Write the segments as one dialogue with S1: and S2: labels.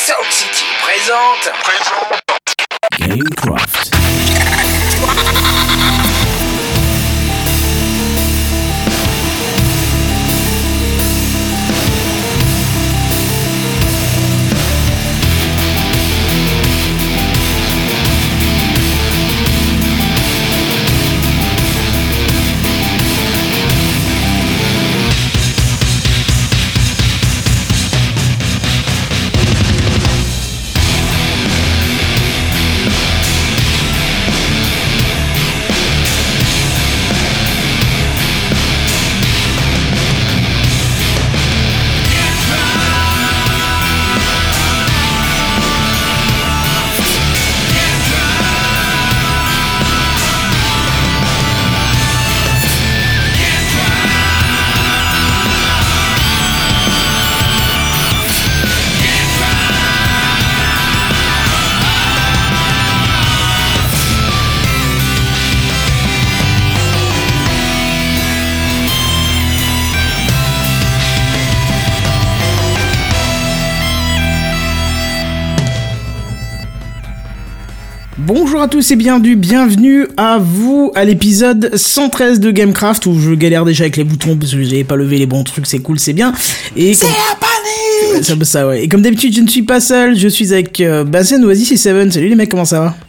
S1: Soul City présente
S2: Gamecraft. Bonjour à tous et bienvenue à vous à l'épisode 113 de Gamecraft où je galère déjà avec les boutons parce que j'avais pas levé les bons trucs, c'est cool, c'est bien. Et
S3: c'est la panique.
S2: Ça, ouais. Et comme d'habitude, je ne suis pas seul, je suis avec Bazen, Oasis et Seven. Salut les mecs, comment ça va?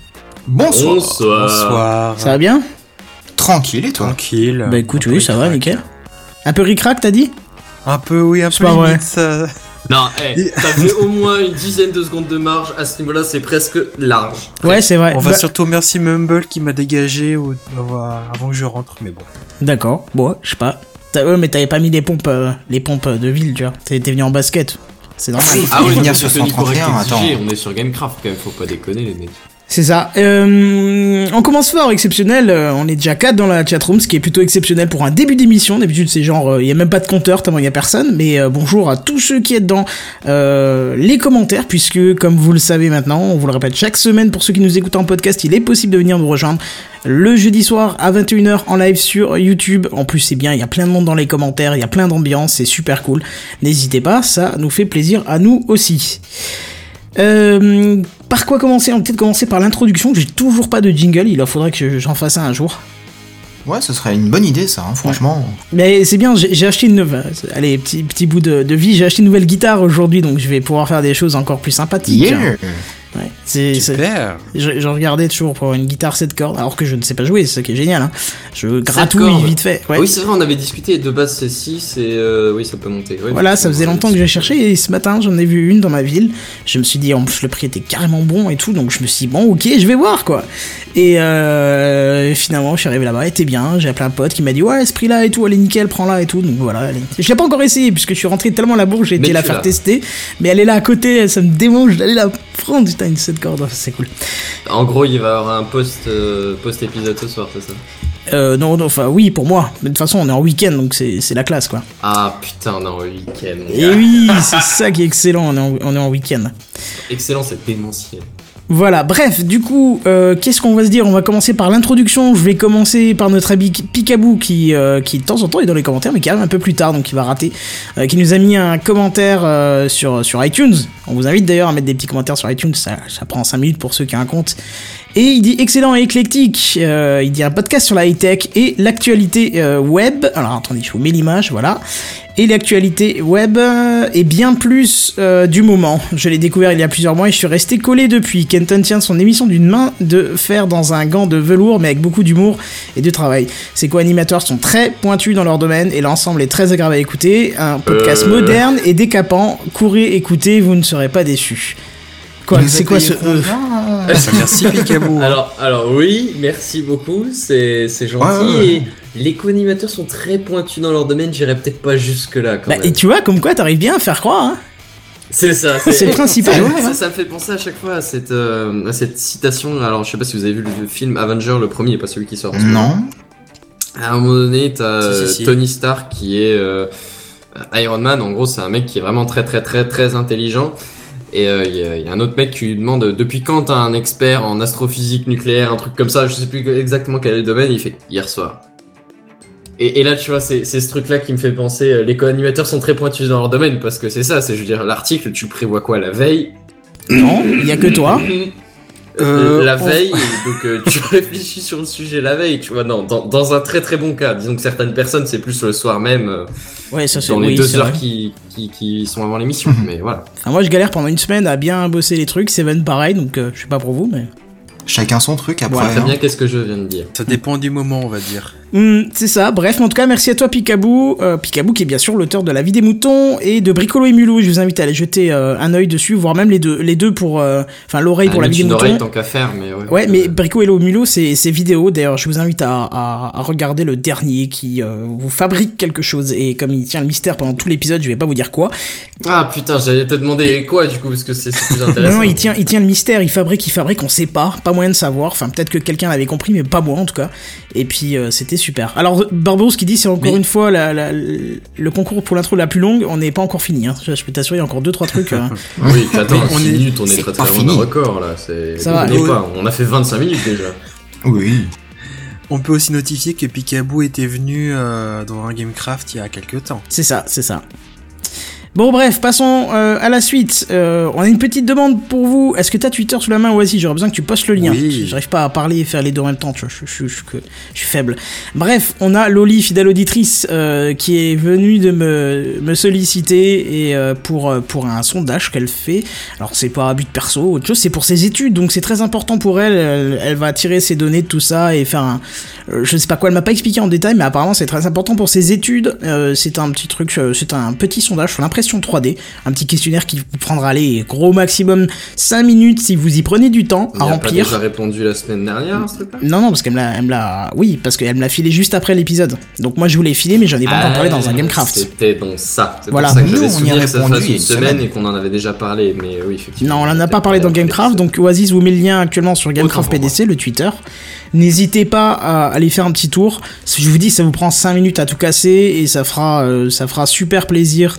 S3: Bonsoir.
S2: Ça va bien?
S3: Tranquille et toi?
S4: Tranquille.
S2: Bah écoute, oui, ça va, nickel. Un peu ric-rac, t'as dit?
S4: Un peu, oui, un peu
S2: pas vrai.
S4: limite, ça...
S5: Non, t'as fait au moins une dizaine de secondes de marge, à ce niveau-là c'est presque large.
S2: Ouais, c'est vrai.
S4: On va surtout remercier Mumble qui m'a dégagé avant que je rentre, mais bon.
S2: D'accord, bon, je sais pas. Ouais, mais t'avais pas mis les pompes de ville, tu vois. T'étais venu en basket. C'est normal.
S3: Ah oui, venir sur 131, attends.
S5: On est sur Gamecraft quand même, faut pas déconner les mecs.
S2: C'est ça. On commence fort, exceptionnel. On est déjà 4 dans la chatroom, ce qui est plutôt exceptionnel pour un début d'émission. D'habitude, c'est genre, il y a même pas de compteur tellement il y a personne. Mais bonjour à tous ceux qui êtes dans les commentaires, puisque comme vous le savez maintenant, on vous le répète chaque semaine pour ceux qui nous écoutent en podcast, il est possible de venir nous rejoindre le jeudi soir à 21h en live sur YouTube. En plus, c'est bien, il y a plein de monde dans les commentaires, il y a plein d'ambiance, c'est super cool. N'hésitez pas, ça nous fait plaisir à nous aussi. Par quoi commencer? On va peut-être commencer par l'introduction. J'ai toujours pas de jingle, il faudrait que j'en fasse un jour.
S3: Ouais, ce serait une bonne idée ça, hein, franchement.
S2: Ouais. Mais c'est bien, j'ai acheté une nouvelle. Allez, petit bout de vie, j'ai acheté une nouvelle guitare aujourd'hui, donc je vais pouvoir faire des choses encore plus sympathiques.
S3: Yeah.
S2: Ouais, c'est
S4: super.
S2: Je regardais toujours pour une guitare 7 cordes, alors que je ne sais pas jouer, c'est ça qui est génial. Hein. Je gratouille vite fait. Ouais.
S5: Oui, c'est vrai, on avait discuté, de base c'est 6 et oui, ça peut monter. Ouais,
S2: voilà, ça faisait longtemps que j'ai cherché et ce matin j'en ai vu une dans ma ville. Je me suis dit, en plus le prix était carrément bon et tout, donc je me suis dit, bon, ok, je vais voir quoi. Et finalement, je suis arrivé là-bas, elle était bien. J'ai appelé un pote qui m'a dit, ouais, ce prix-là et tout, allez, nickel, prends-la et tout. Donc voilà, allez. Je l'ai pas encore essayé puisque je suis rentré tellement à la bourre, j'ai été la faire tester. Mais elle est là à côté, ça me démange d'aller la prendre. Putain, une 7 cordes, c'est cool.
S5: En gros, il va y avoir un post-épisode ce soir, c'est ça?
S2: Non, enfin oui, pour moi. Mais de toute façon, on est en week-end, donc c'est la classe, quoi.
S5: Ah putain, on est en week-end.
S2: Et oui, c'est ça qui est excellent, on est en week-end.
S5: Excellent, c'est démentiel.
S2: Voilà, bref, du coup, qu'est-ce qu'on va se dire? On va commencer par l'introduction. Je vais commencer par notre ami Picaboo qui de temps en temps est dans les commentaires, mais qui arrive un peu plus tard, donc il va rater. Qui nous a mis un commentaire sur iTunes. On vous invite d'ailleurs à mettre des petits commentaires sur iTunes, ça prend 5 minutes pour ceux qui ont un compte. Et il dit excellent et éclectique. Il dit un podcast sur la high-tech et l'actualité web. Alors attendez, je vous mets l'image, voilà. Et l'actualité web est bien plus du moment. Je l'ai découvert il y a plusieurs mois et je suis resté collé depuis. Kenton tient son émission d'une main de fer dans un gant de velours, mais avec beaucoup d'humour et de travail. Ses co-animateurs sont très pointus dans leur domaine et l'ensemble est très agréable à écouter. Un podcast moderne et décapant. Courez, écoutez, vous ne serez pas déçus. Quoi, c'est quoi ce
S4: Merci Picaboo.
S5: Alors oui, merci beaucoup, c'est gentil.
S3: Ouais.
S5: Et les co-animateurs sont très pointus dans leur domaine, j'irai peut-être pas jusque là quand même.
S2: Et tu vois, comme quoi t'arrives bien à faire croire, hein.
S5: C'est ça,
S2: c'est le principal.
S5: Ça me fait penser à chaque fois à cette citation. Alors je sais pas si vous avez vu le film Avenger, le premier, pas celui qui sort.
S3: Non.
S5: À un moment donné, t'as
S4: Si.
S5: Tony Stark qui est Iron Man. En gros, c'est un mec qui est vraiment très très très très intelligent. Et il y a un autre mec qui lui demande depuis quand t'as un expert en astrophysique nucléaire, un truc comme ça, je sais plus exactement quel est le domaine, il fait hier soir. Et là, tu vois, c'est ce truc-là qui me fait penser, les co-animateurs sont très pointus dans leur domaine, parce que c'est ça, je veux dire, l'article, tu prévois quoi la veille?
S2: Non, il y a que toi.
S5: La veille, donc tu réfléchis sur le sujet la veille, tu vois. Non, dans un très très bon cas. Disons que certaines personnes, c'est plus le soir même,
S2: Ouais, ça c'est
S5: dans les
S2: oui,
S5: 2
S2: c'est
S5: heures
S2: vrai.
S5: qui sont avant l'émission. Mais voilà.
S2: Enfin, moi je galère pendant une semaine à bien bosser les trucs, Seven pareil, donc je sais pas pour vous, mais...
S3: Chacun son truc après.
S5: Très
S3: hein.
S5: bien, qu'est-ce que je viens de dire?
S4: Ça dépend du moment, on va dire.
S2: C'est ça, bref, mais en tout cas, merci à toi Picaboo. Picaboo qui est bien sûr l'auteur de La Vie des Moutons et de Bricolo et Mulou. Je vous invite à aller jeter un œil dessus, voire même les deux pour... Enfin, l'oreille pour La Vie des Moutons.
S5: Oreille tant qu'à faire, mais ouais.
S2: Ouais, mais Bricolo et Mulou, c'est vidéo. D'ailleurs, je vous invite à regarder le dernier qui vous fabrique quelque chose. Et comme il tient le mystère pendant tout l'épisode, je vais pas vous dire quoi.
S5: Ah putain, j'allais te demander quoi du coup, parce que c'est plus intéressant.
S2: Non, il tient le mystère, il fabrique, on sait pas moyen de savoir. Enfin, peut-être que quelqu'un l'avait compris, mais pas moi en tout cas. Et puis, c'était super. Alors, Barberousse qui dit, c'est encore une fois le concours pour l'intro la plus longue, on n'est pas encore fini. Hein. Je peux t'assurer, il y a encore 2-3 trucs.
S5: Oui, attends, 6 minutes, on est
S3: c'est
S5: très
S3: pas
S5: très loin
S3: fini.
S5: d'un record là. C'est...
S2: Ça va.
S5: N'oubliez pas, on a fait 25 minutes déjà.
S3: Oui.
S4: On peut aussi notifier que Picaboo était venu dans un Gamecraft il y a quelques temps.
S2: C'est ça. Bon bref, passons à la suite. On a une petite demande pour vous. Est-ce que t'as Twitter sous la main ou vas-y, j'aurais besoin que tu postes le lien.
S4: Oui.
S2: J'arrive pas à parler et faire les deux en même temps. Je suis faible. Bref, on a Loli, fidèle auditrice, qui est venue de me solliciter et pour un sondage qu'elle fait. Alors c'est pas à but perso, autre chose, c'est pour ses études. Donc c'est très important pour elle. Elle va tirer ses données de tout ça et faire un... je sais pas quoi, elle m'a pas expliqué en détail, mais apparemment c'est très important pour ses études. C'est un petit truc, c'est un petit sondage sur l'impression 3D, un petit questionnaire qui vous prendra aller gros maximum 5 minutes si vous y prenez du temps à
S5: On a pas
S2: remplir.
S5: déjà répondu la semaine dernière, ce truc-là?
S2: Non, parce qu'elle me l'a, oui, parce qu'elle me l'a filé juste après l'épisode. Donc moi je voulais filer, mais j'en ai pas encore parlé dans un Gamecraft.
S5: C'était donc ça. C'est
S2: Voilà.
S5: pour ça que
S3: Nous,
S5: j'avais
S3: on y a
S5: souvenir que ça
S3: répondu
S5: fasse
S3: il y a
S5: une
S3: une
S5: semaine
S3: semaine.
S5: et qu'on en avait déjà parlé, mais oui, effectivement.
S2: Non, on en a pas parlé dans Gamecraft, donc Oasis vous met le lien actuellement sur Gamecraft
S5: Autant pour
S2: PDC, le Twitter. N'hésitez pas à aller faire un petit tour. Je vous dis, ça vous prend 5 minutes à tout casser et ça fera super plaisir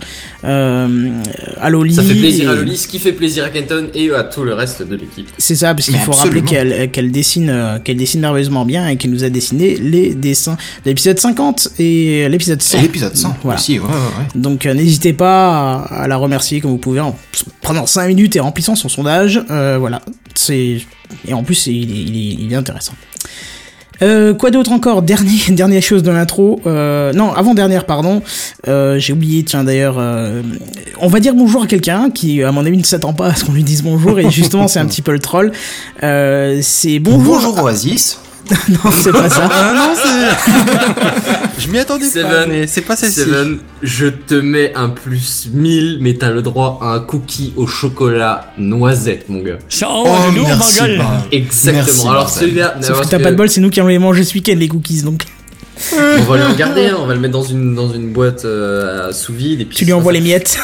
S2: à Loli.
S5: Ça fait plaisir à
S2: et-
S5: Loli, ce qui fait plaisir à Kenton et à tout le reste de l'équipe.
S2: C'est ça, parce qu'il
S3: Mais
S2: faut
S3: absolument.
S2: rappeler qu'elle dessine merveilleusement bien et qu'elle nous a dessiné les dessins de l'épisode 50 et l'épisode 100.
S3: C'est l'épisode 100
S2: Voilà.
S3: aussi, ouais.
S2: Donc n'hésitez pas à la remercier comme vous pouvez en prenant 5 minutes et remplissant son sondage. Voilà, et en plus il est intéressant. Quoi d'autre encore? Dernière chose de l'intro. Non, avant-dernière, pardon. J'ai oublié, tiens, d'ailleurs, on va dire bonjour à quelqu'un qui, à mon avis, ne s'attend pas à ce qu'on lui dise bonjour, et justement, c'est un petit peu le troll. C'est
S3: Bonjour Oasis.
S2: Non, c'est pas ça.
S4: Ah non, c'est... Je m'y attendais pas,
S5: Seven,
S4: mais c'est pas celle-ci.
S5: Seven, je te mets un plus 1000, mais t'as le droit à un cookie au chocolat noisette, mon gars.
S3: Oh, merci.
S5: Exactement.
S3: Merci,
S5: Alors
S3: Marcel.
S5: celui-là,
S2: Sauf
S5: parce
S2: que t'as pas de bol, c'est nous qui allons les manger ce week-end, les cookies, donc.
S5: on va lui en garder un, on va le mettre dans une boîte sous vide et puis
S2: Tu lui envoies les miettes.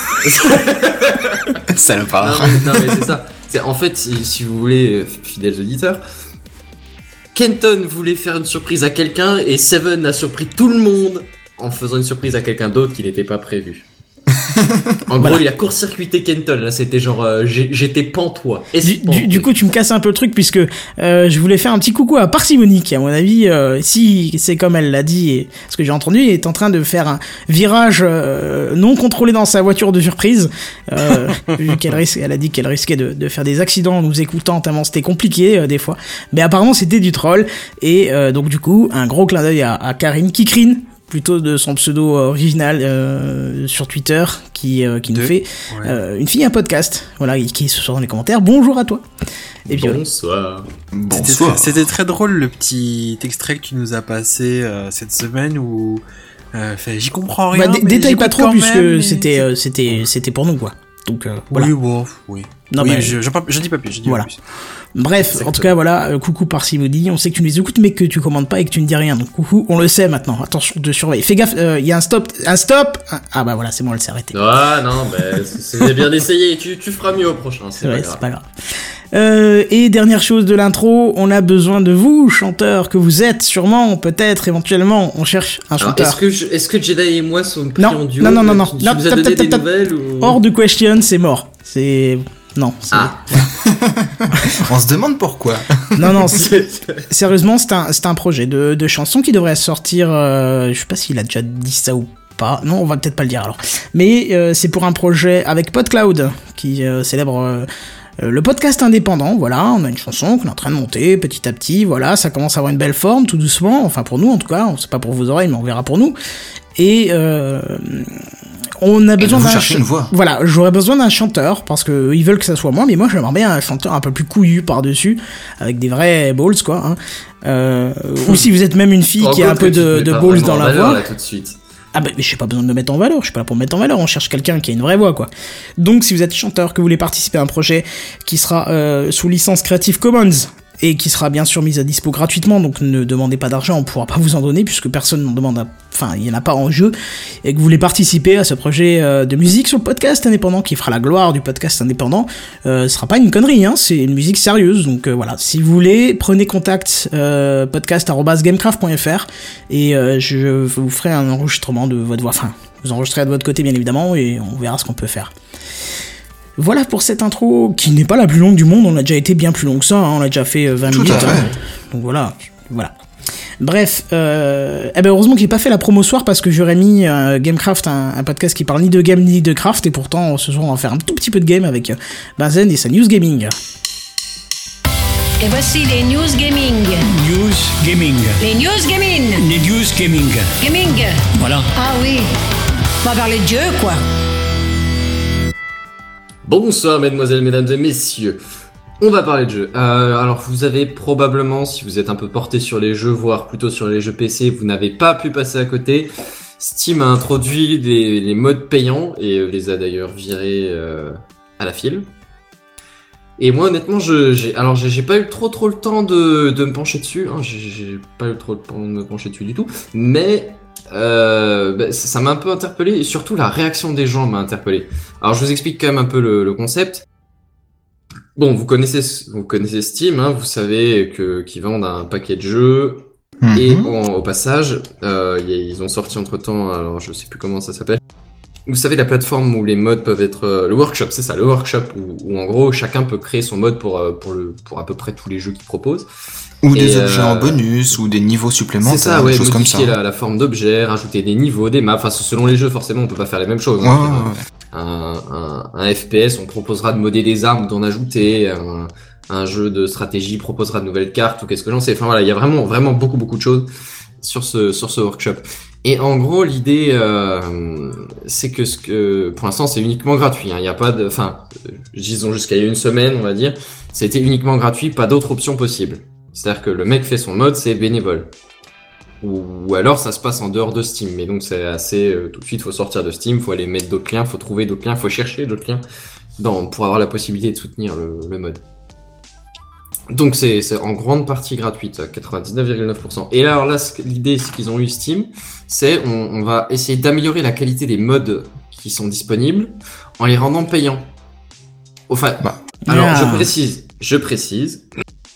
S3: Salopard.
S5: Non mais c'est ça. C'est en fait si vous voulez, fidèles auditeurs, Kenton voulait faire une surprise à quelqu'un et Seven a surpris tout le monde en faisant une surprise à quelqu'un d'autre qui n'était pas prévu. En gros, il a court-circuité Kenton. Là, c'était genre, j'étais pantois.
S2: Du coup, tu me casses un peu le truc puisque je voulais faire un petit coucou à Parcimonie qui, à mon avis, si c'est comme elle l'a dit et ce que j'ai entendu, est en train de faire un virage non contrôlé dans sa voiture de surprise. Vu elle a dit qu'elle risquait de faire des accidents en nous écoutant tellement c'était compliqué des fois. Mais apparemment, c'était du troll. Et donc, du coup, un gros clin d'œil à Karine Kikrine, plutôt de son pseudo original sur Twitter, qui nous fait une fille un podcast, voilà, qui est ce soir dans les commentaires. Bonjour à toi. Et puis
S5: bonsoir.
S3: Bonsoir.
S4: C'était très drôle le petit extrait que tu nous as passé cette semaine où j'y comprends rien.
S2: bah,
S4: mais
S2: détaille pas
S4: j'écoute
S2: trop
S4: quand
S2: puisque
S4: même, mais
S2: c'était pour nous quoi. Donc voilà.
S4: Oui, bon, oui.
S2: Non,
S4: Oui,
S2: mais-
S4: je dis pas plus.
S2: Voilà.
S4: Pas plus.
S2: Bref,
S4: Exactement.
S2: en tout cas voilà, coucou Parcimonie, on sait que tu nous écoutes mais que tu commandes pas et que tu ne dis rien. Donc coucou, on le sait maintenant. Attention de surveiller. Fais gaffe, il y a un stop. Ah bah voilà, c'est bon, elle s'est arrêtée.
S5: Ah non, bah, c'est bien d'essayer. Tu feras mieux au prochain. C'est pas
S2: Ouais,
S5: grave.
S2: c'est pas grave. Et dernière chose de l'intro, on a besoin de vous, chanteurs que vous êtes, sûrement, peut-être, éventuellement, on cherche un
S5: Alors,
S2: chanteur.
S5: est-ce que Jedi et moi sommes pris
S2: Non,
S5: en duo?
S2: non.
S5: Tu
S2: Non,
S5: nous as
S2: tap,
S5: donné
S2: tap,
S5: des
S2: tap.
S5: nouvelles ou...
S2: Hors de question, c'est mort. C'est... Non, c'est...
S5: Ah.
S3: On se demande pourquoi.
S2: Non, sérieusement, c'est un projet de chanson qui devrait sortir, je sais pas s'il a déjà dit ça ou pas. Non, on va peut-être pas le dire alors. Mais c'est pour un projet avec PodCloud, qui célèbre le podcast indépendant, voilà, on a une chanson qu'on est en train de monter petit à petit, voilà, ça commence à avoir une belle forme, tout doucement, enfin pour nous en tout cas, c'est pas pour vos oreilles, mais on verra pour nous. Et on a besoin d'un
S3: une voix.
S2: Voilà, j'aurais besoin d'un chanteur parce que ils veulent que ça soit moi, mais moi j'aimerais bien un chanteur un peu plus couillu par-dessus, avec des vrais balls quoi. Ou si vous êtes même une fille qui a un peu de balls dans la voix.
S5: Là, tout de suite.
S2: Ah bah mais j'ai pas besoin de me mettre en valeur, je suis pas là pour me mettre en valeur, on cherche quelqu'un qui a une vraie voix quoi. Donc si vous êtes chanteur, que vous voulez participer à un projet qui sera sous licence Creative Commons et qui sera bien sûr mis à dispo gratuitement, donc ne demandez pas d'argent, on pourra pas vous en donner puisque personne n'en demande, enfin il y en a pas en jeu, et que vous voulez participer à ce projet de musique sur le podcast indépendant qui fera la gloire du podcast indépendant, ce sera pas une connerie, hein, c'est une musique sérieuse, donc voilà, si vous voulez, prenez contact podcast@gamecraft.fr et je vous ferai un enregistrement de votre voix, enfin vous enregistrez de votre côté bien évidemment et on verra ce qu'on peut faire. Voilà pour cette intro qui n'est pas la plus longue du monde, on a déjà été bien plus long que ça, hein, on a déjà fait 20 minutes. Donc voilà. Bref, heureusement que j'ai pas fait la promo soir parce que j'aurais mis Gamecraft, un podcast qui parle ni de game ni de craft, et pourtant ce soir on va faire un tout petit peu de game avec Benzen et sa news gaming.
S6: Et voici les news gaming.
S7: News gaming.
S6: Les news gaming.
S7: Les news gaming.
S6: Gaming.
S7: Voilà.
S6: Ah oui. On va parler de jeu quoi.
S5: Bonsoir mesdemoiselles, mesdames et messieurs. On va parler de jeux. Alors vous avez probablement, si vous êtes un peu porté sur les jeux, voire plutôt sur les jeux PC, vous n'avez pas pu passer à côté. Steam a introduit les modes payants et les a d'ailleurs virés à la file. Et moi honnêtement, j'ai pas eu trop le temps de me pencher dessus. Hein, j'ai pas eu trop le temps de me pencher dessus du tout. Mais ça m'a un peu interpellé et surtout la réaction des gens m'a interpellé. Alors je vous explique quand même un peu le concept. Bon, vous connaissez Steam, hein, vous savez qu'ils vendent un paquet de jeux. Et au passage, ils ont sorti entre-temps, alors je sais plus comment ça s'appelle. Vous savez la plateforme où les modes peuvent être le workshop, c'est ça, le workshop où en gros chacun peut créer son mode pour à peu près tous les jeux qu'il propose.
S3: Ou des objets en bonus, ou des niveaux supplémentaires,
S5: c'est ça, ouais,
S3: des choses comme ça.
S5: modifier la forme d'objet, rajouter des niveaux, des maps, enfin selon les jeux forcément on peut pas faire les mêmes choses.
S3: Ouais,
S5: hein.
S3: ouais.
S5: Un FPS, on proposera de modder des armes, d'en ajouter, un jeu de stratégie proposera de nouvelles cartes ou qu'est-ce que j'en sais. Enfin voilà, il y a vraiment beaucoup de choses sur ce workshop. Et en gros, l'idée, c'est que pour l'instant, c'est uniquement gratuit. Hein. Il y a pas de, enfin, disons jusqu'à il y a une semaine, on va dire, c'était uniquement gratuit, pas d'autres options possibles. C'est-à-dire que le mec fait son mode, c'est bénévole. Ou alors ça se passe en dehors de Steam. Mais donc c'est assez, tout de suite, faut sortir de Steam, faut aller mettre d'autres liens, faut trouver d'autres liens, faut chercher d'autres liens pour avoir la possibilité de soutenir le mode. Donc c'est en grande partie gratuite, à 99,9%. Et là, alors là, l'idée, c'est qu'ils ont eu Steam, c'est on va essayer d'améliorer la qualité des mods qui sont disponibles en les rendant payants. Enfin, alors je précise,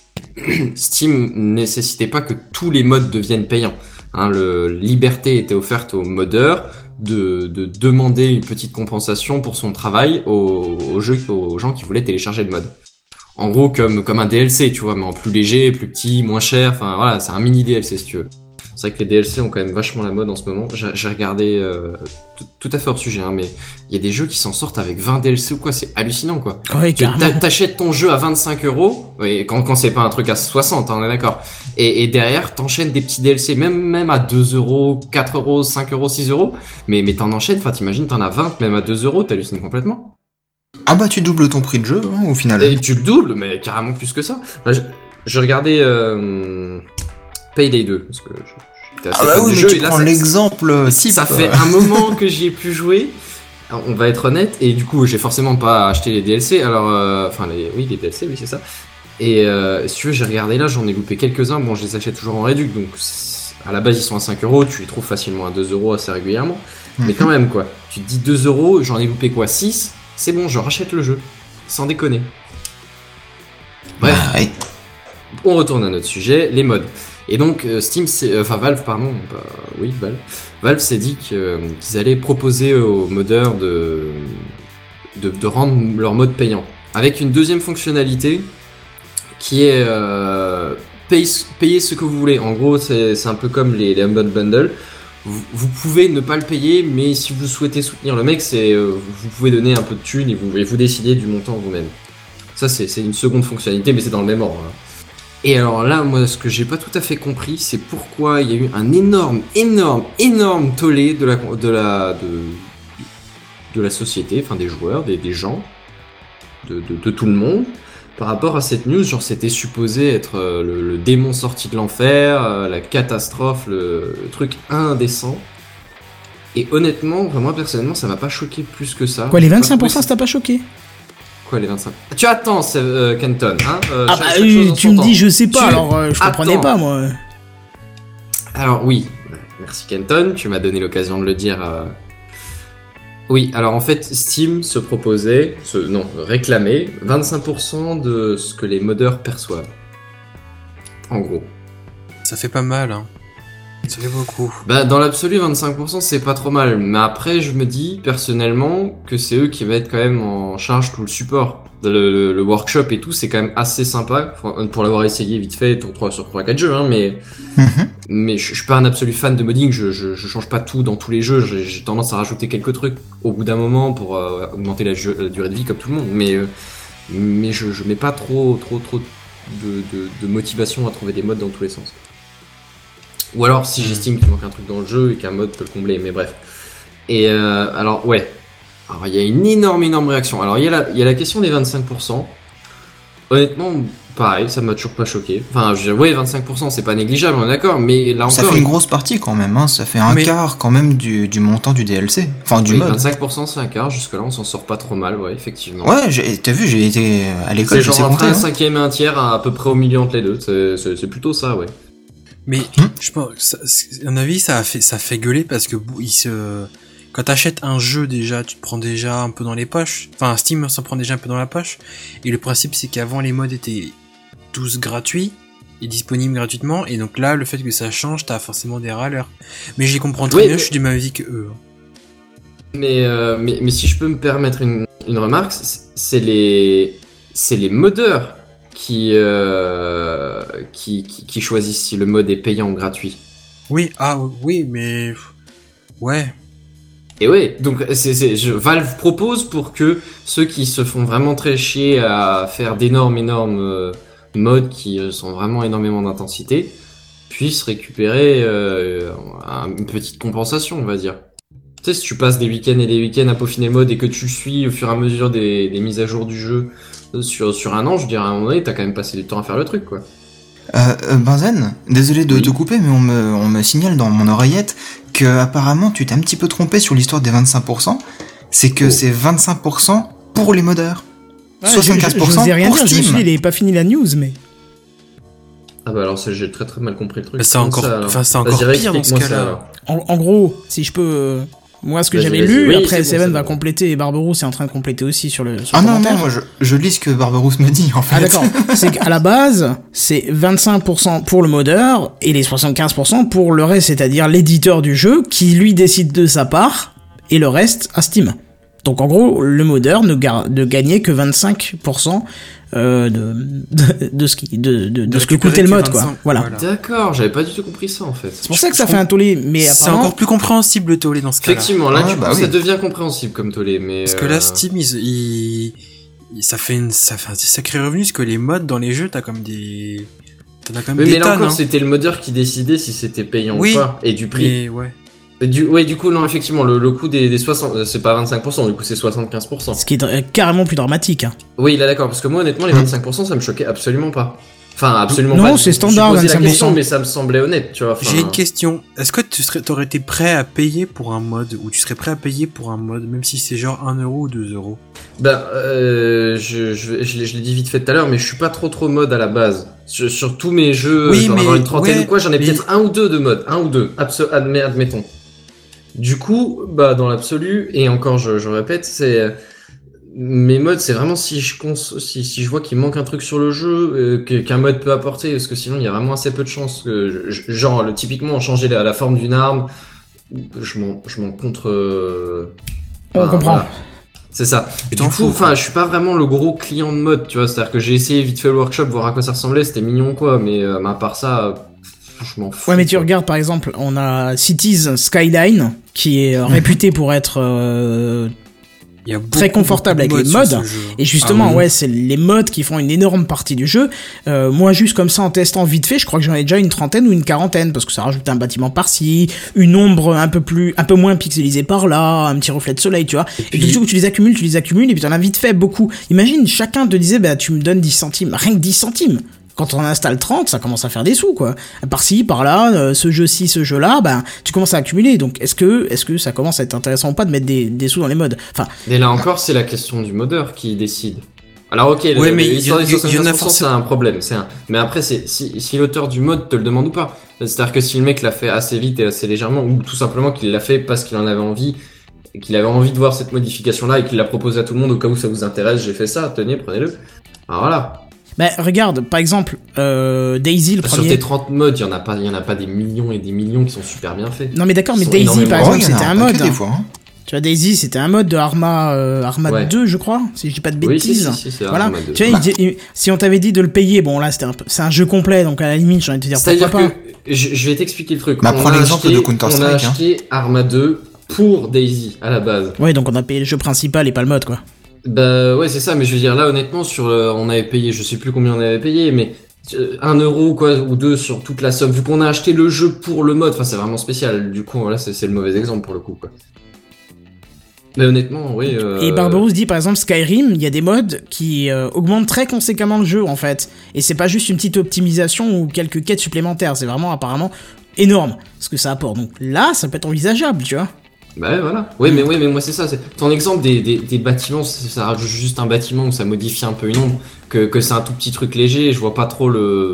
S5: Steam nécessitait pas que tous les mods deviennent payants. Hein, liberté était offerte aux modeurs de demander une petite compensation pour son travail aux gens qui voulaient télécharger le mod. En gros, comme un DLC, tu vois, mais en plus léger, plus petit, moins cher, enfin voilà, c'est un mini DLC si tu veux. C'est vrai que les DLC ont quand même vachement la mode en ce moment. J'ai regardé tout à fait hors sujet, hein, mais il y a des jeux qui s'en sortent avec 20 DLC ou quoi, c'est hallucinant quoi.
S2: Ouais,
S5: t'achètes ton jeu à 25€, et quand c'est pas un truc à 60, hein, on est d'accord. Et derrière, t'enchaînes des petits DLC, même à 2€, 4€, 5€, 6€, mais t'en enchaînes, enfin t'imagines, t'en as 20, même à 2€, t'hallucines complètement.
S3: Ah bah tu doubles ton prix de jeu hein, au final.
S5: Et tu le doubles, mais carrément plus que ça. Là, je regardais Payday 2 parce que j'étais assez fan du jeu.
S3: Tu prends l'exemple si
S5: ça fait un moment que j'y ai plus joué. Alors, on va être honnête, et du coup j'ai forcément pas acheté les DLC. Alors les DLC, oui c'est ça. Et si tu veux, j'ai regardé là, j'en ai loupé quelques-uns. Bon, je les achète toujours en réduc, donc à la base ils sont à 5€, tu les trouves facilement à 2€ assez régulièrement. Mais quand même quoi, tu te dis 2€, j'en ai loupé quoi 6. C'est bon, je rachète le jeu. Sans déconner. Bref.
S3: Ouais.
S5: On retourne à notre sujet, les mods. Et donc, Valve, pardon. Valve s'est dit qu'ils allaient proposer aux modeurs de rendre leur mode payant. Avec une deuxième fonctionnalité qui est payer ce que vous voulez. En gros, c'est un peu comme les Humble Bundle. Vous pouvez ne pas le payer, mais si vous souhaitez soutenir le mec, vous pouvez donner un peu de thunes et vous décidez du montant vous-même. Ça, c'est une seconde fonctionnalité, mais c'est dans le même ordre. Hein. Et alors là, moi, ce que j'ai pas tout à fait compris, c'est pourquoi il y a eu un énorme tollé de la société, enfin des joueurs, des gens, de tout le monde, par rapport à cette news. Genre, c'était supposé être le démon sorti de l'enfer, la catastrophe, le truc indécent. Et honnêtement, enfin, moi personnellement, ça m'a pas choqué plus que ça.
S2: Quoi, les 25%, ça t'a pas choqué?
S5: Quoi, les 25? Tu attends, Kenton, hein
S2: tu me dis, je sais pas, alors je comprenais pas, moi.
S5: Alors, oui, merci Kenton, tu m'as donné l'occasion de le dire. Oui, alors en fait, Steam se proposait, réclamait 25% de ce que les modeurs perçoivent. En gros.
S4: Ça fait pas mal, hein. Ça fait beaucoup.
S5: Bah, dans l'absolu, 25%, c'est pas trop mal. Mais après, je me dis, personnellement, que c'est eux qui vont être quand même en charge tout le support. Le workshop et tout, c'est quand même assez sympa. Pour l'avoir essayé vite fait, sur 3-4 jeux, hein, mais je suis pas un absolu fan de modding. Je change pas tout dans tous les jeux. J'ai tendance à rajouter quelques trucs au bout d'un moment pour augmenter la durée de vie comme tout le monde. Mais je mets pas trop de motivation à trouver des mods dans tous les sens. Ou alors si j'estime qu'il manque un truc dans le jeu et qu'un mode peut le combler, mais bref. Et alors ouais, alors il y a une énorme réaction. Alors il y a la question des 25%. Honnêtement, pareil, ça m'a toujours pas choqué. Enfin, ouais, 25%, c'est pas négligeable, on est d'accord, mais là encore...
S3: Ça fait une grosse partie quand même, hein. Ça fait un quart quand même du montant du DLC. Enfin, du mode.
S5: 25%, c'est un quart, jusque-là, on s'en sort pas trop mal, ouais, effectivement.
S3: Ouais, t'as vu, j'ai été à l'école, je sais compter.
S5: C'est genre un cinquième et un tiers, à peu près au milieu entre les deux. C'est plutôt ça, ouais.
S4: Mais je pense, à mon avis, ça fait gueuler parce que quand t'achètes un jeu déjà, tu te prends déjà un peu dans les poches. Enfin, Steam s'en prend déjà un peu dans la poche. Et le principe, c'est qu'avant, les mods étaient tous gratuits et disponibles gratuitement. Et donc là, le fait que ça change, t'as forcément des râleurs. Mais je les comprends très bien, je suis du même avis que eux.
S5: Mais si je peux me permettre une remarque, c'est les modeurs qui choisissent si le mode est payant ou gratuit.
S4: Oui, mais ouais.
S5: Et ouais, donc Valve propose pour que ceux qui se font vraiment très chier à faire d'énormes modes qui sont vraiment énormément d'intensité puissent récupérer une petite compensation, on va dire. Tu sais, si tu passes des week-ends et des week-ends à peaufiner le mode et que tu suis au fur et à mesure des mises à jour du jeu sur un an, je dirais à un moment donné, t'as quand même passé du temps à faire le truc, quoi.
S3: Benzen, désolé de te couper, mais on me signale dans mon oreillette que apparemment tu t'es un petit peu trompé sur l'histoire des 25%. C'est que c'est 25% pour les modeurs.
S2: Ouais,
S3: 75%
S2: je vous ai rien
S3: pour
S2: dit,
S3: Steam.
S2: il n'avait pas fini la news, mais...
S5: Ah bah alors j'ai très mal compris le truc.
S4: C'est encore pire dans ce cas-là.
S2: En gros, si je peux... Moi, ce que j'avais lu, après Seven va compléter et Barberousse est en train de compléter aussi sur le commentaire.
S3: Non, moi je lis ce que Barberousse me dit en fait.
S2: Ah d'accord, c'est qu'à la base, c'est 25% pour le modeur et les 75% pour le reste, c'est-à-dire l'éditeur du jeu qui lui décide de sa part et le reste à Steam. Donc en gros, le modeur ne gagnait que 25% de ce que coûtait le mode, quoi. Voilà.
S5: D'accord, j'avais pas du tout compris ça en fait.
S2: C'est pour ça que ça fait un tollé, mais
S4: c'est
S2: apparemment...
S4: encore plus compréhensible le tollé dans ce cas-là.
S5: Effectivement, là ça devient compréhensible comme tollé, mais...
S4: Parce que là, Steam, ça fait un sacré revenu, parce que les mods dans les jeux, t'as comme des... T'en as quand même des
S5: mais là
S4: tonnes,
S5: encore, c'était le modeur qui décidait si c'était payant ou pas, et du prix.
S4: Et ouais.
S5: Du coup, non, effectivement, le coût des 60, c'est pas 25%, du coup, c'est 75%.
S2: Ce qui est carrément plus dramatique, hein.
S5: Oui, là, d'accord, parce que moi, honnêtement, les 25%, ça me choquait absolument pas. Enfin, absolument pas.
S2: Non, c'est standard,
S5: je me posais
S2: 25%.
S5: la question, mais ça me semblait honnête, tu vois. Enfin...
S4: J'ai une question. Est-ce que t'aurais été prêt à payer pour un mod, ou tu serais prêt à payer pour un mod, même si c'est genre 1€ ou 2€?
S5: Ben, je l'ai dit vite fait tout à l'heure, mais je suis pas trop mode à la base. Sur tous mes jeux,
S4: oui,
S5: mais, avoir une trentaine
S4: ouais,
S5: ou quoi, j'en ai peut-être un ou deux de modes. Admettons. Du coup, bah, dans l'absolu, et encore, je répète, c'est, mes modes, c'est vraiment si je vois qu'il manque un truc sur le jeu, qu'un mode peut apporter, parce que sinon, il y a vraiment assez peu de chances que, genre, typiquement, changer la forme d'une arme, je m'en contre,
S2: on comprend. Voilà.
S5: C'est ça. Du coup, enfin, je suis pas vraiment le gros client de mode, tu vois, c'est-à-dire que j'ai essayé vite fait le workshop, voir à quoi ça ressemblait, c'était mignon, quoi, mais, à part ça, je m'en fous.
S2: Ouais, mais tu regardes, par exemple, on a Cities Skyline, qui est réputé pour être
S4: Il y a
S2: très confortable avec
S4: beaucoup de
S2: les
S4: modes sur
S2: modes.
S4: ce jeu.
S2: Et justement,
S5: Ah oui.
S2: ouais, c'est les modes qui font une énorme partie du jeu. Moi, juste comme ça, en testant vite fait, je crois que j'en ai déjà une trentaine ou une quarantaine, parce que ça rajoute un bâtiment par-ci, une ombre un peu moins pixelisée par là, un petit reflet de soleil, tu vois. Et du coup, tu les accumules, et puis t'en as vite fait beaucoup. Imagine, chacun te disait, bah, tu me donnes 10 centimes, rien que 10 centimes. Quand on installe 30, ça commence à faire des sous, quoi. Par-ci, par-là, ce jeu-ci, ce jeu-là, ben, tu commences à accumuler. Donc, est-ce que ça commence à être intéressant ou pas de mettre des sous dans les modes? Enfin.
S5: Mais là encore, c'est la question du modeur qui décide. Alors ok,
S4: Ouais, mais
S5: l'histoire des
S4: il y en a
S5: 75%,
S4: forcément-
S5: c'est un problème. Mais après, si l'auteur du mode te le demande ou pas. C'est-à-dire que si le mec l'a fait assez vite et assez légèrement, ou tout simplement qu'il l'a fait parce qu'il en avait envie, et qu'il avait envie de voir cette modification-là et qu'il l'a proposé à tout le monde au cas où ça vous intéresse, j'ai fait ça, tenez, prenez-le. Alors voilà.
S2: Ben, regarde, par exemple, Daisy, le
S5: Sur
S2: premier.
S5: tes 30 modes, il y en a pas des millions et des millions qui sont super bien faits.
S2: Non, mais d'accord, mais
S5: Ils sont
S2: Daisy,
S5: énormément.
S2: par
S3: Oh,
S2: exemple,
S3: il y en a
S2: c'était un
S3: paquet
S2: mode.
S3: des fois, hein.
S2: Tu vois, Daisy, c'était un mode de Arma
S5: Ouais.
S2: 2, je crois, si je dis pas de
S5: Oui,
S2: bêtises.
S5: si, c'est
S2: Voilà.
S5: Arma 2.
S2: Tu vois, si on t'avait dit de le payer, bon, là, c'est un jeu complet, donc à la limite, j'ai envie de te dire
S5: C'est-à-dire
S2: pourquoi
S5: que,
S2: pas.
S5: je vais t'expliquer le truc.
S3: Bah,
S5: On
S3: prends
S5: a
S3: l'exemple
S5: acheté-
S3: de Counter-Strike,
S5: On a
S3: hein.
S5: acheté Arma 2 pour Daisy, à la base.
S2: Ouais, donc on a payé le jeu principal et pas le mode, quoi.
S5: Bah ouais, c'est ça, mais je veux dire, là, honnêtement, on avait payé, je sais plus combien on avait payé, mais 1 euro, quoi, ou 2 sur toute la somme, vu qu'on a acheté le jeu pour le mode, enfin, c'est vraiment spécial, du coup, voilà, c'est le mauvais exemple pour le coup, quoi. Mais honnêtement, oui.
S2: Et Barbarousse dit par exemple Skyrim, il y a des modes qui augmentent très conséquemment le jeu en fait. Et c'est pas juste une petite optimisation ou quelques quêtes supplémentaires, c'est vraiment apparemment énorme ce que ça apporte. Donc là, ça peut être envisageable, tu vois.
S5: Bah ouais, voilà. Oui, mais moi c'est ça. Ton exemple des bâtiments, ça rajoute juste un bâtiment où ça modifie un peu une ombre, que c'est un tout petit truc léger. Je vois pas trop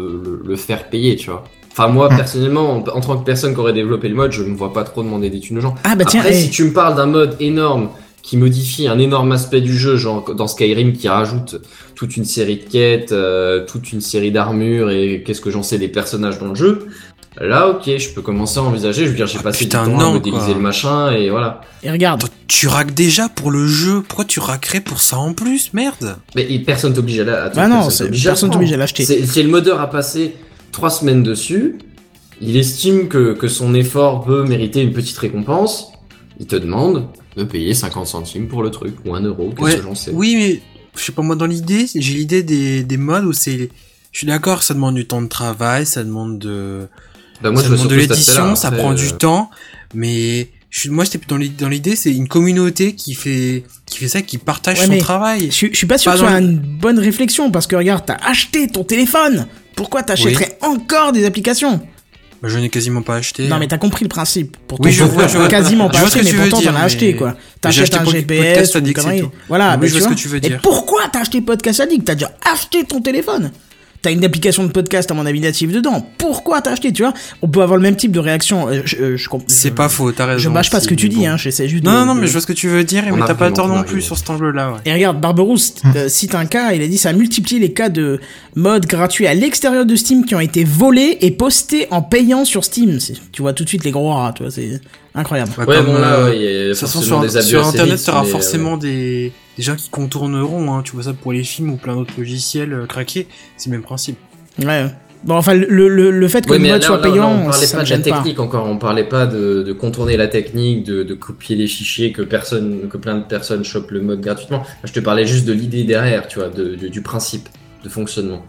S5: le faire payer, tu vois. Enfin moi personnellement, en tant que personne qui aurait développé le mode, je me vois pas trop demander des thunes aux gens.
S2: Ah bah tiens,
S5: Après,
S2: hey.
S5: si tu me parles d'un mode énorme qui modifie un énorme aspect du jeu, genre dans Skyrim qui rajoute toute une série de quêtes, toute une série d'armures et qu'est-ce que j'en sais des personnages dans le jeu. Là, ok, je peux commencer à envisager. Je veux dire, j'ai passé
S4: putain,
S5: du temps à
S4: non,
S5: modéliser
S4: quoi.
S5: le machin et voilà.
S2: Et regarde,
S4: Attends, tu raques déjà pour le jeu. Pourquoi tu raquerais pour ça en plus? Merde.
S5: Mais personne t'oblige à
S2: bah non, personne t'oblige à l'acheter.
S5: C'est le modeur a passé 3 semaines dessus. Il estime que son effort peut mériter une petite récompense. Il te demande de payer 50 centimes pour le truc, ou 1 euro, qu'est-ce
S4: Ouais,
S5: que j'en sais.
S4: oui, mais je sais pas, moi dans l'idée, j'ai l'idée des modes où c'est... Je suis d'accord, ça demande du temps de travail, ça demande de...
S5: Bah, moi,
S4: ça
S5: je vois
S4: demande de
S5: surtout cet aspect-là.
S4: l'édition, ça
S5: Après,
S4: prend du temps, mais moi j'étais dans l'idée, c'est une communauté qui fait ça, qui partage
S2: Ouais,
S4: son
S2: mais
S4: travail.
S2: je suis pas sûr
S4: Pas
S2: que ce soit
S4: dans
S2: une bonne réflexion parce que regarde, t'as acheté ton téléphone. Pourquoi t'achèterais encore des applications?
S4: Bah, je n'ai quasiment pas acheté.
S2: Non mais t'as compris le principe. Pourtant,
S4: Oui, je vois,
S2: quasiment pas
S4: je vois ce
S2: acheté,
S4: que
S2: mais
S4: tu veux
S2: pourtant
S4: dire,
S2: t'en as
S4: mais
S2: acheté quoi.
S4: j'ai
S2: T'achètes
S4: acheté
S2: un
S4: Podcast
S2: GPS ou une
S4: Addict, c'est
S2: connerie.
S4: tout.
S2: Voilà,
S4: Oui,
S2: bah,
S4: je vois
S2: tu
S4: ce
S2: vois.
S4: que tu veux
S2: Et
S4: dire.
S2: pourquoi t'as acheté Podcast Addict? T'as déjà acheté ton téléphone. T'as une application de podcast à mon avis native dedans. Pourquoi t'as acheté, tu vois? On peut avoir le même type de réaction.
S4: C'est pas faux, t'as raison.
S2: Je bâche pas ce que tu dis, hein. J'essaie juste de...
S4: Non, mais je vois ce que tu veux dire,
S5: On
S4: mais t'as pas
S5: argumente,
S4: tort
S5: on
S4: non
S5: argumente.
S4: plus sur cet angle-là, ouais.
S2: Et regarde, Barberousse cite un cas, il a dit ça a multiplié les cas de modes gratuits à l'extérieur de Steam qui ont été volés et postés en payant sur Steam. Tu vois tout de suite les gros rats, tu vois, c'est incroyable.
S4: Ouais,
S5: Ouais,
S4: comme,
S5: bon, là,
S4: de
S5: il y a
S4: toute façon,
S5: forcément des abus
S4: sur
S5: assez
S4: internet,
S5: vite,
S4: t'auras
S5: mais,
S4: forcément des gens qui contourneront, hein. Tu vois ça pour les films ou plein d'autres logiciels craqués, c'est le même principe.
S2: Ouais. Bon, enfin, le fait que
S5: Ouais,
S2: le
S5: mais
S2: mode
S5: là,
S2: soit
S5: là,
S2: payant,
S5: on parlait
S2: ça
S5: pas
S2: me
S5: de la
S2: gêne pas.
S5: technique encore, on parlait pas de contourner la technique, de copier les fichiers que plein de personnes chopent le mode gratuitement. Moi, je te parlais juste de l'idée derrière, tu vois, du principe de fonctionnement.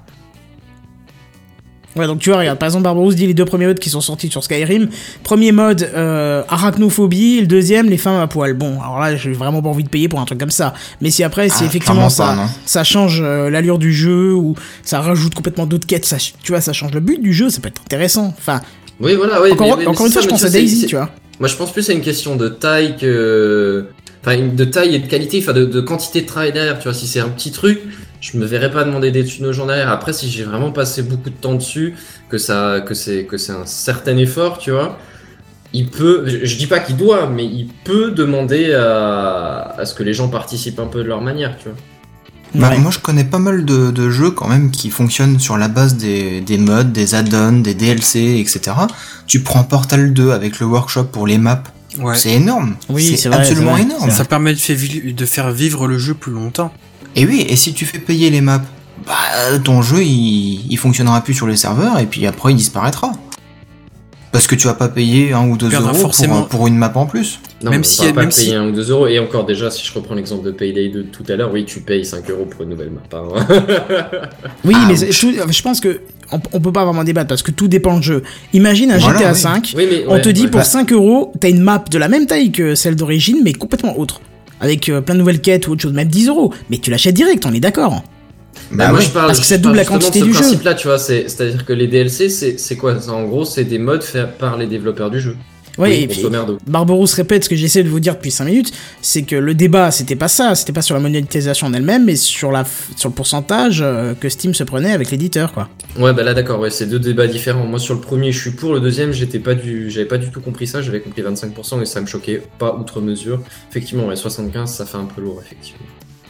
S2: Ouais, donc tu vois, regarde, par exemple, Barbarousse dit les 2 premiers modes qui sont sortis sur Skyrim. Premier mode, arachnophobie, le deuxième, les femmes à poil. Bon, alors là, j'ai vraiment pas envie de payer pour un truc comme ça. Mais si après, si
S3: Ah,
S2: effectivement
S3: clairement pas, non.
S2: ça change l'allure du jeu, ou ça rajoute complètement d'autres quêtes, ça, tu vois, ça change le but du jeu, ça peut être intéressant. Enfin,
S5: Oui, voilà, oui.
S2: encore
S5: mais
S2: une
S5: c'est
S2: fois,
S5: ça,
S2: je
S5: mais
S2: pense
S5: tu
S2: à
S5: vois,
S2: Daisy, tu vois.
S5: Moi, je pense plus à une question de taille que... Enfin, de taille et de qualité, enfin, de quantité de travail derrière, tu vois. Si c'est un petit truc, je me verrais pas demander des thunes aux gens derrière. Après, si j'ai vraiment passé beaucoup de temps dessus, que c'est un certain effort, tu vois, il peut, je dis pas qu'il doit, mais il peut demander à ce que les gens participent un peu de leur manière, tu vois.
S3: Bah,
S2: Ouais.
S3: moi je connais pas mal de jeux quand même qui fonctionnent sur la base des mods, des add-ons, des DLC, etc. Tu prends Portal 2 avec le workshop pour les maps,
S4: Ouais.
S3: c'est énorme.
S2: Oui, c'est vrai,
S3: absolument
S2: c'est vrai.
S3: énorme.
S4: Ça permet de faire vivre le jeu plus longtemps.
S3: Et oui, et si tu fais payer les maps, bah ton jeu il fonctionnera plus sur les serveurs et puis après il disparaîtra. Parce que tu vas pas payer 1 ou 2
S4: perdra
S3: euros
S4: forcément.
S3: pour une map en plus.
S5: Non,
S4: Même
S5: mais
S4: si-
S5: on va pas
S4: même
S5: payer
S4: si-
S5: 1 ou 2 euros. Et encore, déjà, si je reprends l'exemple de Payday 2 de tout à l'heure, oui, tu payes 5 euros pour une nouvelle map. Hein.
S2: Oui,
S3: Ah,
S2: mais
S3: oui.
S2: je pense que on peut pas vraiment débattre parce que tout dépend du jeu. Imagine un
S3: Voilà,
S2: GTA
S3: oui.
S2: 5,
S5: Oui, mais
S2: on te dit pour
S5: bah,
S2: 5 euros, t'as une map de la même taille que celle d'origine, mais complètement autre. Avec plein de nouvelles quêtes ou autre chose, même 10 euros. Mais tu l'achètes direct, on est d'accord.
S3: Bah
S5: moi,
S3: oui.
S5: je parle,
S2: parce que ça
S5: je
S2: double
S5: parle
S2: la quantité
S5: justement de
S2: du
S5: ce
S2: jeu.
S5: principe-là, tu vois, c'est-à-dire que les DLC, c'est quoi? En gros, c'est des mods faits par les développeurs du jeu.
S2: Ouais,
S5: Oui,
S2: et puis
S5: grosso merdo.
S2: Barbarousse répète ce que j'essaie de vous dire depuis 5 minutes, c'est que le débat, c'était pas ça, c'était pas sur la monétisation en elle-même, mais sur le pourcentage que Steam se prenait avec l'éditeur, quoi.
S5: Ouais, bah là, d'accord, ouais, c'est deux débats différents. Moi, sur le premier, je suis pour. Le deuxième, j'avais pas du tout compris ça. J'avais compris 25% et ça me choquait pas outre mesure. Effectivement, ouais, 75, ça fait un peu lourd, effectivement.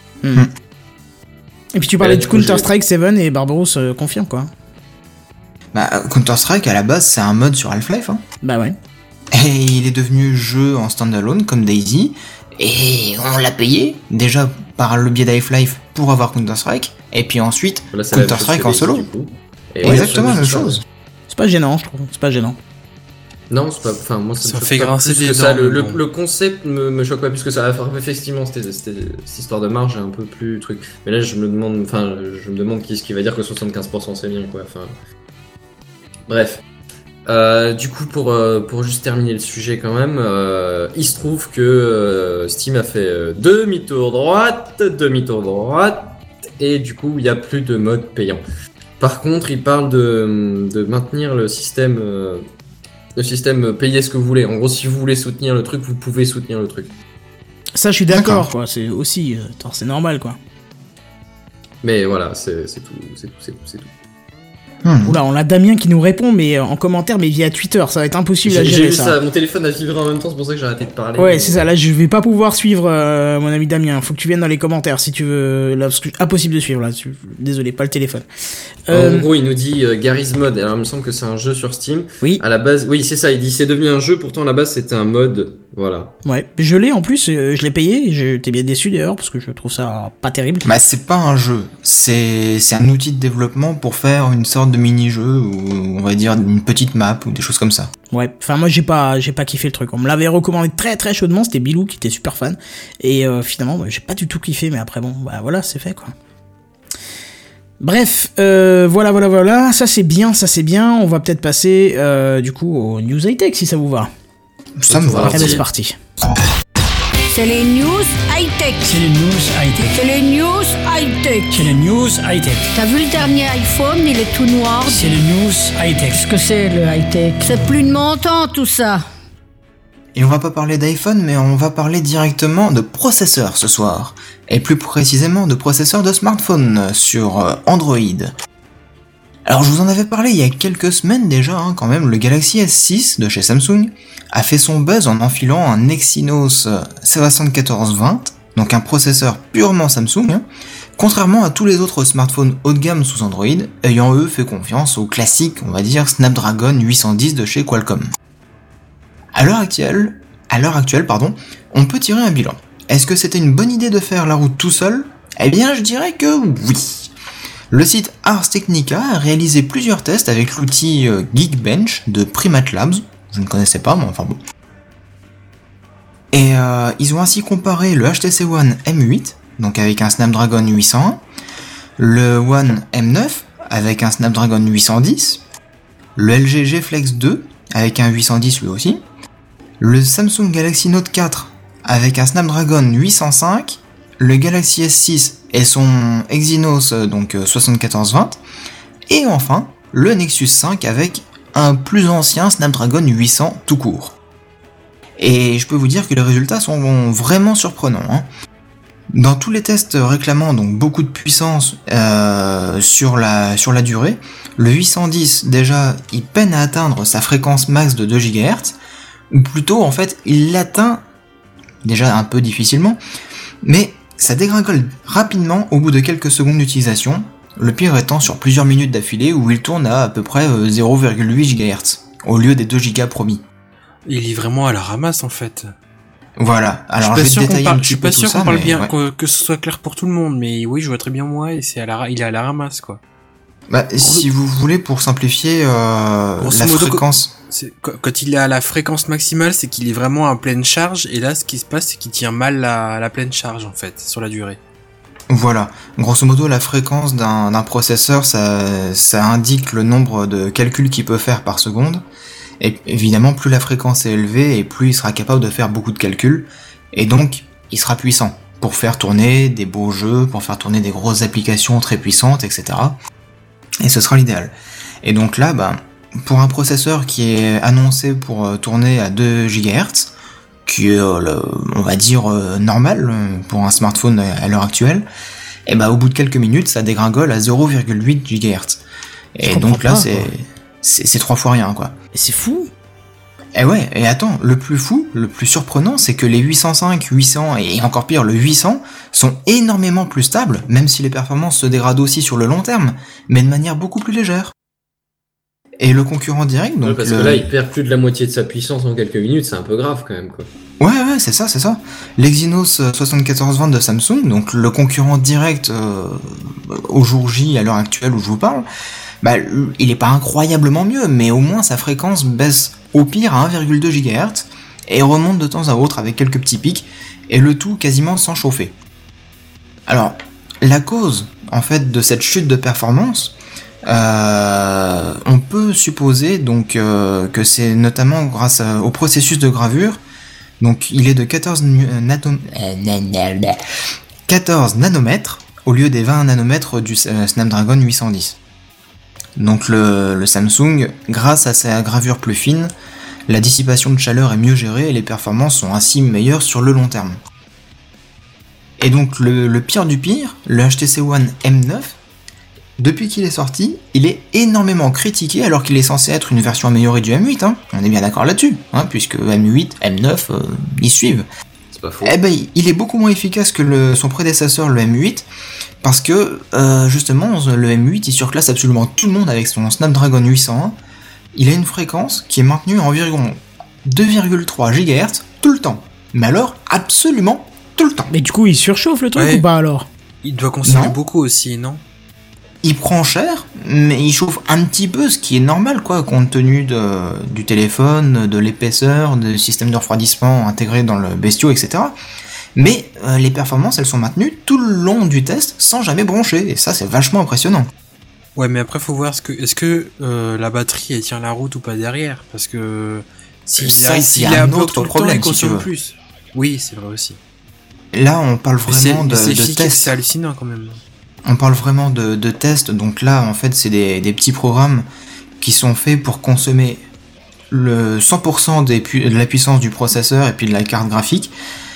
S2: Et puis tu parlais
S5: Ouais,
S2: du
S5: du coup,
S2: Counter-Strike 7 et Barbarousse confirme, quoi.
S3: Bah, Counter-Strike, à la base, c'est un mode sur Half-Life, hein.
S2: Bah ouais.
S3: Et il est devenu jeu en standalone, comme Daisy. Et on l'a payé, déjà par le biais d'Half-Life pour avoir Counter-Strike. Et puis ensuite,
S5: Là, c'est la même chose
S3: Counter-Strike
S5: que
S3: en
S5: Daisy,
S3: solo.
S5: du coup. Et
S3: Exactement la même
S5: c'est ça.
S3: chose.
S2: C'est pas gênant, je trouve, c'est pas gênant.
S5: Non, c'est pas. Enfin, moi, ça
S4: Ça
S5: me choque
S4: fait
S5: pas
S4: grincer
S5: plus
S4: des
S5: que ça.
S4: dents, mais bon.
S5: Le concept me choque pas plus que ça. Enfin, effectivement, c'était cette histoire de marge est un peu plus truc. Mais là, je me demande qui est-ce qui va dire que 75% c'est bien, quoi. Enfin. Bref. Du coup, pour juste terminer le sujet quand même, il se trouve que Steam a fait demi-tour droite, et du coup, il n'y a plus de mode payant. Par contre, il parle de maintenir le système payer ce que vous voulez. En gros, si vous voulez soutenir le truc, vous pouvez soutenir le truc.
S2: Ça, je suis d'accord,
S3: D'accord.
S2: quoi, c'est aussi, attends, c'est normal, quoi.
S5: Mais voilà, c'est tout.
S2: Oula, on a Damien qui nous répond, mais en commentaire, mais via Twitter, ça va être impossible à
S5: J'ai
S2: gérer
S5: vu
S2: ça.
S5: ça, mon téléphone a vibré en même temps, c'est pour ça que j'ai arrêté de parler.
S2: Ouais, c'est ça, là je vais pas pouvoir suivre mon ami Damien, faut que tu viennes dans les commentaires si tu veux, là, parce que impossible de suivre là, désolé, pas le téléphone.
S5: En gros, il nous dit Garry's Mod, alors il me semble que c'est un jeu sur Steam.
S2: Oui.
S5: À la base, oui, c'est ça, il dit c'est devenu un jeu, pourtant à la base c'était un mode, voilà.
S2: Ouais, je l'ai en plus, je l'ai payé, j'étais bien déçu d'ailleurs, parce que je trouve ça pas terrible.
S3: Bah, c'est pas un jeu, c'est un outil de développement pour faire une sorte de mini-jeu, ou on va dire une petite map, ou des choses comme ça.
S2: Ouais, enfin moi j'ai pas kiffé le truc, on me l'avait recommandé très très chaudement, c'était Bilou qui était super fan, et finalement j'ai pas du tout kiffé, mais après bon, bah voilà, c'est fait quoi. Bref, voilà, ça c'est bien, on va peut-être passer du coup aux news high-tech si ça vous va.
S3: Ça me va.
S2: Allez, c'est parti.
S6: C'est les news high-tech.
S7: C'est les news high-tech.
S6: C'est les news high-tech.
S7: C'est les news high-tech.
S6: T'as vu le dernier iPhone, il est tout noir.
S7: C'est les news high-tech.
S8: Qu'est-ce que c'est le high-tech?
S6: C'est plus de mon temps tout ça.
S3: Et on va pas parler d'iPhone, mais on va parler directement de processeurs ce soir. Et plus précisément de processeurs de smartphone sur Android. Alors je vous en avais parlé il y a quelques semaines déjà, hein, quand même, le Galaxy S6 de chez Samsung a fait son buzz en enfilant un Exynos 7420, donc un processeur purement Samsung, hein, contrairement à tous les autres smartphones haut de gamme sous Android, ayant eux fait confiance au classique, on va dire, Snapdragon 810 de chez Qualcomm. À l'heure actuelle, on peut tirer un bilan. Est-ce que c'était une bonne idée de faire la route tout seul? Eh bien, je dirais que oui. Le site Ars Technica a réalisé plusieurs tests avec l'outil Geekbench de Primate Labs. Je ne connaissais pas, mais enfin bon. Et ils ont ainsi comparé le HTC One M8, donc avec un Snapdragon 801, le One M9 avec un Snapdragon 810, le LG G Flex 2 avec un 810 lui aussi, le Samsung Galaxy Note 4 avec un Snapdragon 805, le Galaxy S6 et son Exynos donc 7420, et enfin le Nexus 5 avec un plus ancien Snapdragon 800 tout court. Et je peux vous dire que les résultats sont vraiment surprenants, hein. Dans tous les tests réclamant donc beaucoup de puissance sur la durée, le 810 déjà il peine à atteindre sa fréquence max de 2 GHz, ou plutôt en fait il l'atteint déjà un peu difficilement, mais ça dégringole rapidement au bout de quelques secondes d'utilisation, le pire étant sur plusieurs minutes d'affilée où il tourne à peu près 0,8 GHz, au lieu des 2 Go promis.
S4: Il est vraiment à la ramasse en fait.
S3: Voilà, alors je
S4: je
S3: vais détailler un
S4: je
S3: petit
S4: suis
S3: peu
S4: pas
S3: tout
S4: sûr
S3: ça,
S4: qu'on parle
S3: mais
S4: bien,
S3: ouais.
S4: que ce soit clair pour tout le monde, mais oui, je vois très bien moi, et il est à la ramasse quoi.
S3: Bah, si vous voulez, pour simplifier, la fréquence...
S4: Quand il est à la fréquence maximale, c'est qu'il est vraiment à pleine charge, et là, ce qui se passe, c'est qu'il tient mal la pleine charge, en fait, sur la durée.
S3: Voilà. Grosso modo, la fréquence d'un processeur, ça indique le nombre de calculs qu'il peut faire par seconde. Et évidemment, plus la fréquence est élevée, et plus il sera capable de faire beaucoup de calculs. Et donc, il sera puissant pour faire tourner des beaux jeux, pour faire tourner des grosses applications très puissantes, etc. Et ce sera l'idéal. Et donc là, pour un processeur qui est annoncé pour tourner à 2 GHz, qui est, on va dire, normal pour un smartphone à l'heure actuelle, et au bout de quelques minutes, ça dégringole à 0,8 GHz. Et donc là, c'est 3 fois rien, quoi.
S2: Et c'est fou.
S3: Et ouais, et attends, le plus fou, le plus surprenant, c'est que les 805, 800 et encore pire le 800 sont énormément plus stables, même si les performances se dégradent aussi sur le long terme, mais de manière beaucoup plus légère. Et le concurrent direct, donc...
S5: parce que là, il perd plus de la moitié de sa puissance en quelques minutes, c'est un peu grave quand même, quoi.
S3: Ouais, c'est ça. L'Exynos 7420 de Samsung, donc le concurrent direct au jour J, à l'heure actuelle où je vous parle, il est pas incroyablement mieux, mais au moins sa fréquence baisse au pire à 1,2 GHz et remonte de temps à autre avec quelques petits pics, et le tout quasiment sans chauffer. Alors, la cause, en fait, de cette chute de performance, on peut supposer donc que c'est notamment grâce au processus de gravure. Donc il est de 14 nanomètres au lieu des 20 nanomètres du Snapdragon 810. Donc le Samsung, grâce à sa gravure plus fine, la dissipation de chaleur est mieux gérée et les performances sont ainsi meilleures sur le long terme. Et donc le pire du pire, le HTC One M9, depuis qu'il est sorti, il est énormément critiqué alors qu'il est censé être une version améliorée du M8, hein. On est bien d'accord là-dessus, hein, puisque M8, M9, ils suivent.
S5: C'est pas faux.
S3: Il est beaucoup moins efficace que son prédécesseur, le M8, parce que justement, le M8, il surclasse absolument tout le monde avec son Snapdragon 801. Il a une fréquence qui est maintenue à environ 2,3 GHz tout le temps. Mais alors, absolument tout le temps.
S2: Mais du coup, il surchauffe le truc ou pas alors ?
S4: Il doit consommer beaucoup aussi, non ?
S3: Il prend cher, mais il chauffe un petit peu, ce qui est normal, quoi, compte tenu du téléphone, de l'épaisseur, du système de refroidissement intégré dans le bestiau, etc. Mais les performances, elles sont maintenues tout le long du test, sans jamais broncher, et ça, c'est vachement impressionnant.
S4: Ouais, mais après, faut voir est-ce que la batterie, elle tient la route ou pas derrière, parce que s'il est à bloc tout le temps, il consomme plus. Oui, c'est vrai aussi.
S3: Là, on parle vraiment de tests.
S4: C'est hallucinant quand même.
S3: On parle vraiment de tests, donc là en fait c'est des petits programmes qui sont faits pour consommer le 100% de la puissance du processeur et puis de la carte graphique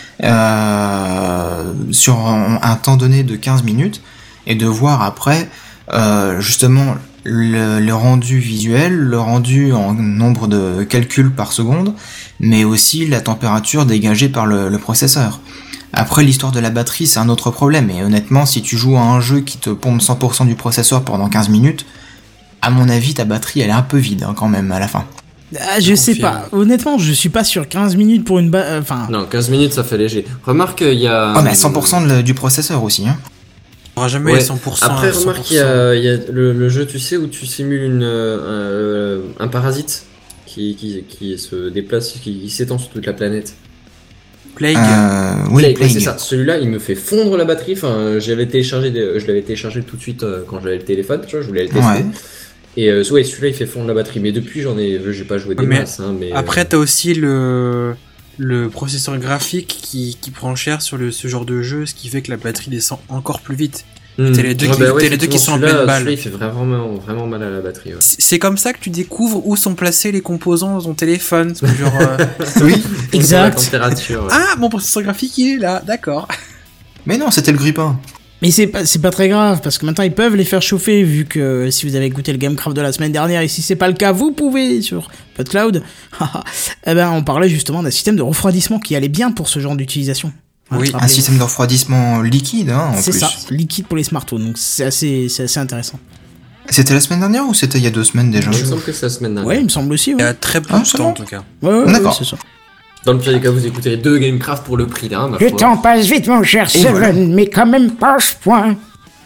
S3: sur un temps donné de 15 minutes et de voir après justement le rendu visuel, le rendu en nombre de calculs par seconde, mais aussi la température dégagée par le processeur. Après, l'histoire de la batterie, c'est un autre problème, et honnêtement, si tu joues à un jeu qui te pompe 100% du processeur pendant 15 minutes, à mon avis, ta batterie, elle est un peu vide, hein, quand même, à la fin.
S2: Je sais pas. Honnêtement, je suis pas sûr. 15 minutes pour une
S5: Non, 15 minutes, ça fait léger. Remarque, il y a...
S3: Oh, mais 100% du processeur aussi, hein.
S4: On aura jamais les 100%.
S5: Après, remarque, il y a le jeu, tu sais, où tu simules un parasite qui se déplace, qui s'étend sur toute la planète.
S4: Plague.
S3: Oui, Plague.
S5: C'est ça. Celui-là, il me fait fondre la batterie. Enfin, je l'avais téléchargé tout de suite quand j'avais le téléphone. Tu vois, je voulais le tester.
S3: Ouais.
S5: Et celui-là, il fait fondre la batterie. Mais depuis, j'ai pas joué des masses. Hein, mais
S4: après, t'as aussi le processeur graphique qui prend cher sur ce genre de jeu, ce qui fait que la batterie descend encore plus vite. T'as les deux qui sont en pleine balle.
S5: Celui-là, il fait vraiment mal à la batterie. Ouais.
S4: C'est comme ça que tu découvres où sont placés les composants dans ton téléphone. Genre,
S3: oui,
S2: exact.
S5: La température, ouais.
S4: Ah, mon processeur graphique, il est là, d'accord.
S3: Mais non, c'était le grippin.
S2: Mais c'est pas très grave, parce que maintenant ils peuvent les faire chauffer, vu que si vous avez écouté le Gamecraft de la semaine dernière, et si c'est pas le cas, vous pouvez sur PodCloud. On parlait justement d'un système de refroidissement qui allait bien pour ce genre d'utilisation.
S3: Oui, un système de refroidissement liquide, hein, en plus.
S2: C'est ça, liquide pour les smartphones, donc c'est assez intéressant.
S3: C'était la semaine dernière ou c'était il y a 2 semaines déjà ?
S5: Il me semble que c'est la semaine dernière.
S2: Ouais, il me semble aussi. Ouais.
S4: Il y a très peu de temps en tout cas.
S2: Ouais,
S3: d'accord.
S2: c'est ça.
S5: Dans le pire des cas, vous écouterez 2 Gamecraft pour le prix d'un.
S6: Le temps passe vite, mon cher Seven, mais quand même pas à ce point.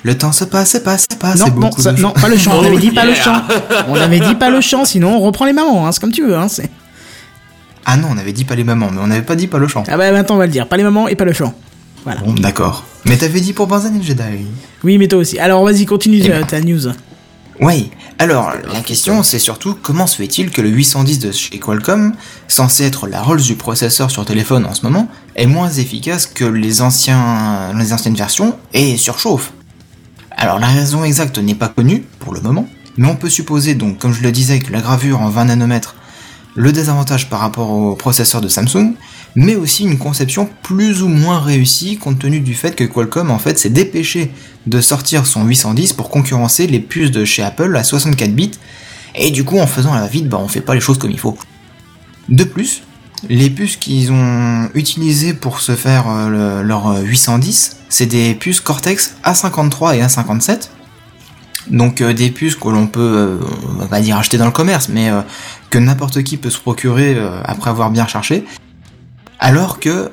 S3: Le temps se passe, c'est pas,
S2: Non,
S3: c'est
S2: non,
S3: beaucoup
S2: ça,
S3: de...
S2: non, pas le chant. On avait dit pas le
S5: Yeah.
S2: chant. On avait dit pas le chant, sinon on reprend les mamans, hein, c'est comme tu veux. Hein, c'est...
S3: Ah non, on avait dit pas les mamans, mais on avait pas dit pas le chant.
S2: Ah bah maintenant on va le dire, pas les mamans et pas le chant. Voilà.
S3: Bon, d'accord. Mais t'avais dit pour Benzen et le Jedi.
S2: Oui, mais toi aussi. Alors vas-y, continue ta news.
S3: Oui, alors la question c'est surtout comment se fait-il que le 810 de chez Qualcomm, censé être la Rolls du processeur sur téléphone en ce moment, est moins efficace que les anciennes versions et surchauffe. Alors la raison exacte n'est pas connue pour le moment, mais on peut supposer donc, comme je le disais, que la gravure en 20 nanomètres, le désavantage par rapport au processeur de Samsung, mais aussi une conception plus ou moins réussie compte tenu du fait que Qualcomm en fait s'est dépêché de sortir son 810 pour concurrencer les puces de chez Apple à 64 bits, et du coup en faisant la va-vite, on fait pas les choses comme il faut. De plus, les puces qu'ils ont utilisées pour se faire leur 810, c'est des puces Cortex A53 et A57, donc des puces que l'on peut, on va pas dire acheter dans le commerce, mais que n'importe qui peut se procurer après avoir bien cherché. Alors que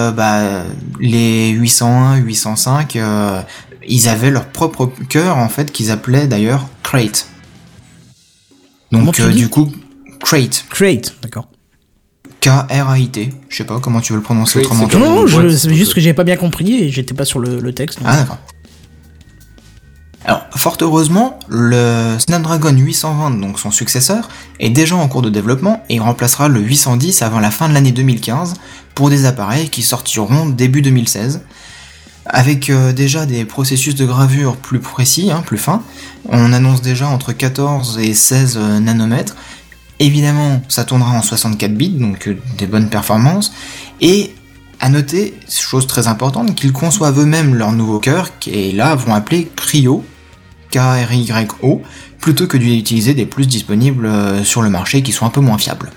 S3: les 801, 805, ils avaient leur propre cœur en fait qu'ils appelaient d'ailleurs Crate.
S2: Comment
S3: Donc
S2: tu dis
S3: du coup Crate,
S2: D'accord.
S3: K-R-A-I-T. Je sais pas comment tu veux le prononcer
S5: Crate,
S3: autrement.
S5: c'est
S2: Non,
S5: Comme
S2: je
S5: boîte,
S2: c'est juste que j'avais pas bien compris et j'étais pas sur le texte. donc.
S3: Ah d'accord. Alors, fort heureusement, le Snapdragon 820, donc son successeur, est déjà en cours de développement et il remplacera le 810 avant la fin de l'année 2015 pour des appareils qui sortiront début 2016. Avec déjà des processus de gravure plus précis, plus fins, on annonce déjà entre 14 et 16 nanomètres. Évidemment, ça tournera en 64 bits, donc des bonnes performances. Et à noter, chose très importante, qu'ils conçoivent eux-mêmes leur nouveau cœur, et là vont appeler Kryo, K-R-Y-O, plutôt que d'utiliser des plus disponibles sur le marché qui sont un peu moins fiables.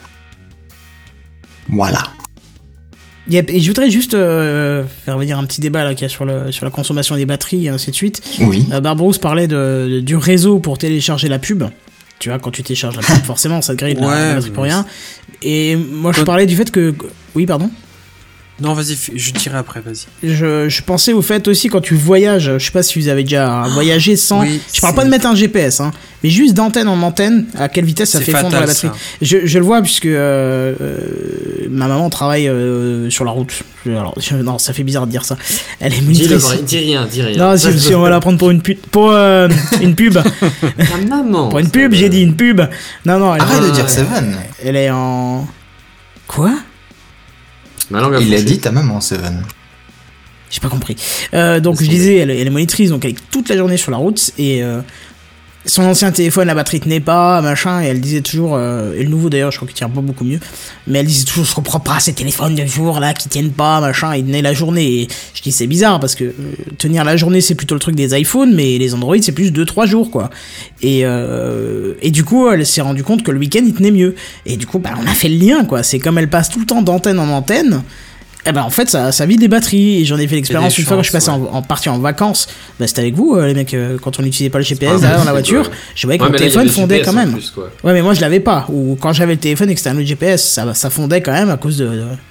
S3: Voilà.
S2: Yep, et je voudrais juste faire venir un petit débat là qu'il y a sur la consommation des batteries et ainsi de suite.
S3: Oui.
S2: Barbarousse parlait du réseau pour télécharger la pub. Tu vois, quand tu télécharges la pub, forcément, ça te grille de la batterie pour rien. Et moi, je parlais du fait que... Oui, pardon ?
S4: Non, vas-y, je dirai après, vas-y.
S2: Je pensais au fait aussi quand tu voyages, je sais pas si vous avez déjà voyagé sans...
S4: Oui,
S2: je parle pas de mettre un GPS, mais juste d'antenne en antenne, à quelle vitesse ça
S4: C'est
S2: fait
S4: fatal,
S2: fondre la batterie.
S4: ça.
S2: Je le vois puisque ma maman travaille sur la route. Non, ça fait bizarre de dire ça. Elle est monitrice.
S5: Dis rien.
S2: Non, si on va la prendre pour une pute, pour une pub.
S5: Ta maman.
S2: Pour une pub, j'ai dit une pub. Non,
S3: Arrête de dire Seven.
S2: elle est en... Quoi ?
S5: Ma langue a
S3: Il a
S5: fourché.
S3: dit ta maman, Seven.
S2: J'ai pas compris. Donc je disais, elle est monitrice, donc elle est toute la journée sur la route et son ancien téléphone, la batterie tenait pas, machin, et elle disait toujours, et le nouveau d'ailleurs, je crois qu'il tient pas beaucoup mieux, mais elle disait toujours, je comprends pas ces téléphones de jour là qui tiennent pas, machin, ils tenaient la journée. Et je dis c'est bizarre parce que tenir la journée c'est plutôt le truc des iPhones, mais les Android c'est plus 2-3 jours quoi. Et du coup, elle s'est rendu compte que le week-end il tenait mieux. Et du coup, on a fait le lien quoi. C'est comme elle passe tout le temps d'antenne en antenne. Eh ben en fait ça vide les batteries et j'en ai fait l'expérience une fois quand je suis passé en partie en vacances. C'était avec vous les mecs quand on n'utilisait pas le GPS derrière dans la voiture,
S5: ouais.
S2: je voyais que
S5: Ouais,
S2: mon
S5: mais là, il y
S2: téléphone
S5: avait le
S2: fondait
S5: GPS
S2: quand
S5: en
S2: même.
S5: plus, quoi.
S2: Ouais mais moi je l'avais pas, ou quand j'avais le téléphone et que c'était un autre GPS, ça fondait quand même à cause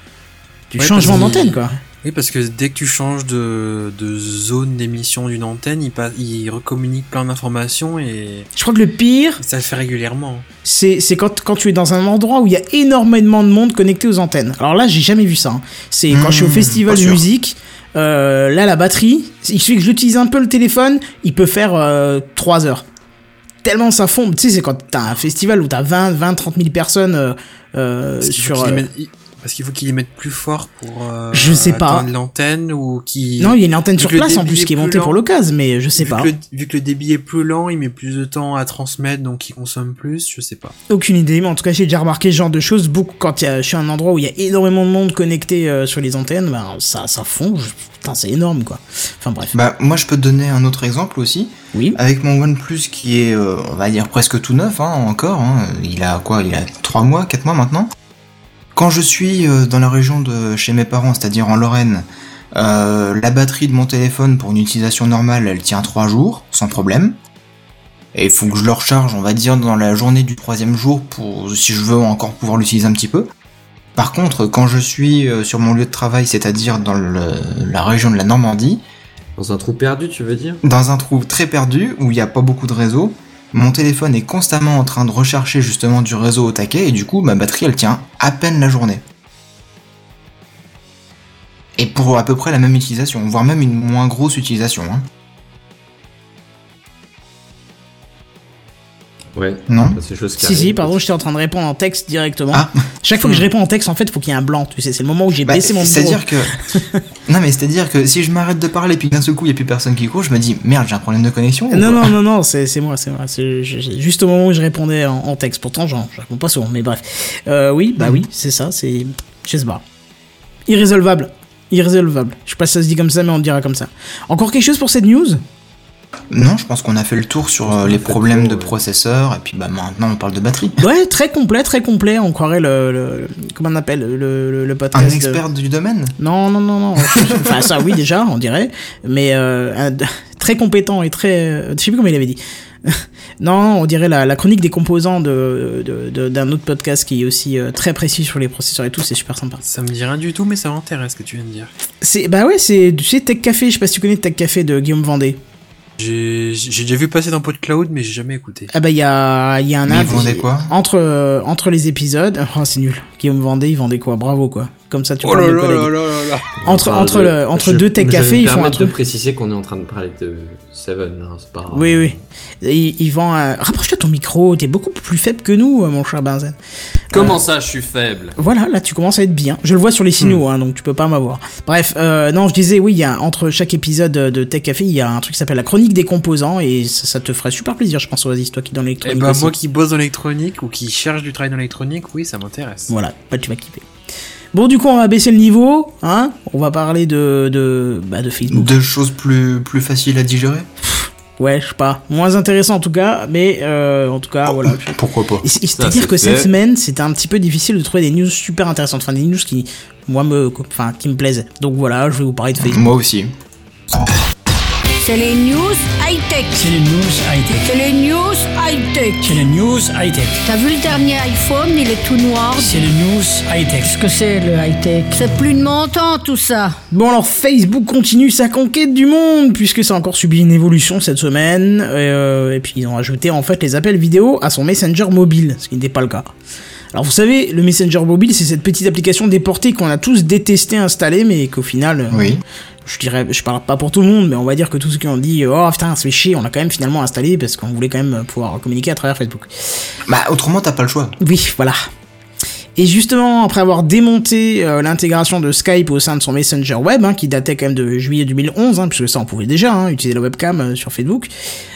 S2: du
S4: Ouais,
S2: changement
S4: parce
S2: d'antenne quoi.
S4: Oui, parce que dès que tu changes de zone d'émission d'une antenne, il recommunique plein d'informations et
S2: Je crois que le pire
S4: ça le fait régulièrement.
S2: c'est quand tu es dans un endroit où il y a énormément de monde connecté aux antennes. Alors là, j'ai jamais vu ça. C'est quand je suis au festival
S3: pas
S2: de
S3: sûr.
S2: musique. Là, la batterie, il suffit que j'utilise un peu le téléphone, il peut faire 3 heures. Tellement ça fond. Tu sais, c'est quand t'as un festival où t'as 20, 30 000 personnes sur...
S4: Parce qu'il faut qu'ils les mettent plus fort pour
S2: Je sais pas.
S4: atteindre l'antenne ou qui.
S2: Non, il y a une antenne
S4: Vu
S2: sur
S4: que le
S2: place en
S4: débit
S2: plus
S4: est
S2: qui est
S4: plus
S2: montée
S4: lent.
S2: pour l'occasion, mais je sais pas.
S4: Vu que le débit est plus lent, il met plus de temps à transmettre, donc il consomme plus, je sais pas.
S2: Aucune idée, mais en tout cas j'ai déjà remarqué ce genre de choses. Beaucoup quand je suis à un endroit où il y a énormément de monde connecté sur les antennes, ça fond. Putain, c'est énorme quoi. Enfin bref.
S3: Moi je peux te donner un autre exemple aussi.
S2: Oui.
S3: Avec mon OnePlus qui est, on va dire, presque tout neuf encore. Il a 3 mois, 4 mois maintenant. Quand je suis dans la région de chez mes parents, c'est-à-dire en Lorraine, la batterie de mon téléphone pour une utilisation normale, elle tient 3 jours, sans problème. Et il faut que je le recharge, on va dire, dans la journée du 3e jour, pour si je veux encore pouvoir l'utiliser un petit peu. Par contre, quand je suis sur mon lieu de travail, c'est-à-dire dans la région de la Normandie,
S5: Dans un trou perdu, tu veux dire?
S3: Dans un trou très perdu, où il n'y a pas beaucoup de réseau, mon téléphone est constamment en train de rechercher justement du réseau au taquet, et du coup, ma batterie, elle tient à peine la journée. Et pour à peu près la même utilisation, voire même une moins grosse utilisation. Hein.
S5: Ouais.
S3: Non.
S5: Ça, c'est chose qui
S2: Si,
S5: arrive.
S2: pardon, j'étais en train de répondre en texte directement.
S3: Ah.
S2: Chaque fois que je réponds en texte, en fait, faut qu'il y ait un blanc, tu sais, c'est le moment où j'ai baissé mon micro.
S3: C'est-à-dire que... non mais c'est-à-dire que si je m'arrête de parler puis d'un seul coup il n'y a plus personne qui court, je me dis merde, j'ai un problème de connexion ou
S2: Non,
S3: quoi
S2: non, c'est moi. C'est juste au moment où je répondais en texte. Pourtant, je réponds pas souvent, mais bref. Oui, c'est ça, c'est... Je sais pas. Irrésolvable. Je sais pas si ça se dit comme ça, mais on dira comme ça. Encore quelque chose pour cette news ?
S3: Non, je pense qu'on a fait le tour sur les problèmes de processeur, et puis bah maintenant on parle de batterie.
S2: Ouais, très complet. On croirait le comment on appelle le podcast.
S3: Un expert du domaine ?
S2: Non. Enfin, ça, oui, déjà, on dirait. Mais très compétent et très... je sais plus comment il avait dit. Non, on dirait la chronique des composants d'un autre podcast qui est aussi très précis sur les processeurs et tout, c'est super sympa.
S4: Ça me dit rien du tout, mais ça m'intéresse ce que tu viens de dire.
S2: C'est tu sais, Tech Café, je sais pas si tu connais Tech Café de Guillaume Vendée.
S4: J'ai déjà vu passer dans PodCloud, mais j'ai jamais écouté.
S2: Ah bah il y a un
S3: Mais ils vendaient quoi ?
S2: entre les épisodes. Oh, c'est nul. Guillaume Vendée, il vendait quoi ? Bravo quoi. Comme ça tu
S4: Oh
S2: parles
S4: là
S2: de
S4: là
S2: collègues.
S4: là là.
S2: Entre deux Tech Café, ils font un
S5: de
S2: truc.
S5: préciser qu'on est en train de parler de Seven, hein, c'est pas...
S2: Oui. Il vend un... Rapproche-toi ton micro, t'es beaucoup plus faible que nous, mon cher Benzen.
S5: Comment ça, je suis faible?
S2: Voilà, là tu commences à être bien. Je le vois sur les signaux, hein, donc tu peux pas m'avoir. Bref, non, je disais, oui, il y a entre chaque épisode de Tech Café, il y a un truc qui s'appelle la chronique des composants, et ça te ferait super plaisir, je pense, Oasis, toi qui es dans
S4: Eh
S2: l'électronique
S4: ben,
S2: aussi.
S4: moi qui bosse dans l'électronique ou qui cherche du travail dans l'électronique, oui, ça m'intéresse.
S2: Voilà, bah, tu vas kiffer. Bon, du coup, on va baisser le niveau, hein. On va parler de Facebook.
S3: De choses plus faciles à digérer ?
S2: Ouais, je sais pas. Moins intéressant en tout cas, mais en tout cas, voilà.
S3: Pourquoi pas ?
S2: C'est-à-dire
S5: c'est
S2: que cette
S5: fait.
S2: semaine, c'était un petit peu difficile de trouver des news super intéressantes. Enfin, des news qui me plaisaient. Donc voilà, je vais vous parler de Facebook.
S3: Moi aussi.
S6: C'est les news high-tech.
S7: C'est les news high-tech.
S6: C'est les news high-tech.
S7: C'est les news high-tech.
S6: T'as vu le dernier iPhone, il est tout noir.
S7: C'est les news high-tech.
S6: Qu'est-ce que c'est le high-tech? C'est plus de mon temps tout ça.
S2: Bon alors, Facebook continue sa conquête du monde, puisque ça a encore subi une évolution cette semaine. Et puis ils ont ajouté en fait les appels vidéo à son Messenger mobile, ce qui n'était pas le cas. Alors vous savez, le Messenger mobile, c'est cette petite application déportée qu'on a tous détesté installer, mais qu'au final...
S3: Oui.
S2: Je parle pas pour tout le monde, mais on va dire que tous ceux qui ont dit oh putain, ça fait chier, on l'a quand même finalement installé parce qu'on voulait quand même pouvoir communiquer à travers Facebook.
S3: Bah autrement t'as pas le choix.
S2: Oui, voilà. Et justement, après avoir démonté l'intégration de Skype au sein de son Messenger web, hein, qui datait quand même de juillet 2011, hein, puisque ça on pouvait déjà utiliser la webcam sur Facebook,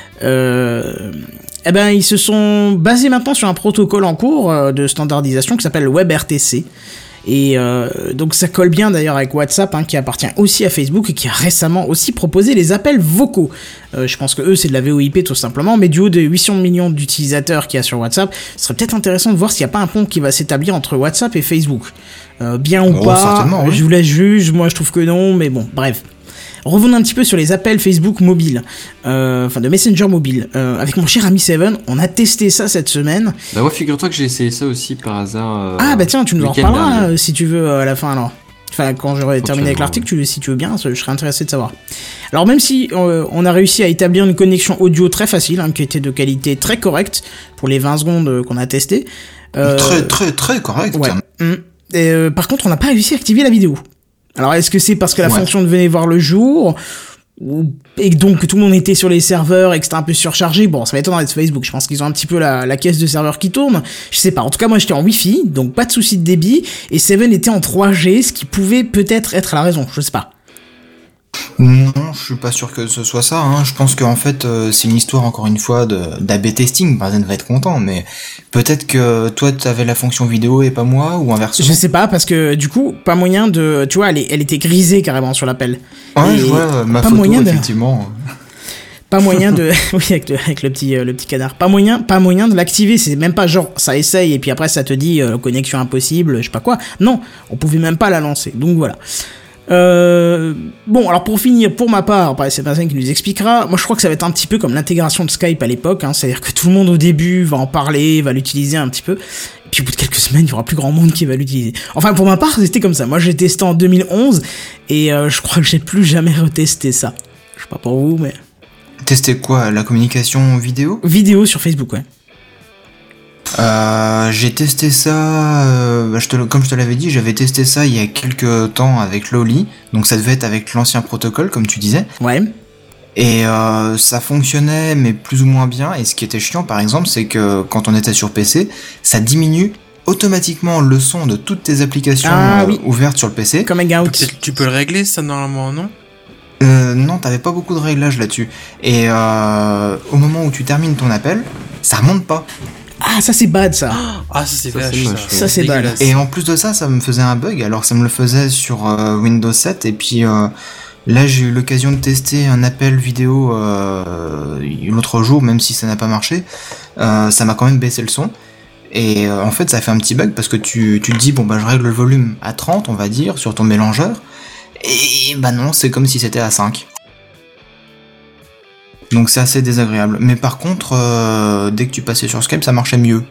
S2: ils se sont basés maintenant sur un protocole en cours de standardisation qui s'appelle le WebRTC. Et donc ça colle bien d'ailleurs avec WhatsApp, hein, qui appartient aussi à Facebook et qui a récemment aussi proposé les appels vocaux. Je pense que eux c'est de la VoIP tout simplement, mais du haut des 800 millions d'utilisateurs qu'il y a sur WhatsApp, ce serait peut-être intéressant de voir s'il n'y a pas un pont qui va s'établir entre WhatsApp et Facebook. Bien ou pas,
S3: certainement, oui.
S2: je vous laisse juger, moi je trouve que non, mais bon, bref. Revenons un petit peu sur les appels Facebook mobile, de Messenger mobile. Avec mon cher ami Seven, on a testé ça cette semaine.
S5: Bah moi, figure-toi que j'ai essayé ça aussi par hasard.
S2: Ah bah tiens, tu nous en
S5: week-end
S2: reparleras
S5: dernier.
S2: si tu veux à la fin alors. Enfin, quand j'aurai terminé avec l'article, si tu veux bien, je serais intéressé de savoir. Alors même si on a réussi à établir une connexion audio très facile, hein, qui était de qualité très correcte pour les 20 secondes qu'on a testé.
S3: Très correct.
S2: Ouais. Par contre, on n'a pas réussi à activer la vidéo. Alors est-ce que c'est parce que la fonction devenait voir le jour et donc que tout le monde était sur les serveurs et que c'était un peu surchargé? Bon, ça va étonnant d'être Facebook, je pense qu'ils ont un petit peu la caisse de serveurs qui tourne, je sais pas. En tout cas, moi j'étais en Wi-Fi, donc pas de souci de débit, et Seven était en 3G, ce qui pouvait peut-être être la raison, je sais pas.
S3: Non, je suis pas sûr que ce soit ça. Hein. Je pense qu'en fait, c'est une histoire, encore une fois, d'AB testing. Benzen va être content, mais peut-être que toi, t'avais la fonction vidéo et pas moi, ou inversement.
S2: Je sais pas, parce que du coup, pas moyen de... Tu vois, elle était grisée carrément sur l'appel.
S3: Ouais,
S2: Et
S3: je vois ma
S2: pas
S3: photo,
S2: moyen
S3: effectivement.
S2: Pas moyen de... Oui, avec le petit canard. Pas moyen de l'activer, c'est même pas genre, ça essaye, et puis après ça te dit connexion impossible, je sais pas quoi. Non, on pouvait même pas la lancer, donc voilà. Bon, alors pour finir, pour ma part, c'est Vincent qui nous expliquera. Moi, je crois que ça va être un petit peu comme l'intégration de Skype à l'époque, hein, c'est-à-dire que tout le monde au début va en parler, va l'utiliser un petit peu, et puis au bout de quelques semaines, il y aura plus grand monde qui va l'utiliser. Enfin, pour ma part, c'était comme ça. Moi, j'ai testé en 2011, et je crois que j'ai plus jamais retesté ça. Je sais pas pour vous, mais...
S3: Tester quoi? La communication vidéo?
S2: Vidéo sur Facebook, ouais.
S3: J'ai testé ça, comme je te l'avais dit, j'avais testé ça il y a quelques temps avec Loli, donc ça devait être avec l'ancien protocole, comme tu disais.
S2: Ouais.
S3: Et ça fonctionnait, mais plus ou moins bien. Et ce qui était chiant, par exemple, c'est que quand on était sur PC, ça diminue automatiquement le son de toutes tes applications ouvertes sur le PC.
S2: Comme Hangout.
S4: Tu peux le régler, ça, normalement, non?
S3: Non, t'avais pas beaucoup de réglages là-dessus. Et au moment où tu termines ton appel, ça remonte pas.
S2: Ah, ça c'est bad, ça.
S4: Ah, ça c'est vache,
S5: c'est moche,
S2: ça c'est bad.
S3: Et en plus de ça, ça me faisait un bug. Alors ça me le faisait sur Windows 7. Et puis là, j'ai eu l'occasion de tester un appel vidéo l'autre jour, même si ça n'a pas marché. Ça m'a quand même baissé le son. Et en fait, ça fait un petit bug parce que tu te dis, bon bah je règle le volume à 30, on va dire, sur ton mélangeur. Et bah non, c'est comme si c'était à 5. Donc c'est assez désagréable. Mais par contre, dès que tu passais sur Skype, ça marchait mieux.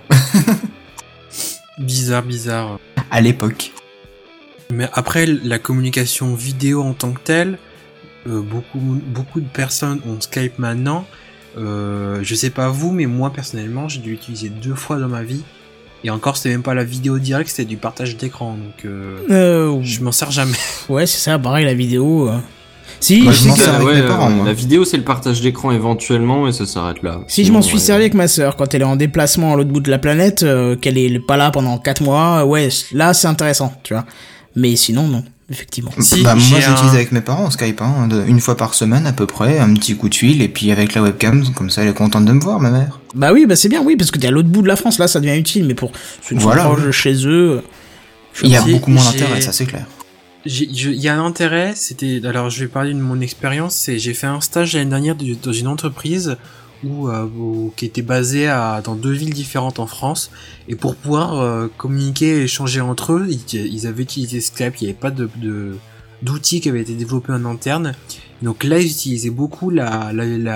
S4: Bizarre.
S3: À l'époque.
S4: Mais après, la communication vidéo en tant que telle, beaucoup de personnes ont Skype maintenant. Je sais pas vous, mais moi personnellement, j'ai dû l'utiliser 2 fois dans ma vie. Et encore, c'était même pas la vidéo directe, c'était du partage d'écran. Donc je m'en sers jamais.
S2: Ouais, c'est ça, pareil, la vidéo... Si,
S3: moi,
S2: je
S3: je
S2: sais
S3: m'en
S2: que
S3: sers avec mes parents, moi.
S5: La vidéo, c'est le partage d'écran éventuellement, et ça s'arrête là.
S2: Si je m'en suis servi avec ma sœur quand elle est en déplacement à l'autre bout de la planète, qu'elle est pas là pendant 4 mois, ouais, là c'est intéressant, tu vois. Mais sinon, non, effectivement.
S4: Si,
S3: bah moi j'utilise avec mes parents Skype, une fois par semaine à peu près, un petit coup de fil, et puis avec la webcam, comme ça elle est contente de me voir, ma mère.
S2: Bah oui, bah c'est bien, oui, parce que t'es à l'autre bout de la France, là ça devient utile, mais pour ceux qui sont proches de chez eux...
S3: Il y a beaucoup moins d'intérêt, ça c'est clair.
S4: Il y a un intérêt, alors je vais parler de mon expérience, j'ai fait un stage l'année dernière dans une entreprise qui était basée dans 2 villes différentes en France, et pour pouvoir communiquer et échanger entre eux, ils avaient utilisé Skype, il n'y avait pas d'outils qui avaient été développés en interne, donc là ils utilisaient beaucoup la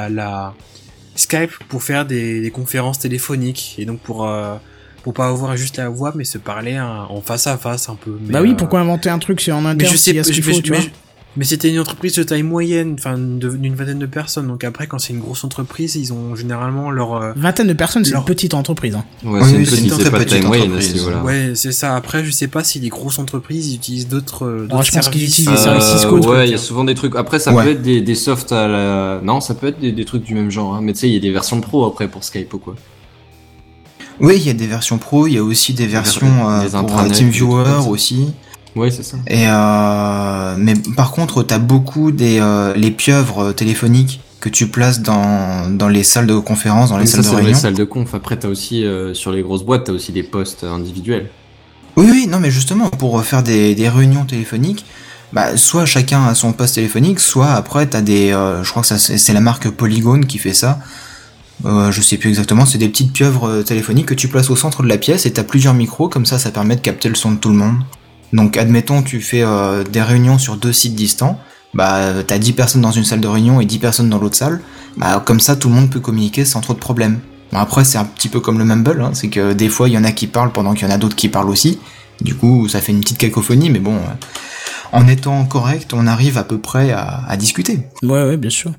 S4: Skype pour faire des conférences téléphoniques, et donc pour pas avoir juste la voix, mais se parler en face à face un peu. Mais
S2: bah oui, pourquoi inventer un truc en interne s'il y a ce qu'il faut, tu vois.
S4: Mais c'était une entreprise de taille moyenne, enfin d'une vingtaine de personnes. Donc après, quand c'est une grosse entreprise, ils ont généralement leur...
S2: Vingtaine de personnes, c'est une petite entreprise. Hein.
S5: Ouais, c'est une petite, c'est pas de taille moyenne. Voilà.
S4: Ouais, c'est ça. Après, je sais pas si les grosses entreprises ils utilisent d'autres
S2: je pense qu'ils utilisent des services Cisco.
S5: Ouais, il y a souvent des trucs. Après, ça peut être des softs à la... Non, ça peut être des trucs du même genre. Hein. Mais tu sais, il y a des versions pro après pour Skype ou quoi.
S3: Oui, il y a des versions pro, il y a aussi des versions pour TeamViewer aussi.
S5: Ouais, c'est ça.
S3: Et mais par contre, t'as beaucoup les pieuvres téléphoniques que tu places dans les salles de conférence, dans les salles de réunion.
S5: Les salles de conf. Après, t'as aussi sur les grosses boîtes, t'as aussi des postes individuels.
S3: Oui, non, mais justement pour faire des réunions téléphoniques, bah soit chacun a son poste téléphonique, soit après t'as je crois que c'est la marque Polygon qui fait ça. Je sais plus exactement, c'est des petites pieuvres téléphoniques que tu places au centre de la pièce et t'as plusieurs micros, comme ça permet de capter le son de tout le monde. Donc admettons tu fais des réunions sur 2 sites distants, bah t'as 10 personnes dans une salle de réunion et 10 personnes dans l'autre salle, bah comme ça tout le monde peut communiquer sans trop de problèmes. Bon après c'est un petit peu comme le Mumble, c'est que des fois il y en a qui parlent pendant qu'il y en a d'autres qui parlent aussi, du coup ça fait une petite cacophonie, mais bon, en étant correct on arrive à peu près à discuter.
S2: Ouais, bien sûr.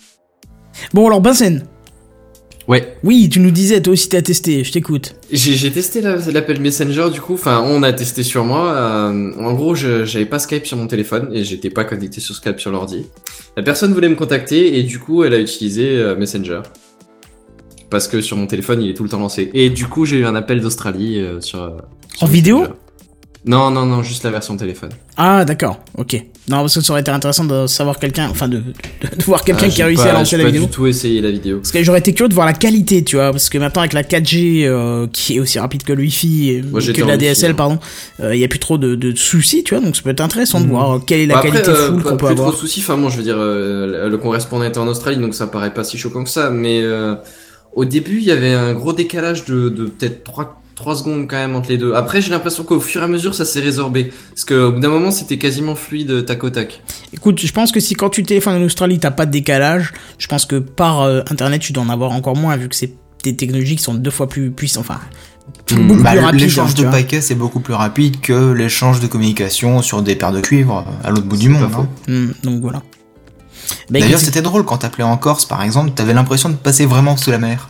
S2: Bon alors Benzen.
S5: Ouais.
S2: Oui, tu nous disais, toi aussi t'as testé, je t'écoute.
S5: J'ai testé l'appel Messenger du coup, enfin on a testé sur moi, en gros j'avais pas Skype sur mon téléphone et j'étais pas connecté sur Skype sur l'ordi. La personne voulait me contacter et du coup elle a utilisé Messenger. Parce que sur mon téléphone il est tout le temps lancé. Et du coup j'ai eu un appel d'Australie sur
S2: en vidéo
S5: Messenger. Non, juste la version téléphone.
S2: Ah d'accord, ok. Non, parce que ça aurait été intéressant de savoir quelqu'un, enfin de voir quelqu'un qui a réussi à lancer la vidéo.
S5: J'ai pas du tout essayé la vidéo.
S2: Parce que j'aurais été curieux de voir la qualité, tu vois, parce que maintenant avec la 4G qui est aussi rapide que le Wi-Fi que la DSL, pardon, il y a plus trop de soucis, tu vois, donc ça peut être intéressant de voir quelle est la qualité full qu'on peut avoir.
S5: Trop de soucis, enfin bon, je veux dire, le correspondant était en Australie, donc ça paraît pas si choquant que ça, mais au début il y avait un gros décalage de peut-être 3 secondes quand même entre les deux. Après, j'ai l'impression qu'au fur et à mesure, ça s'est résorbé. Parce qu'au bout d'un moment, c'était quasiment fluide, tac au tac.
S2: Écoute, je pense que si quand tu téléphones en Australie, t'as pas de décalage, je pense que par Internet, tu dois en avoir encore moins, vu que c'est des technologies qui sont 2 fois plus puissantes. Enfin, beaucoup plus rapides.
S3: L'échange de paquets, c'est beaucoup plus rapide que l'échange de communication sur des paires de cuivre à l'autre bout du monde.
S2: Donc voilà. Bah,
S3: D'ailleurs,
S2: écoute,
S3: c'était drôle quand t'appelais en Corse, par exemple, t'avais l'impression de passer vraiment sous la mer.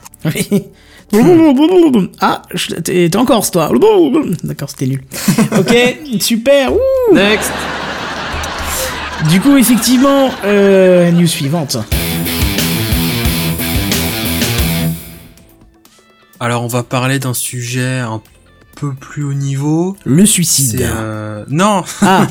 S2: Ah, t'es en Corse, toi. D'accord, c'était nul. Ok, super. Ouh.
S5: Next.
S2: Du coup, effectivement, news suivante.
S4: Alors, on va parler d'un sujet un peu plus haut niveau.
S2: Le suicide.
S4: C'est non.
S2: Ah.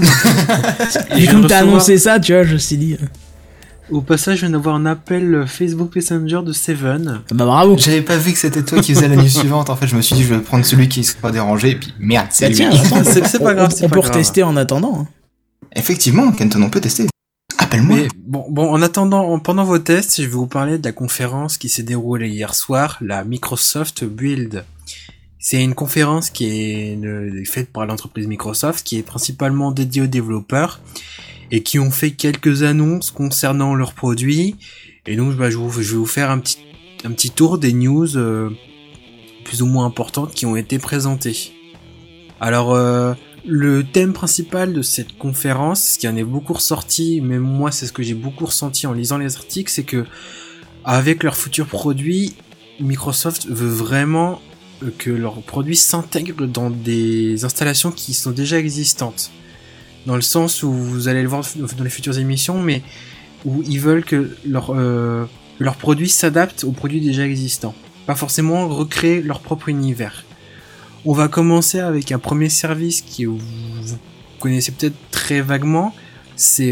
S4: Et
S2: Et
S4: je
S2: comme
S4: viens
S2: t'as
S4: de
S2: annoncé ça, tu vois, je me suis dit.
S4: Au passage, je viens d'avoir un appel Facebook Messenger de Seven.
S2: Bah bravo.
S3: J'avais pas vu que c'était toi qui faisais la news suivante, en fait, je me suis dit, je vais prendre celui qui sera pas dérangé, et puis merde, c'est
S2: Bah
S3: lui.
S2: tiens, attends,
S4: C'est pas grave, c'est
S2: on
S4: pas
S2: peut
S4: grave.
S2: retester en attendant. Hein.
S3: Effectivement, Kenton, on peut tester. Appelle-moi.
S4: Mais bon, en attendant, pendant vos tests, je vais vous parler de la conférence qui s'est déroulée hier soir, la Microsoft Build. C'est une conférence qui est faite par l'entreprise Microsoft, qui est principalement dédiée aux développeurs et qui ont fait quelques annonces concernant leurs produits. Et donc, je vais vous faire un petit tour des news plus ou moins importantes qui ont été présentées. Alors, le thème principal de cette conférence, ce qui en est beaucoup ressorti, même moi c'est ce que j'ai beaucoup ressenti en lisant les articles, c'est que avec leurs futurs produits, Microsoft veut vraiment que leurs produits s'intègrent dans des installations qui sont déjà existantes. Dans le sens où vous allez le voir dans les futures émissions, mais où ils veulent que leurs produits s'adaptent aux produits déjà existants. Pas forcément recréer leur propre univers. On va commencer avec un premier service que vous connaissez peut-être très vaguement, c'est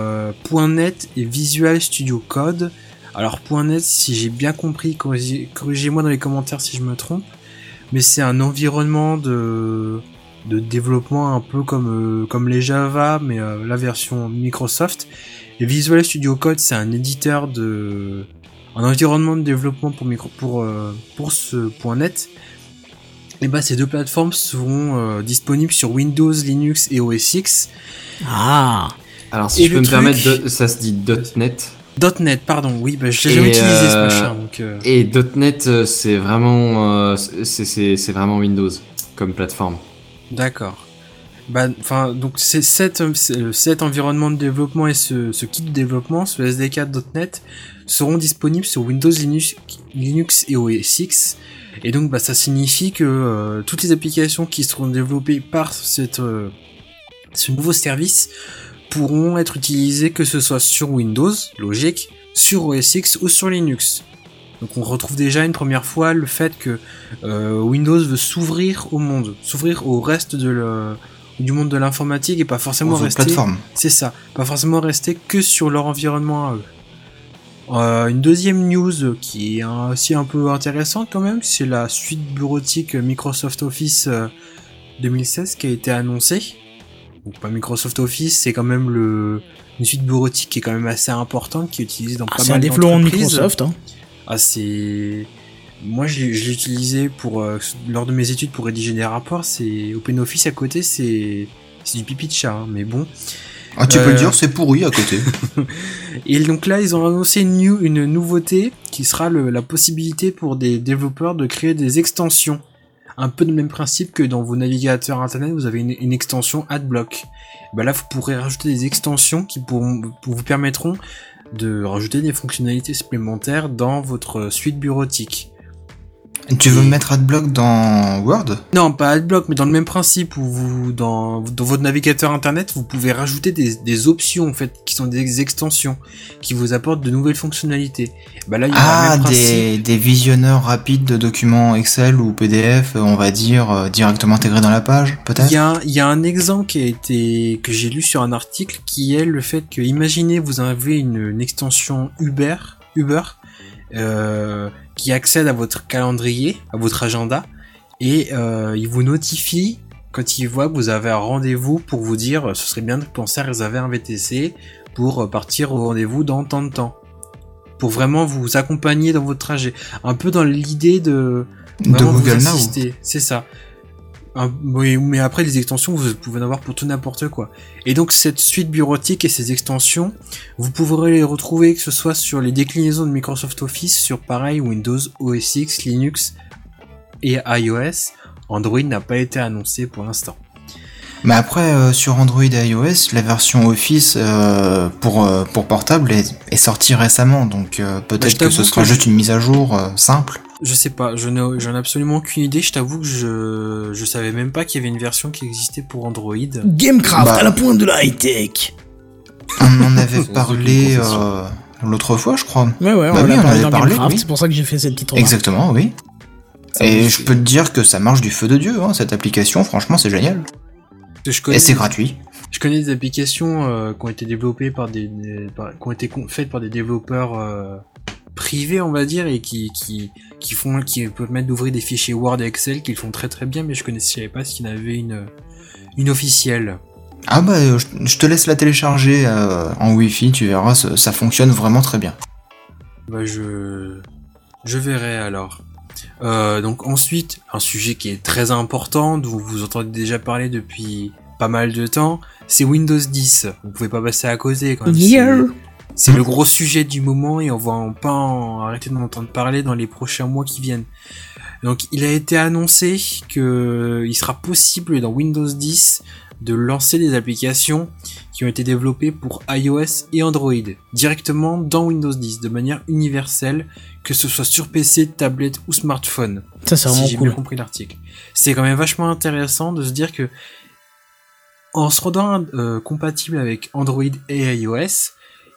S4: .NET et Visual Studio Code. Alors .NET, si j'ai bien compris, corrigez-moi dans les commentaires si je me trompe, mais c'est un environnement de développement un peu comme les Java, mais la version Microsoft. Et Visual Studio Code, c'est un éditeur un environnement de développement pour ce .NET. Et bah ces deux plateformes seront disponibles sur Windows, Linux et OS X.
S2: Ah.
S5: Alors si
S4: Et
S5: je
S4: le
S5: peux me
S4: truc-
S5: permettre, ça se dit .NET.
S4: .NET, pardon, oui, bah j'ai jamais
S5: Et,
S4: utilisé ce machin, donc...
S5: Et .NET, c'est vraiment, c'est vraiment Windows comme plateforme.
S4: D'accord. Bah, enfin, donc cet environnement de développement et ce kit de développement, ce SDK.NET, seront disponibles sur Windows, Linux et OS X. Et donc, bah, ça signifie que toutes les applications qui seront développées par ce nouveau service pourront être utilisées que ce soit sur Windows, logique, sur OS X ou sur Linux. Donc on retrouve déjà une première fois le fait que Windows veut s'ouvrir au monde, s'ouvrir au reste du monde de l'informatique et pas forcément
S3: Aux autres
S4: rester...
S3: plateformes.
S4: C'est ça, pas forcément rester que sur leur environnement à eux. Une deuxième news qui est aussi un peu intéressante quand même, c'est la suite bureautique Microsoft Office 2016 qui a été annoncée. Donc pas Microsoft Office, c'est quand même une suite bureautique qui est quand même assez importante, qui est utilisée dans pas
S2: C'est un
S4: mal
S2: des fleurons de
S4: d'entreprises.
S2: Microsoft. Hein.
S4: Ah, c'est... Moi, je l'ai utilisé lors de mes études pour rédiger des rapports. C'est OpenOffice à côté, c'est du pipi de chat, hein, mais bon.
S3: Ah, tu peux le dire, c'est pourri à côté.
S4: Et donc là, ils ont annoncé une nouveauté qui sera la possibilité pour des développeurs de créer des extensions. Un peu le même principe que dans vos navigateurs internet, vous avez une extension AdBlock. Bah là, vous pourrez rajouter des extensions qui vous permettront de rajouter des fonctionnalités supplémentaires dans votre suite bureautique.
S3: Tu veux mettre AdBlock dans Word?
S4: Non, pas AdBlock, mais dans le même principe où dans votre navigateur internet, vous pouvez rajouter des options, en fait, qui sont des extensions, qui vous apportent de nouvelles fonctionnalités. Bah là, il y aura le même principe.
S3: Des visionneurs rapides de documents Excel ou PDF, on va dire, directement intégrés dans la page, peut-être?
S4: Il y a un exemple que j'ai lu sur un article qui est le fait que, imaginez, vous avez une extension Uber, qui accède à votre calendrier, à votre agenda, et il vous notifie quand il voit que vous avez un rendez-vous pour vous dire ce serait bien de penser à réserver un VTC pour partir au rendez-vous dans tant de temps. Pour vraiment vous accompagner dans votre trajet. Un peu dans l'idée de
S3: Google Now.
S4: C'est ça. Oui, mais après les extensions, vous pouvez en avoir pour tout n'importe quoi. Et donc cette suite bureautique et ces extensions, vous pourrez les retrouver que ce soit sur les déclinaisons de Microsoft Office, sur pareil Windows, OS X, Linux et iOS. Android n'a pas été annoncé pour l'instant.
S3: Mais après, sur Android et iOS, la version Office pour portable est sortie récemment, donc peut-être que ce sera juste une mise à jour simple.
S4: Je sais pas, j'en ai absolument aucune idée. Je t'avoue que je savais même pas qu'il y avait une version qui existait pour Android.
S2: Gamecraft à la pointe de la high-tech.
S3: On en avait parlé l'autre fois, je crois.
S2: Ouais, on
S3: en
S2: avait
S3: parlé,
S2: Gamecraft,
S3: oui.
S2: C'est pour ça que j'ai fait cette petite remarque.
S3: Exactement, oui. Et je peux te dire que ça marche du feu de Dieu, hein, cette application, franchement, c'est génial. Et c'est gratuit.
S4: Je connais des applications qui ont été développées qui ont été faites par des développeurs privés, on va dire, et qui permettent d'ouvrir des fichiers Word et Excel qu'ils font très très bien, mais je savais pas s'il y en avait une officielle.
S3: Ah bah, je te laisse la télécharger en Wi-Fi, tu verras, ça fonctionne vraiment très bien.
S4: Bah je verrai alors. Donc ensuite, un sujet qui est très important, dont vous entendez déjà parler depuis pas mal de temps, c'est Windows 10. Vous pouvez pas passer à côté quand même.
S2: Yeah.
S4: C'est le gros sujet du moment et on va pas arrêter d'en entendre parler dans les prochains mois qui viennent. Donc il a été annoncé que il sera possible dans Windows 10 de lancer des applications qui ont été développées pour iOS et Android directement dans Windows 10 de manière universelle, que ce soit sur PC, tablette ou smartphone.
S2: Ça c'est vraiment
S4: si j'ai
S2: cool.
S4: bien compris l'article. C'est quand même vachement intéressant de se dire que en se rendant compatible avec Android et iOS,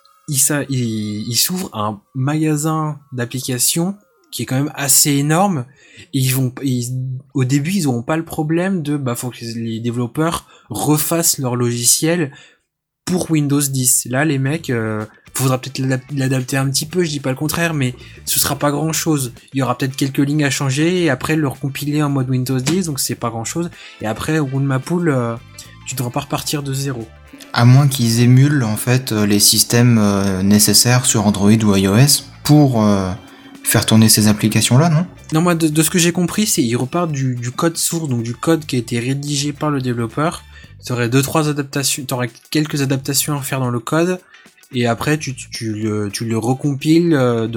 S4: il s'ouvre un magasin d'applications qui est quand même assez énorme. Et au début, ils auront pas le problème de, faut que les développeurs refassent leur logiciel pour Windows 10. Là, les mecs, faudra peut-être l'adapter un petit peu, je dis pas le contraire, mais ce sera pas grand chose. Il y aura peut-être quelques lignes à changer et après le recompiler en mode Windows 10, donc c'est pas grand chose. Et après, au bout de ma poule, tu devras pas repartir de zéro.
S3: À moins qu'ils émulent, en fait, les systèmes nécessaires sur Android ou iOS pour faire tourner ces applications-là, non ?
S4: Non, moi, de ce que j'ai compris, c'est qu'ils repartent du code source, donc du code qui a été rédigé par le développeur. T'aurais t'aurais quelques adaptations à faire dans le code, et après, tu le recompiles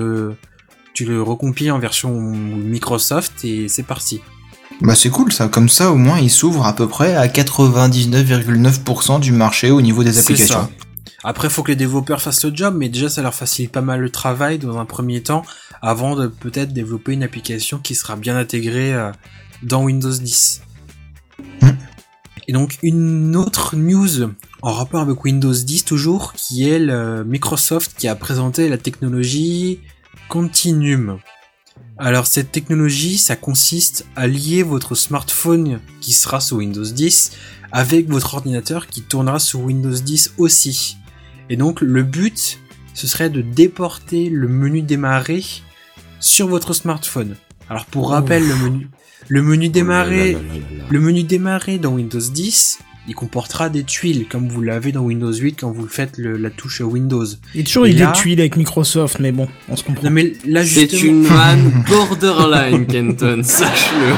S4: en version Microsoft, et c'est parti.
S3: Bah c'est cool ça, comme ça au moins il s'ouvre à peu près à 99,9% du marché au niveau des applications.
S4: C'est ça. Après, faut que les développeurs fassent le job, mais déjà ça leur facilite pas mal le travail dans un premier temps, avant de peut-être développer une application qui sera bien intégrée dans Windows 10. Et donc une autre news en rapport avec Windows 10 toujours, qui est Microsoft qui a présenté la technologie Continuum. Alors cette technologie, ça consiste à lier votre smartphone qui sera sous Windows 10 avec votre ordinateur qui tournera sous Windows 10 aussi. Et donc le but, ce serait de déporter le menu démarrer sur votre smartphone. Alors pour rappel, le menu démarrer dans Windows 10, il comportera des tuiles comme vous l'avez dans Windows 8 quand vous faites la touche Windows.
S2: Il y a toujours eu des tuiles avec Microsoft, mais bon, on se comprend.
S4: Non mais là justement...
S5: C'est une vanne borderline, Kenton, sache-le.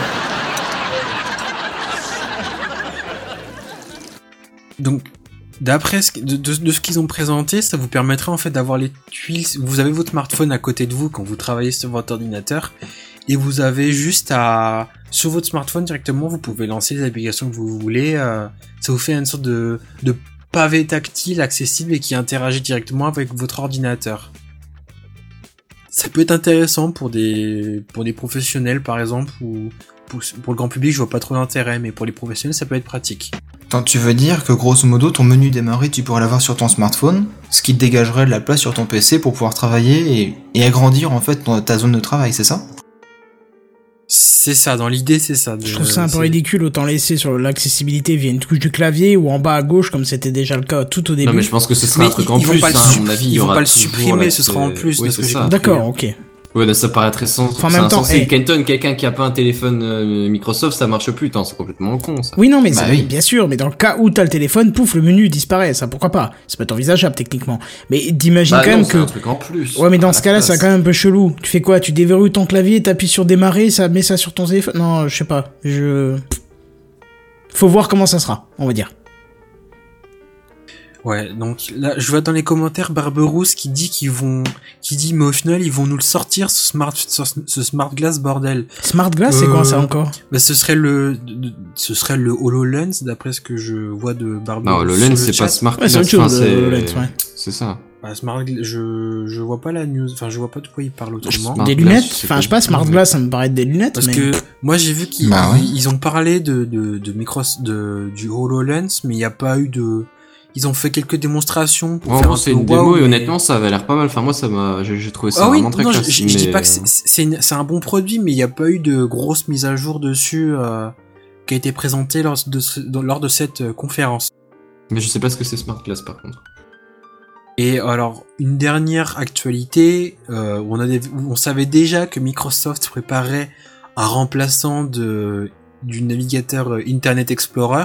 S4: Donc, d'après ce qu'ils ont présenté, ça vous permettrait en fait d'avoir les tuiles. Vous avez votre smartphone à côté de vous quand vous travaillez sur votre ordinateur, et vous avez juste sur votre smartphone directement, vous pouvez lancer les applications que vous voulez. Ça vous fait une sorte de pavé tactile accessible et qui interagit directement avec votre ordinateur. Ça peut être intéressant pour des professionnels par exemple, ou pour le grand public, je vois pas trop d'intérêt, mais pour les professionnels, ça peut être pratique.
S3: Attends, tu veux dire que grosso modo, ton menu démarrer, tu pourrais l'avoir sur ton smartphone, ce qui te dégagerait de la place sur ton PC pour pouvoir travailler et agrandir en fait ta zone de travail, c'est ça ?
S4: C'est ça, dans l'idée, c'est ça.
S2: Je trouve ça un peu ridicule, autant laisser sur l'accessibilité via une touche du clavier ou en bas à gauche, comme c'était déjà le cas tout au début.
S5: Non, mais je pense que ce sera un truc en plus, à mon avis.
S4: Ils vont pas le supprimer, ce sera en plus.
S5: Oui, c'est ça.
S2: D'accord, ok.
S5: Ouais, ça paraît très sens.
S2: Enfin, en même temps,
S5: Kenton, quelqu'un qui a pas un téléphone Microsoft, ça marche plus. C'est complètement con, ça.
S2: Oui, non, mais
S3: oui.
S2: bien sûr, mais dans le cas où t'as le téléphone, pouf, le menu disparaît. Ça, pourquoi pas ? Ça peut être envisageable techniquement. Mais t'imagines quand même
S5: c'est
S2: que.
S5: un truc en plus.
S2: Ouais, mais dans ce cas-là, c'est quand même un peu chelou. Tu fais quoi ? Tu déverrouilles ton clavier, t'appuies sur démarrer, ça met ça sur ton téléphone ? Non, je sais pas. Faut voir comment ça sera, on va dire.
S4: Ouais, donc là, je vois dans les commentaires Barberousse qui dit mais au final, ils vont nous le sortir, ce Smart Glass bordel.
S2: Smart Glass, c'est quoi ça encore?
S4: Bah, ce serait le HoloLens, d'après ce que je vois de Barberousse.
S5: Non, HoloLens, c'est pas Smart
S2: Ouais,
S5: Glass,
S2: c'est autre chose,
S5: enfin,
S2: HoloLens, ouais.
S5: c'est ça.
S4: Bah, je vois pas la news, enfin, je vois pas de quoi il parle autrement.
S5: Smart
S2: Des
S5: Glass,
S2: lunettes?
S5: je sais
S2: Enfin,
S5: pas.
S2: je sais pas, Smart Glass, ça me paraît être des lunettes,
S4: Parce
S2: mais...
S4: que moi j'ai vu qu'ils
S3: Bah ouais.
S4: ils ont parlé du HoloLens, mais il y a pas eu de. Ils ont fait quelques démonstrations pour
S5: En
S4: faire
S5: gros,
S4: un
S5: c'est
S4: peu
S5: une
S4: wow,
S5: démo et
S4: mais-
S5: honnêtement, ça avait l'air pas mal. Enfin, moi, j'ai trouvé ça
S4: Ah oui,
S5: vraiment très
S4: non,
S5: classe.
S4: je dis
S5: mais,
S4: pas que c'est un bon produit, mais il y a pas eu de grosse mise à jour dessus qui a été présentée lors de cette conférence.
S5: Mais je sais pas ce que c'est Smart Glass par contre.
S4: Et alors, une dernière actualité, où on savait déjà que Microsoft préparait un remplaçant du navigateur Internet Explorer.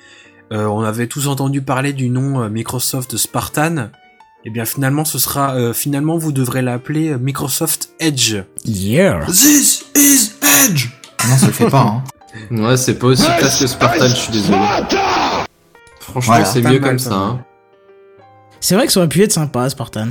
S4: On avait tous entendu parler du nom Microsoft Spartan. Et bien finalement, finalement vous devrez l'appeler Microsoft Edge.
S2: Yeah!
S3: This is Edge! Non, ça le fait pas, hein.
S5: Ouais, c'est pas aussi classe que Spartan, je suis désolé. Franchement,
S3: Voilà.
S5: c'est
S4: Pas
S5: mieux
S4: mal,
S5: comme
S4: pas
S5: ça.
S4: mal.
S5: Hein.
S2: C'est vrai que ça aurait pu être sympa, Spartan.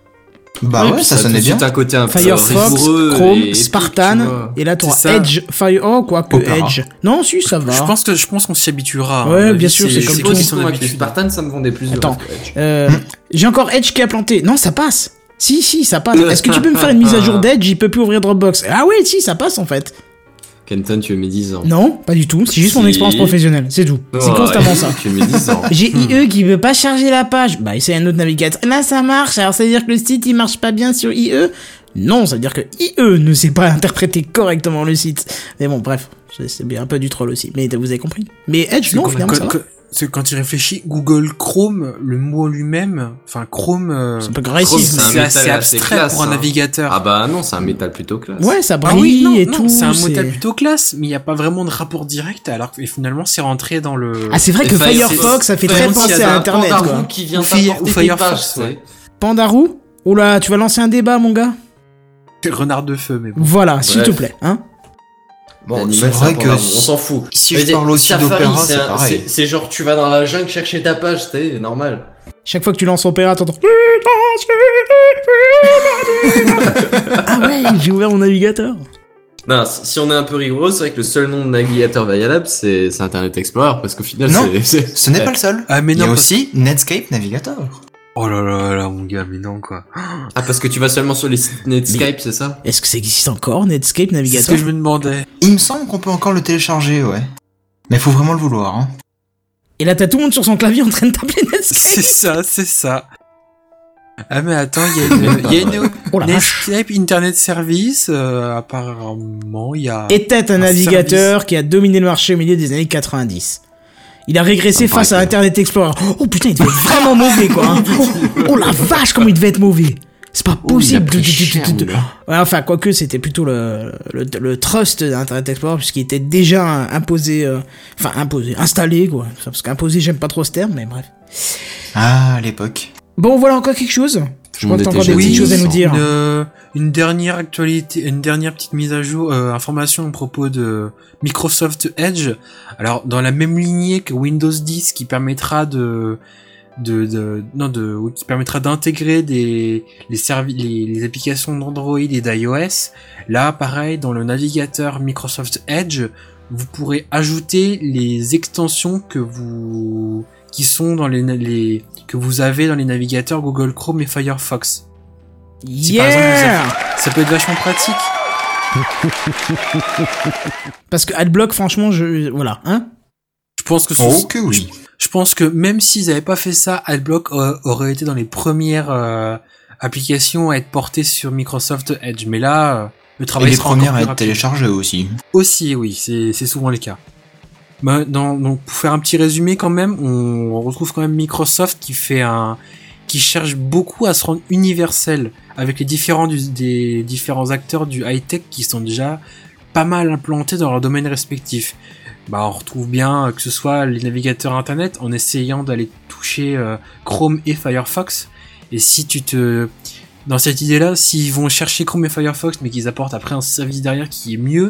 S3: Bah
S2: Oui,
S3: ouais,
S2: puis
S3: ça
S5: a tout
S3: sonnait
S5: de
S3: bien.
S5: suite un côté un peu
S2: Firefox,
S5: rigoureux
S2: Chrome,
S5: et épique,
S2: Spartan,
S5: tu vois.
S2: et là tu
S4: C'est
S2: auras
S4: ça.
S2: Edge, quoique
S3: Opera.
S2: Edge. Non, si, ça va.
S4: Je pense qu'on s'y habituera.
S2: Ouais,
S4: À mon
S2: bien
S4: avis,
S2: sûr, c'est comme
S4: c'est
S2: tout.
S4: question
S5: Moi, avec les
S4: d'habitude.
S5: Spartan, ça me vendait plus de
S2: Attends.
S5: rêve que Edge.
S2: J'ai encore Edge qui a planté. Non, ça passe. Si, ça passe. Est-ce que tu peux me faire une mise à jour d'Edge? Il peut plus ouvrir Dropbox. Ah oui, si, ça passe en fait.
S5: Kenton, tu veux mes 10 ans.
S2: Non, pas du tout. C'est juste mon
S5: Si.
S2: expérience professionnelle. C'est tout. C'est
S5: Ouais,
S2: constamment ça.
S5: Tu veux mes 10 ans.
S2: J'ai IE qui veut pas charger la page. Bah, essaye un autre navigateur. Là, ça marche. Alors, ça veut dire que le site, il marche pas bien sur IE? Non, ça veut dire que IE ne sait pas interpréter correctement le site. Mais bon, bref. C'est bien un peu du troll aussi. Mais vous avez compris. Mais Edge, non, finalement, ça va.
S4: C'est quand tu réfléchis, Google Chrome, le mot lui-même, enfin Chrome,
S2: C'est un peu
S5: Chrome,
S2: agressif.
S5: c'est un
S4: c'est
S5: métal
S4: assez
S5: assez
S4: abstrait
S5: classe,
S4: pour un
S5: hein.
S4: navigateur.
S5: Ah bah non, c'est un métal plutôt classe.
S2: Ouais, ça
S4: Ah
S2: brille
S4: oui,
S2: et
S4: non,
S2: tout.
S4: c'est un modèle plutôt classe, mais il n'y a pas vraiment de rapport direct, alors que finalement c'est rentré dans le...
S2: Ah, c'est vrai
S5: Et
S2: que
S5: Firefox,
S2: Firefox, ça fait très
S5: Firefox,
S2: penser
S5: il y a
S2: à
S5: un
S2: Internet,
S5: Pandaroo
S2: quoi.
S5: qui vient
S4: Ou Firefox,
S5: t'apporter tes pages,
S4: ouais.
S5: tu sais.
S2: Pandaroo? Oula, tu vas lancer un débat, mon gars?
S4: renard de feu, mais bon.
S2: Voilà, s'il te
S5: Bref.
S2: plaît, hein.
S3: Bon,
S5: L'animal,
S3: c'est vrai
S5: un
S3: que
S5: pandaroo, on s'en fout.
S3: si
S5: Mais
S3: je parle aussi
S5: Safari,
S3: d'Opéra,
S5: c'est
S3: c'est
S5: un-
S3: pareil.
S5: c'est genre tu vas dans la jungle chercher ta page, c'est normal.
S2: Chaque fois que tu lances Opéra, t'entends. Ah ouais, j'ai ouvert mon navigateur.
S5: Non, si on est un peu rigoureux, c'est vrai que le seul nom de navigateur valable, c'est Internet Explorer, parce qu'au final,
S3: Non.
S5: c'est...
S3: Ce n'est pas le seul.
S4: Ah, mais
S3: Il y a
S4: non,
S3: aussi Netscape Navigator.
S4: Oh là là là, mon gars, mais non, quoi.
S5: Ah, parce que tu vas seulement sur les sites Netscape, c'est ça?
S2: Est-ce que ça existe encore, Netscape
S4: C'est ce
S2: Navigator?
S4: que je me demandais.
S3: Il me semble qu'on peut encore le télécharger, ouais. Mais faut vraiment le vouloir, hein.
S2: Et là, t'as tout le monde sur son clavier en train de taper Netscape.
S4: C'est ça. Ah, mais attends, il y a une
S2: Oh la vache.
S4: Netscape Internet Service, apparemment, il y a...
S2: Était un
S4: Un
S2: navigateur qui a dominé le marché au milieu des années 90. Il a régressé
S5: Ça me
S2: face à
S5: paraît
S2: Internet Explorer. Oh putain, il devait être vraiment mauvais, quoi. Hein. Oh la vache, comment il devait être mauvais. C'est pas possible. Ouais, enfin, quoique, c'était plutôt le trust d'Internet Explorer, puisqu'il était déjà imposé, installé, quoi. Parce qu'imposé, j'aime pas trop ce terme, mais bref.
S3: Ah, à l'époque.
S2: Bon, voilà encore quelque chose. Je crois que t'as encore des
S5: Oui,
S2: petites choses à nous dire.
S4: Une dernière actualité, une dernière petite mise à jour, information à propos de Microsoft Edge. Alors, dans la même lignée que Windows 10, qui permettra qui permettra d'intégrer les applications d'Android et d'iOS. Là, pareil, dans le navigateur Microsoft Edge, vous pourrez ajouter les extensions qui sont dans que vous avez dans les navigateurs Google Chrome et Firefox. Si par exemple, ça peut être vachement pratique.
S2: Parce que Adblock, franchement, voilà, hein.
S4: Je pense que
S3: Oh, que oui.
S4: je pense que même s'ils avaient pas fait ça, Adblock aurait été dans les premières applications à être portées sur Microsoft Edge. Mais là, le
S3: Et
S4: travail
S3: les
S4: sera encore
S3: premières à
S4: plus
S3: être
S4: rapide.
S3: téléchargées aussi.
S4: Aussi, oui, c'est souvent le cas. Bah, donc pour faire un petit résumé quand même, on retrouve quand même Microsoft qui cherche beaucoup à se rendre universel avec les des différents acteurs du high-tech qui sont déjà pas mal implantés dans leur domaine respectif. Bah, on retrouve bien que ce soit les navigateurs internet en essayant d'aller toucher Chrome et Firefox. Et si dans cette idée-là, s'ils vont chercher Chrome et Firefox mais qu'ils apportent après un service derrière qui est mieux,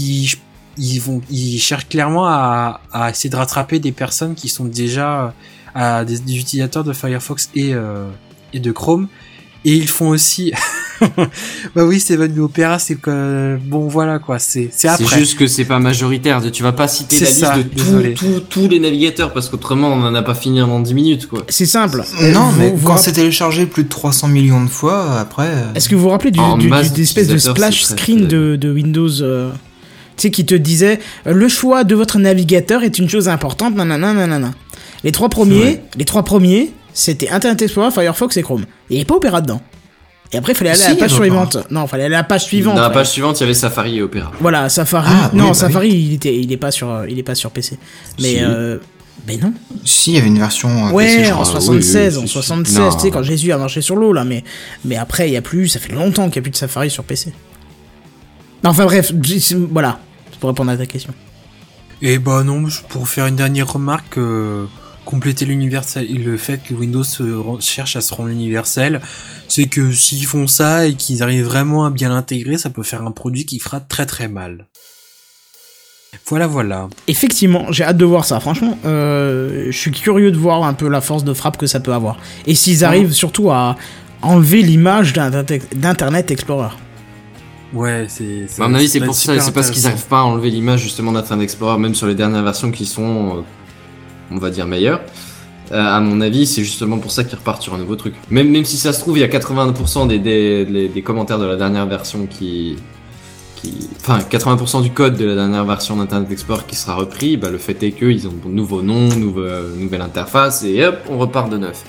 S4: ils cherchent clairement à essayer de rattraper des personnes qui sont déjà à des utilisateurs de Firefox et de Chrome. Et ils font aussi, bah oui, Steven, mais Opera, c'est que, bon, voilà, quoi, c'est après.
S5: C'est juste que c'est pas majoritaire. Tu vas pas citer la
S4: ça,
S5: liste
S4: désolé.
S5: de tous les navigateurs, parce qu'autrement, on en a pas fini en 10 minutes, quoi.
S2: C'est simple.
S3: Non, mais
S2: Vous
S3: quand c'est téléchargé plus de 300 millions de fois, après...
S2: Est-ce que vous vous rappelez
S5: En masse
S2: d'une espèce de
S5: d'utilisateurs,
S2: splash
S5: c'est très,
S2: screen
S5: très-
S2: de Windows tu sais, qui te disait le choix de votre navigateur est une chose importante, nanana, nanana. Les trois premiers, c'était Internet Explorer, Firefox et Chrome. Il n'y avait pas Opera dedans. Et après, il fallait aller à
S3: Si,
S2: la page
S3: il y avait
S2: suivante. Non, il fallait aller à la page suivante.
S5: Dans la
S2: ouais.
S5: page suivante, il y avait Safari et Opera.
S2: Voilà, Safari.
S3: Ah, oui,
S2: non,
S3: bah
S2: Safari, il est pas sur PC. Mais,
S5: Si.
S2: Ben non.
S3: Si, il y avait une version
S2: Ouais,
S3: PC, je
S2: en
S3: crois.
S2: 76,
S5: oui,
S2: en
S5: si,
S2: 76,
S5: non.
S2: tu sais, quand Jésus a marché sur l'eau, là, mais après, il y a plus, ça fait longtemps qu'il n'y a plus de Safari sur PC. Non, enfin bref, voilà, c'est pour répondre à ta question.
S4: Et bah non, pour faire une dernière remarque, compléter l'universel, le fait que Windows cherche à se rendre universel, c'est que s'ils font ça et qu'ils arrivent vraiment à bien l'intégrer, ça peut faire un produit qui fera très très mal. Voilà.
S2: Effectivement, j'ai hâte de voir ça, franchement, je suis curieux de voir un peu la force de frappe que ça peut avoir. Et s'ils arrivent surtout à enlever l'image d'Internet Explorer.
S4: Ouais, c'est...
S5: À mon avis, c'est
S4: va
S5: pour
S4: être
S5: ça,
S4: super
S5: c'est parce qu'ils
S4: intéressant.
S5: arrivent pas à enlever l'image justement d'Internet Explorer, même sur les dernières versions qui sont, on va dire, meilleures. À mon avis, c'est justement pour ça qu'ils repartent sur un nouveau truc. Même si ça se trouve, il y a 80% des commentaires de la dernière version enfin, 80% du code de la dernière version d'Internet Explorer qui sera repris, bah, le fait est qu'ils ont de nouveaux noms, nouvelle interface, et hop, on repart de neuf.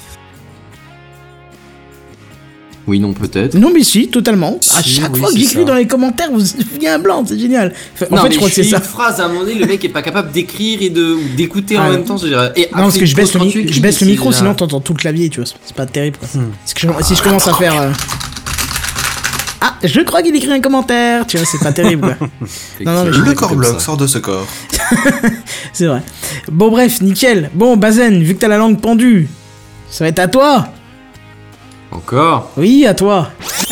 S5: Oui, non, peut-être.
S2: Non, mais si, totalement. À
S4: Si,
S2: chaque
S4: oui,
S2: fois que
S4: c'est
S2: j'écris
S4: ça.
S2: dans les commentaires, il y a un blanc, c'est génial. En
S5: Non,
S2: fait,
S5: mais
S2: je crois que c'est ça.
S5: une phrase, à un moment donné, le mec est pas capable d'écrire ou d'écouter en
S2: Ah,
S5: même temps, je dirais. Et
S2: Non, parce que je baisse
S5: quand tu écris,
S2: je baisse le
S5: c'est
S2: micro,
S5: déjà-
S2: sinon t'entends tout le clavier, tu vois. C'est pas terrible, quoi. Si je commence à faire. Ah, je crois qu'il écrit un commentaire, tu vois, c'est pas terrible, quoi. Non, mais je
S3: Le
S5: comme
S3: core block
S5: ça.
S3: sort de ce corps.
S2: C'est vrai. Bon, bref, nickel. Bon, Bazen, vu que t'as la langue pendue, ça va être à toi.
S5: Encore?
S2: Oui, à toi.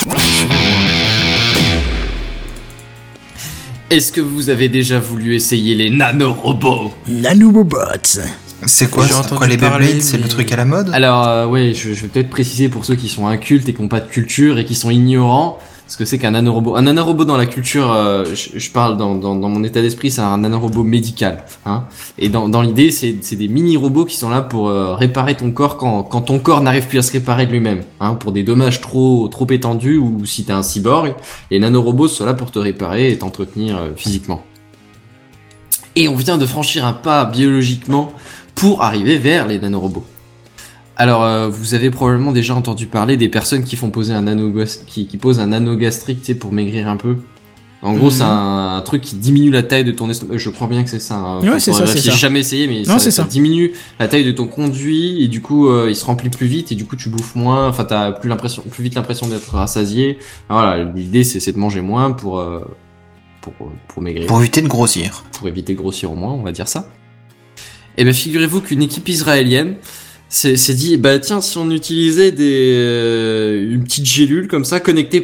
S5: Est-ce que vous avez déjà voulu essayer les nanorobots?
S2: Nanorobots.
S3: C'est quoi,
S4: J'ai
S3: ça
S4: entendu
S3: quoi les
S4: parler,
S3: Beyblades? C'est
S4: mais-
S3: le truc à la mode?
S5: Alors, ouais, je vais peut-être préciser pour ceux qui sont incultes et qui n'ont pas de culture et qui sont ignorants, ce que c'est qu'un nanorobot. Un nanorobot dans la culture, je parle dans mon état d'esprit, c'est un nanorobot médical. Hein. Et dans l'idée, c'est des mini-robots qui sont là pour réparer ton corps quand ton corps n'arrive plus à se réparer de lui-même. Hein, pour des dommages trop étendus ou si t'es un cyborg. Les nanorobots sont là pour te réparer et t'entretenir physiquement. Et on vient de franchir un pas biologiquement pour arriver vers les nanorobots. Alors, vous avez probablement déjà entendu parler des personnes qui font poser qui posent un anneau gastrique, tu sais, pour maigrir un peu. En gros, c'est un truc qui diminue la taille de ton estomac. Je crois bien que c'est ça. Hein.
S2: Ouais, c'est ça, c'est
S5: J'ai
S2: ça.
S5: jamais essayé, mais
S2: Non, c'est
S5: ça
S2: ça.
S5: diminue la taille de ton conduit et du coup, il se remplit plus vite et du coup, tu bouffes moins. Enfin, t'as plus vite l'impression d'être rassasié. Voilà, l'idée, c'est de manger moins pour maigrir.
S3: Pour éviter de grossir.
S5: Pour éviter de grossir au moins, on va dire ça. Et ben figurez-vous qu'une équipe israélienne s'est dit, bah tiens, si on utilisait une petite gélule comme ça, connectée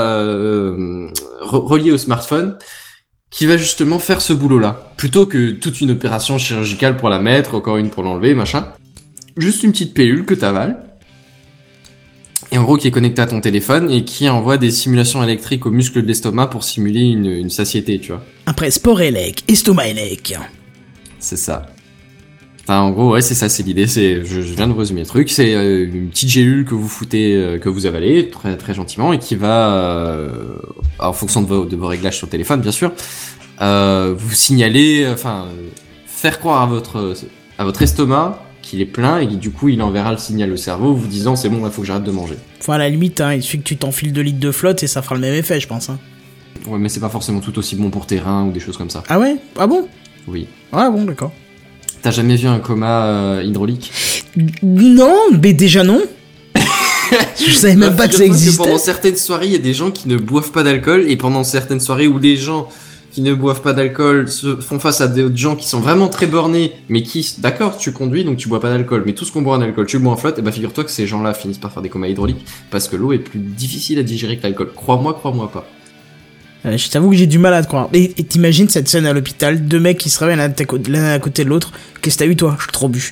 S5: reliée au smartphone, qui va justement faire ce boulot-là. Plutôt que toute une opération chirurgicale pour la mettre, encore une pour l'enlever, machin. Juste une petite pilule que t'avales. Et en gros, qui est connectée à ton téléphone et qui envoie des simulations électriques aux muscles de l'estomac pour simuler une satiété, tu vois.
S2: Après sport élec, estomac élec.
S5: C'est ça. Enfin, en gros, ouais, c'est ça, c'est l'idée. Je viens de résumer le truc. C'est une petite gélule que vous foutez, que vous avalez très très gentiment et qui va, en fonction de vos réglages sur le téléphone, bien sûr, vous signaler, faire croire à votre estomac qu'il est plein et que du coup, il enverra le signal au cerveau vous disant c'est bon, il faut que j'arrête de manger.
S2: Enfin, à la limite, hein, il suffit que tu t'enfiles 2 litres de flotte et ça fera le même effet, je pense. Hein.
S5: Ouais, mais c'est pas forcément tout aussi bon pour tes reins ou des choses comme ça.
S2: Ah ouais? Ah bon?
S5: Oui.
S2: Ah bon, d'accord.
S5: T'as jamais vu un coma hydraulique?
S2: Non, mais déjà non. Je savais même pas que ça
S5: Figure-toi
S2: existait.
S5: Pendant certaines soirées, il y a des gens qui ne boivent pas d'alcool, et pendant certaines soirées où des gens qui ne boivent pas d'alcool se font face à d'autres gens qui sont vraiment très bornés, mais qui, d'accord, tu conduis, donc tu bois pas d'alcool, mais tout ce qu'on boit en alcool, tu le bois en flotte, et bah figure-toi que ces gens-là finissent par faire des comas hydrauliques, parce que l'eau est plus difficile à digérer que l'alcool. Crois-moi pas.
S2: Je t'avoue que j'ai du mal à te croire. Et t'imagines cette scène à l'hôpital, 2 mecs qui se réveillent l'un à côté de l'autre. Qu'est-ce que t'as eu toi? Je suis trop bu.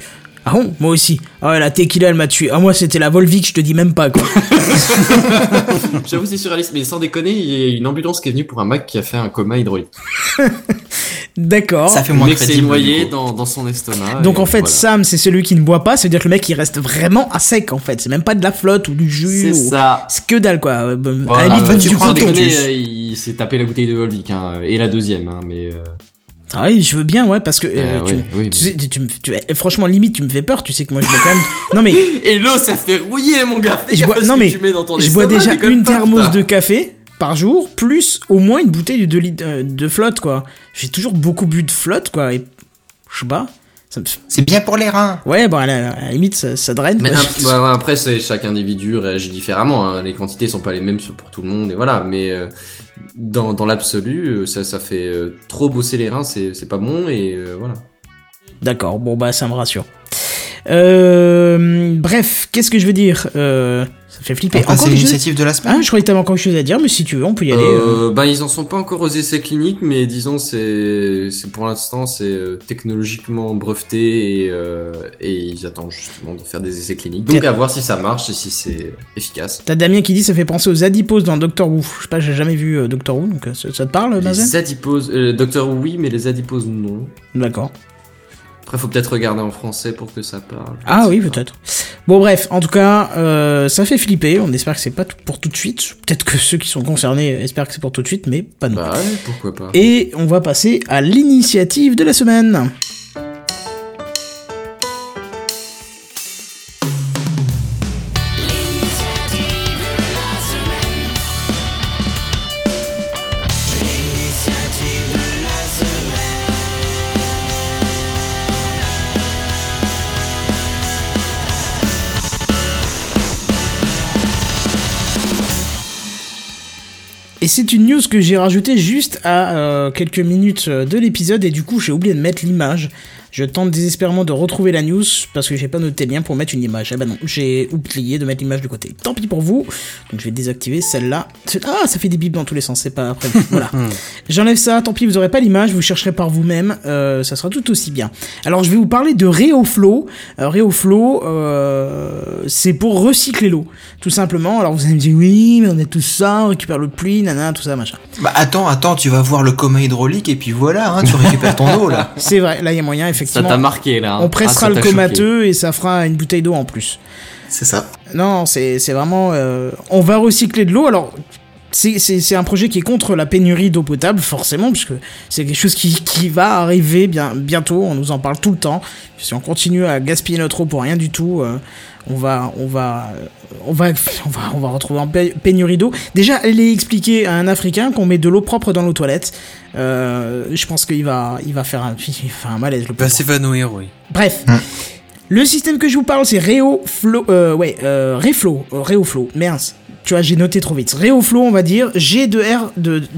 S2: Ah bon, moi aussi. Ah ouais, la tequila elle m'a tué. Ah moi c'était la Volvic, je te dis même pas quoi.
S5: J'avoue, c'est surréaliste, mais sans déconner, il y a une ambulance qui est venue pour un mec qui a fait un coma hydraulique.
S2: D'accord.
S3: Ça fait
S5: Le
S3: moins
S5: mec s'est
S3: crédible.
S5: noyé
S3: du coup.
S5: dans son estomac.
S2: Donc
S5: et
S2: en fait
S5: voilà.
S2: Sam c'est celui qui ne boit pas, ça veut dire que le mec il reste vraiment à sec en fait. C'est même pas de la flotte ou du jus.
S5: C'est
S2: ou...
S5: ça.
S2: C'est que dalle quoi.
S5: Voilà,
S2: à la limite,
S3: tu
S2: du
S3: prends
S5: sans
S2: coton.
S3: des
S5: déconner, il s'est tapé la bouteille de Volvic, hein, et la deuxième, hein, mais...
S2: Ah oui, je veux bien, ouais, parce que
S5: oui,
S2: tu sais, franchement, limite, tu me fais peur. Tu sais que moi, je bois quand même. Non mais,
S5: Et l'eau, ça fait rouiller, mon gars.
S2: je bois, non mais, je bois déjà une thermos de café par jour, plus au moins une bouteille de 2 litres de flotte, quoi. J'ai toujours beaucoup bu de flotte, quoi. Et je sais pas. Ça me...
S3: C'est bien pour les reins.
S2: Ouais, bon, à la limite, ça draine.
S5: Mais
S2: quoi.
S5: après, chaque individu réagit différemment. Hein. Les quantités sont pas les mêmes pour tout le monde, et voilà. Mais dans l'absolu, ça fait trop bosser les reins, c'est pas bon, et voilà.
S2: D'accord. Bon bah, ça me rassure. Bref, qu'est-ce que je veux dire Ça fait flipper.
S3: On passe à
S2: quelque chose
S3: l'initiative de la semaine.
S2: Ah, je croyais que t'avais encore quelque chose à dire, mais si tu veux, on peut y aller.
S5: Ben ils en sont pas encore aux essais cliniques, mais disons c'est pour l'instant c'est technologiquement breveté et ils attendent justement de faire des essais cliniques. Donc à voir si ça marche et si c'est efficace.
S2: T'as Damien qui dit ça fait penser aux adiposes dans Doctor Who. Je sais pas, j'ai jamais vu Doctor Who, donc ça te parle, Mazen?
S5: Les adiposes, Docteur oui, mais les adiposes non.
S2: D'accord.
S5: Après faut peut-être regarder en français pour que ça parle.
S2: Ah oui, peut-être. Bon bref, en tout cas, ça fait flipper. On espère que c'est pas pour tout de suite. Peut-être que ceux qui sont concernés espèrent que c'est pour tout de suite, mais pas nous.
S5: Bah ouais, pourquoi pas.
S2: Et on va passer à l'initiative de la semaine. Et c'est une news que j'ai rajoutée juste à quelques minutes de l'épisode et du coup j'ai oublié de mettre l'image. Je tente désespérément de retrouver la news parce que j'ai pas noté le lien pour mettre une image. Ah bah non, j'ai oublié de mettre l'image de côté. Tant pis pour vous. Donc je vais désactiver celle-là. Ah, ça fait des bips dans tous les sens, c'est pas après. Voilà. J'enlève ça, tant pis, vous aurez pas l'image, vous chercherez par vous-même. Ça sera tout aussi bien. Alors je vais vous parler de ReoFlow. ReoFlow, c'est pour recycler l'eau, tout simplement. Alors vous allez me dire, oui, mais on est tous ça, on récupère le pluie, nanana, tout ça, machin.
S3: Bah attends, tu vas voir le coma hydraulique et puis voilà, hein, tu récupères ton eau là.
S2: C'est vrai, là il y a moyen, effectivement.
S5: Ça t'a marqué là. Hein.
S2: On pressera
S5: ça
S2: le
S5: t'a
S2: comateux et ça fera une bouteille d'eau en plus.
S3: C'est ça.
S2: Non, c'est vraiment... on va recycler de l'eau, alors... C'est un projet qui est contre la pénurie d'eau potable, forcément, puisque c'est quelque chose qui va arriver bientôt, on nous en parle tout le temps. Si on continue à gaspiller notre eau pour rien du tout, on va retrouver en pénurie d'eau. Déjà, aller expliquer à un Africain qu'on met de l'eau propre dans nos toilettes, je pense qu'il va faire un malaise. Le
S4: Il va
S2: pauvre.
S4: s'évanouir, oui.
S2: Bref. Le système que je vous parle, c'est ReoFlow. ReoFlow. Merde. Tu vois, j'ai noté trop vite. ReoFlow, on va dire G2R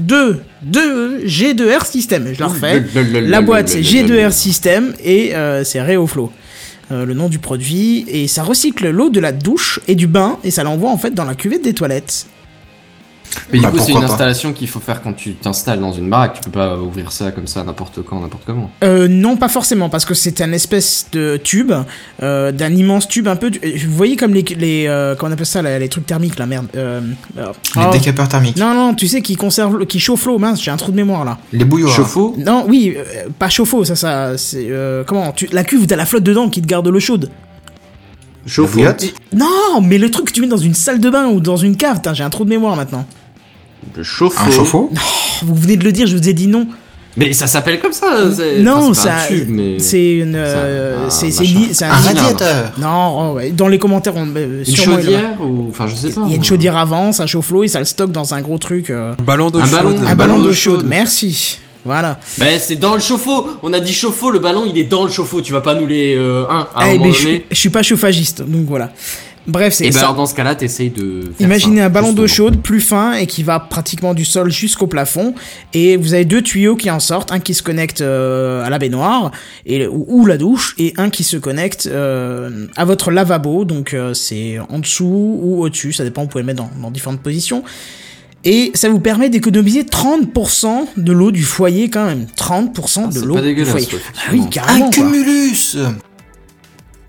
S2: G2R System. Je la refais. La boîte, c'est G2R System et c'est ReoFlow. Le nom du produit. Et ça recycle l'eau de la douche et du bain et ça l'envoie en fait dans la cuvette des toilettes.
S5: Mais du
S3: Bah,
S5: coup, c'est une
S3: pourquoi pas.
S5: installation qu'il faut faire quand tu t'installes dans une baraque. Tu peux pas ouvrir ça comme ça n'importe quand, n'importe comment.
S2: Non, pas forcément, parce que c'est un espèce de tube, d'un immense tube un peu... Vous voyez comme les comment on appelle ça, les trucs thermiques, là, merde.
S3: Les décapeurs thermiques.
S2: Non, tu sais, qui chauffent l'eau, mince, j'ai un trou de mémoire, là.
S3: Les bouilloires.
S5: Chauffe-eau.
S2: Non, oui, pas chauffe-eau, ça, c'est... comment la cuve où t'as la flotte dedans qui te garde l'eau chaude.
S5: Chauffe-eau.
S3: La bouillotte.
S2: Non, mais le truc que tu mets dans une salle de bain ou dans une cave, j'ai un trou de mémoire maintenant.
S5: Le chauffe-eau.
S3: Un chauffe-eau.
S2: Vous venez de le dire, je vous ai dit non.
S5: Mais ça s'appelle comme ça.
S2: Non,
S5: c'est pas un tube, mais...
S2: c'est une... c'est
S3: Un
S2: un...
S3: radiateur.
S2: Non, ouais, dans les commentaires,
S5: Une
S2: sûrement,
S5: chaudière ou... Enfin, je sais pas.
S2: il y a une chaudière avant, ça chauffe l'eau et ça le stocke dans un gros truc.
S4: Un ballon d'eau
S5: Un
S4: chaude.
S5: ballon.
S2: Un ballon d'eau chaude, merci. Voilà.
S5: Ben, c'est dans le chauffe-eau. On a dit chauffe-eau, le ballon, il est dans le chauffe-eau. Tu vas pas nous les... à un
S2: Eh
S5: moment
S2: ben,
S5: donné.
S2: je suis pas chauffagiste, donc voilà. Bref, c'est
S5: Et ben
S2: ça.
S5: alors, dans ce cas-là, t'essayes de... faire
S2: Imaginez
S5: ça,
S2: un ballon d'eau
S5: justement.
S2: chaude plus fin et qui va pratiquement du sol jusqu'au plafond. Et vous avez 2 tuyaux qui en sortent, un qui se connecte à la baignoire ou la douche, et un qui se connecte à votre lavabo. Donc c'est en dessous ou au-dessus, ça dépend, vous pouvez le mettre dans différentes positions. Et ça vous permet d'économiser 30% de l'eau du foyer quand même. 30% de
S5: c'est
S2: l'eau
S5: pas
S2: du
S5: dégueulasse,
S2: foyer.
S5: ouais,
S2: Ah oui,
S5: effectivement.
S2: carrément.
S3: Un
S2: Quoi.
S3: cumulus.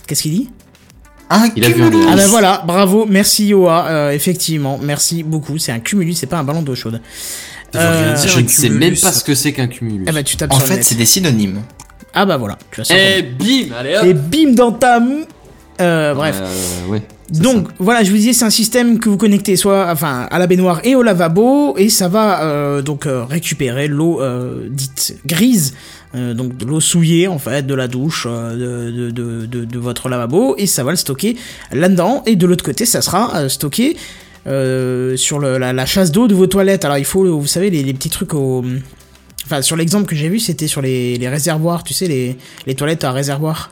S2: Qu'est-ce qu'il dit?
S5: Il a vu un
S3: Cumulus.
S2: Ah bah voilà, bravo, merci Yoa, effectivement, merci beaucoup, c'est un cumulus, c'est pas un ballon d'eau chaude.
S4: Ça veut rien dire,
S5: Je
S4: un
S5: ne sais
S4: cumulus.
S5: même pas ce que c'est qu'un cumulus.
S2: Ah bah tu tapes
S3: En
S2: sur le
S3: fait,
S2: net.
S3: c'est des synonymes.
S2: Ah bah voilà, tu vas savoir.
S5: Et bim, allez hop.
S2: Et bim dans ta mou. Bref.
S5: Ouais.
S2: Donc voilà, je vous disais, c'est un système que vous connectez soit à la baignoire et au lavabo, et ça va récupérer l'eau dite grise, donc de l'eau souillée en fait de la douche, de votre lavabo, et ça va le stocker là-dedans. Et de l'autre côté, ça sera stocké sur la chasse d'eau de vos toilettes. Alors il faut, vous savez, les petits trucs Enfin, sur l'exemple que j'ai vu, c'était sur les réservoirs, tu sais, les toilettes à réservoir.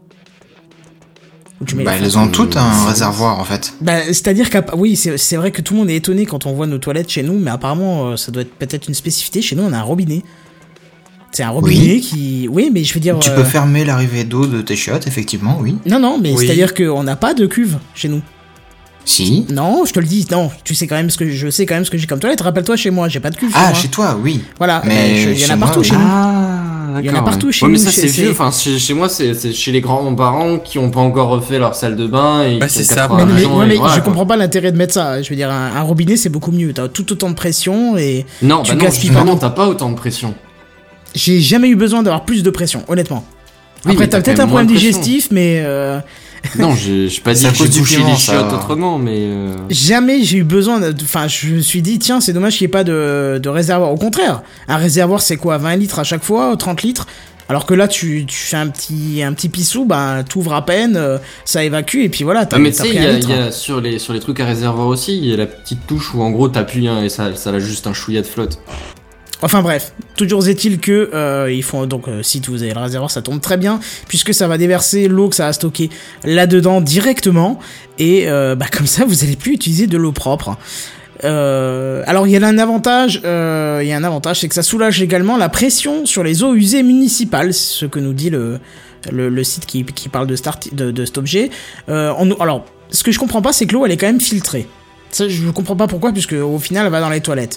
S2: Où tu mets les
S3: Elles ont toutes un réservoir, en fait.
S2: c'est-à-dire oui, c'est vrai que tout le monde est étonné quand on voit nos toilettes chez nous, mais apparemment, ça doit être peut-être une spécificité. Chez nous, on a un robinet. C'est un robinet qui... Oui, mais je veux dire...
S3: Tu peux fermer l'arrivée d'eau de tes chiottes, effectivement, oui.
S2: Non, mais
S4: Oui.
S2: c'est-à-dire qu'on n'a pas de cuve chez nous.
S3: Si.
S2: Non, je te le dis, non, je sais quand même ce que j'ai comme toilette. Rappelle-toi, chez moi, j'ai pas de cuve chez
S3: Ah,
S2: moi.
S3: chez toi, oui.
S2: Voilà,
S3: Mais
S2: il y en
S3: chez
S2: a
S3: moi,
S2: partout
S3: oui.
S2: chez nous.
S5: Ah,
S2: Il y en a partout chez
S5: mais
S2: nous,
S5: ça
S2: chez-
S5: c'est
S2: c'est-
S5: vieux. Enfin, chez moi, c'est chez les grands-parents qui ont pas encore refait leur salle de bain et
S4: Ouais,
S5: qui
S4: c'est
S5: ont
S4: ça.
S5: 80
S2: Mais
S5: ans, et
S2: je
S5: voilà, quoi.
S2: comprends pas l'intérêt de mettre ça. Je veux dire, un robinet, c'est beaucoup mieux. T'as tout autant de pression et
S5: Non,
S2: tu
S5: bah non,
S2: gaspilles
S5: justement,
S2: pas.
S5: t'as pas autant de pression.
S2: J'ai jamais eu besoin d'avoir plus de pression, honnêtement.
S5: Oui,
S2: Après,
S5: mais
S2: t'as
S5: t'as
S2: peut-être
S5: quand
S2: un
S5: même
S2: problème
S5: moins de pression.
S2: digestif, mais
S5: Non, j'ai pas
S3: C'est
S5: dit
S3: à
S5: que
S3: cause
S5: j'ai
S3: du
S5: bouché
S3: piment,
S5: les
S3: ça.
S5: chiottes autrement, mais
S2: jamais j'ai eu besoin enfin, je me suis dit, tiens, c'est dommage qu'il n'y ait pas de réservoir. Au contraire, un réservoir, c'est quoi? 20 litres à chaque fois, 30 litres? Alors que là, tu fais un petit pissou, t'ouvres à peine, ça évacue, et puis voilà, t'as
S5: mais tu sais,
S2: pris un litre.
S5: il y a sur les trucs à réservoir aussi, il y a la petite touche où en gros t'appuies et ça a juste un chouïa de flotte.
S2: Enfin bref, toujours est-il que ils font donc si vous avez le réservoir, ça tombe très bien puisque ça va déverser l'eau que ça a stocké là-dedans directement et comme ça vous allez plus utiliser de l'eau propre. Alors il y a un avantage, c'est que ça soulage également la pression sur les eaux usées municipales, c'est ce que nous dit le site qui parle de cet objet. Alors ce que je comprends pas, c'est que l'eau elle est quand même filtrée. Ça je comprends pas pourquoi, puisque au final elle va dans les toilettes.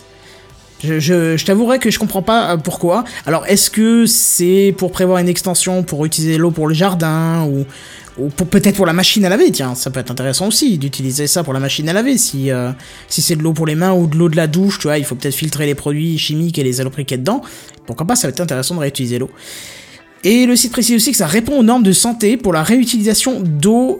S2: Je t'avouerai que je comprends pas pourquoi. Alors, est-ce que c'est pour prévoir une extension pour utiliser l'eau pour le jardin ou peut-être pour la machine à laver? Tiens, ça peut être intéressant aussi d'utiliser ça pour la machine à laver. Si c'est de l'eau pour les mains ou de l'eau de la douche, tu vois, il faut peut-être filtrer les produits chimiques et les saloperies qu'il y a dedans. Pourquoi pas, ça va être intéressant de réutiliser l'eau. Et le site précise aussi que ça répond aux normes de santé pour la réutilisation d'eau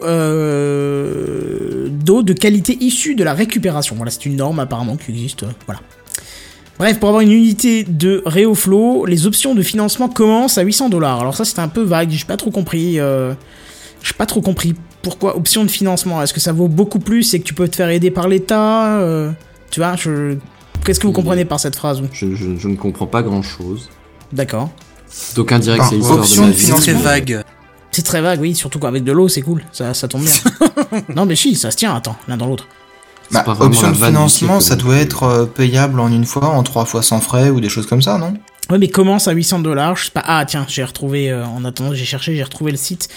S2: de qualité issue de la récupération. Voilà, c'est une norme apparemment qui existe. Voilà. Bref, pour avoir une unité de ReoFlow, les options de financement commencent à $800. Alors ça, c'était un peu vague, j'ai pas trop compris. Pourquoi option de financement. Est-ce que ça vaut beaucoup plus et que tu peux te faire aider par l'État Tu vois, qu'est-ce que vous comprenez par cette phrase?
S5: Je ne comprends pas grand chose.
S2: D'accord.
S5: Donc indirect, c'est l'histoire de
S3: option
S5: ma
S3: de
S5: vie.
S4: C'est très
S3: financement.
S4: vague.
S2: C'est très vague, oui, surtout qu'avec de l'eau, c'est cool. Ça tombe bien. Non, mais si, ça se tient, attends, l'un dans l'autre.
S5: C'est pas vraiment
S3: Option
S5: la
S3: de
S5: vanne du
S3: financement,
S5: siècle,
S3: ça
S5: donc,
S3: doit être payable en une fois, en 3 fois sans frais ou des choses comme ça, non?
S2: Ouais, mais commence à $800, je sais pas. Ah, tiens, j'ai retrouvé, en attendant, j'ai retrouvé le site.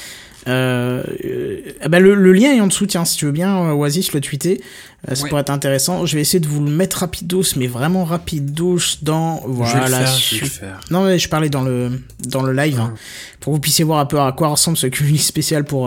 S2: Le lien est en dessous, tiens, si tu veux bien, Oasis, le tweeter. Ça
S4: Ouais.
S2: pourrait être intéressant. Je vais essayer de vous le mettre rapidos, mais vraiment rapidos dans, voilà.
S4: Je vais le faire.
S2: Non, mais je parlais dans le live, hein, pour que vous puissiez voir un peu à quoi ressemble ce cumulus spécial pour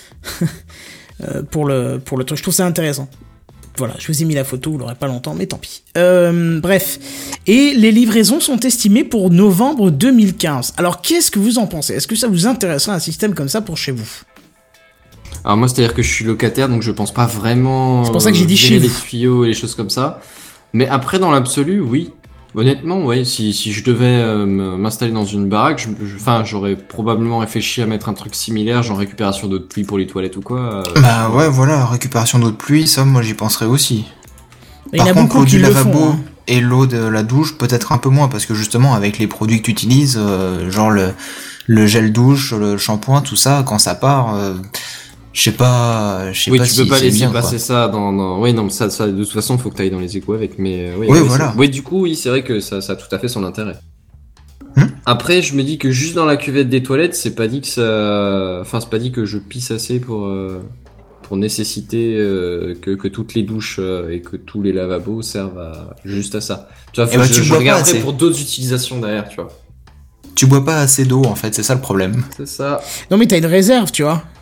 S2: le truc. Je trouve ça intéressant. Voilà, je vous ai mis la photo, vous l'aurez pas longtemps, mais tant pis. Bref. Et les livraisons sont estimées pour novembre 2015. Alors, qu'est-ce que vous en pensez? Est-ce que ça vous intéresserait un système comme ça pour chez vous?
S5: Alors moi, c'est-à-dire que je suis locataire, donc je pense pas vraiment.
S2: C'est pour ça que j'ai dit
S5: gérer
S2: chez
S5: les
S2: vous.
S5: tuyaux et les choses comme ça. Mais après, dans l'absolu, oui. Honnêtement, ouais. Si je devais m'installer dans une baraque, j'aurais probablement réfléchi à mettre un truc similaire, genre récupération d'eau de pluie pour les toilettes ou quoi.
S3: Bah ouais, voilà, récupération d'eau de pluie, ça, moi j'y penserais aussi.
S2: Il y en
S3: Par
S2: a
S3: contre,
S2: beaucoup
S3: l'eau
S2: qui
S3: du
S2: le
S3: lavabo
S2: font. Hein.
S3: et l'eau de la douche, peut-être un peu moins, parce que justement, avec les produits que tu utilises, genre le gel douche, le shampoing, tout ça, quand ça part, je sais pas
S5: Oui,
S3: pas
S5: tu
S3: si
S5: peux pas
S3: c'est
S5: laisser
S3: bien,
S5: passer
S3: quoi.
S5: ça dans. Oui, non, mais ça, de toute façon, faut que t'ailles dans les égouts avec. Mais oui,
S3: Oui,
S5: oui,
S3: voilà.
S5: Oui, du coup, oui, c'est vrai que ça a tout à fait son intérêt.
S3: Hmm.
S5: Après, je me dis que juste dans la cuvette des toilettes, c'est pas dit que ça. Enfin, c'est pas dit que je pisse assez pour nécessiter que toutes les douches et que tous les lavabos servent juste à ça. Tu vois, faut
S3: Eh ben,
S5: que
S3: tu
S5: je
S3: bois pas
S5: regarderai
S3: assez.
S5: pour d'autres utilisations derrière, tu vois.
S3: Tu bois pas assez d'eau, en fait, c'est ça le problème.
S5: C'est ça.
S2: Non, mais t'as une réserve, tu vois.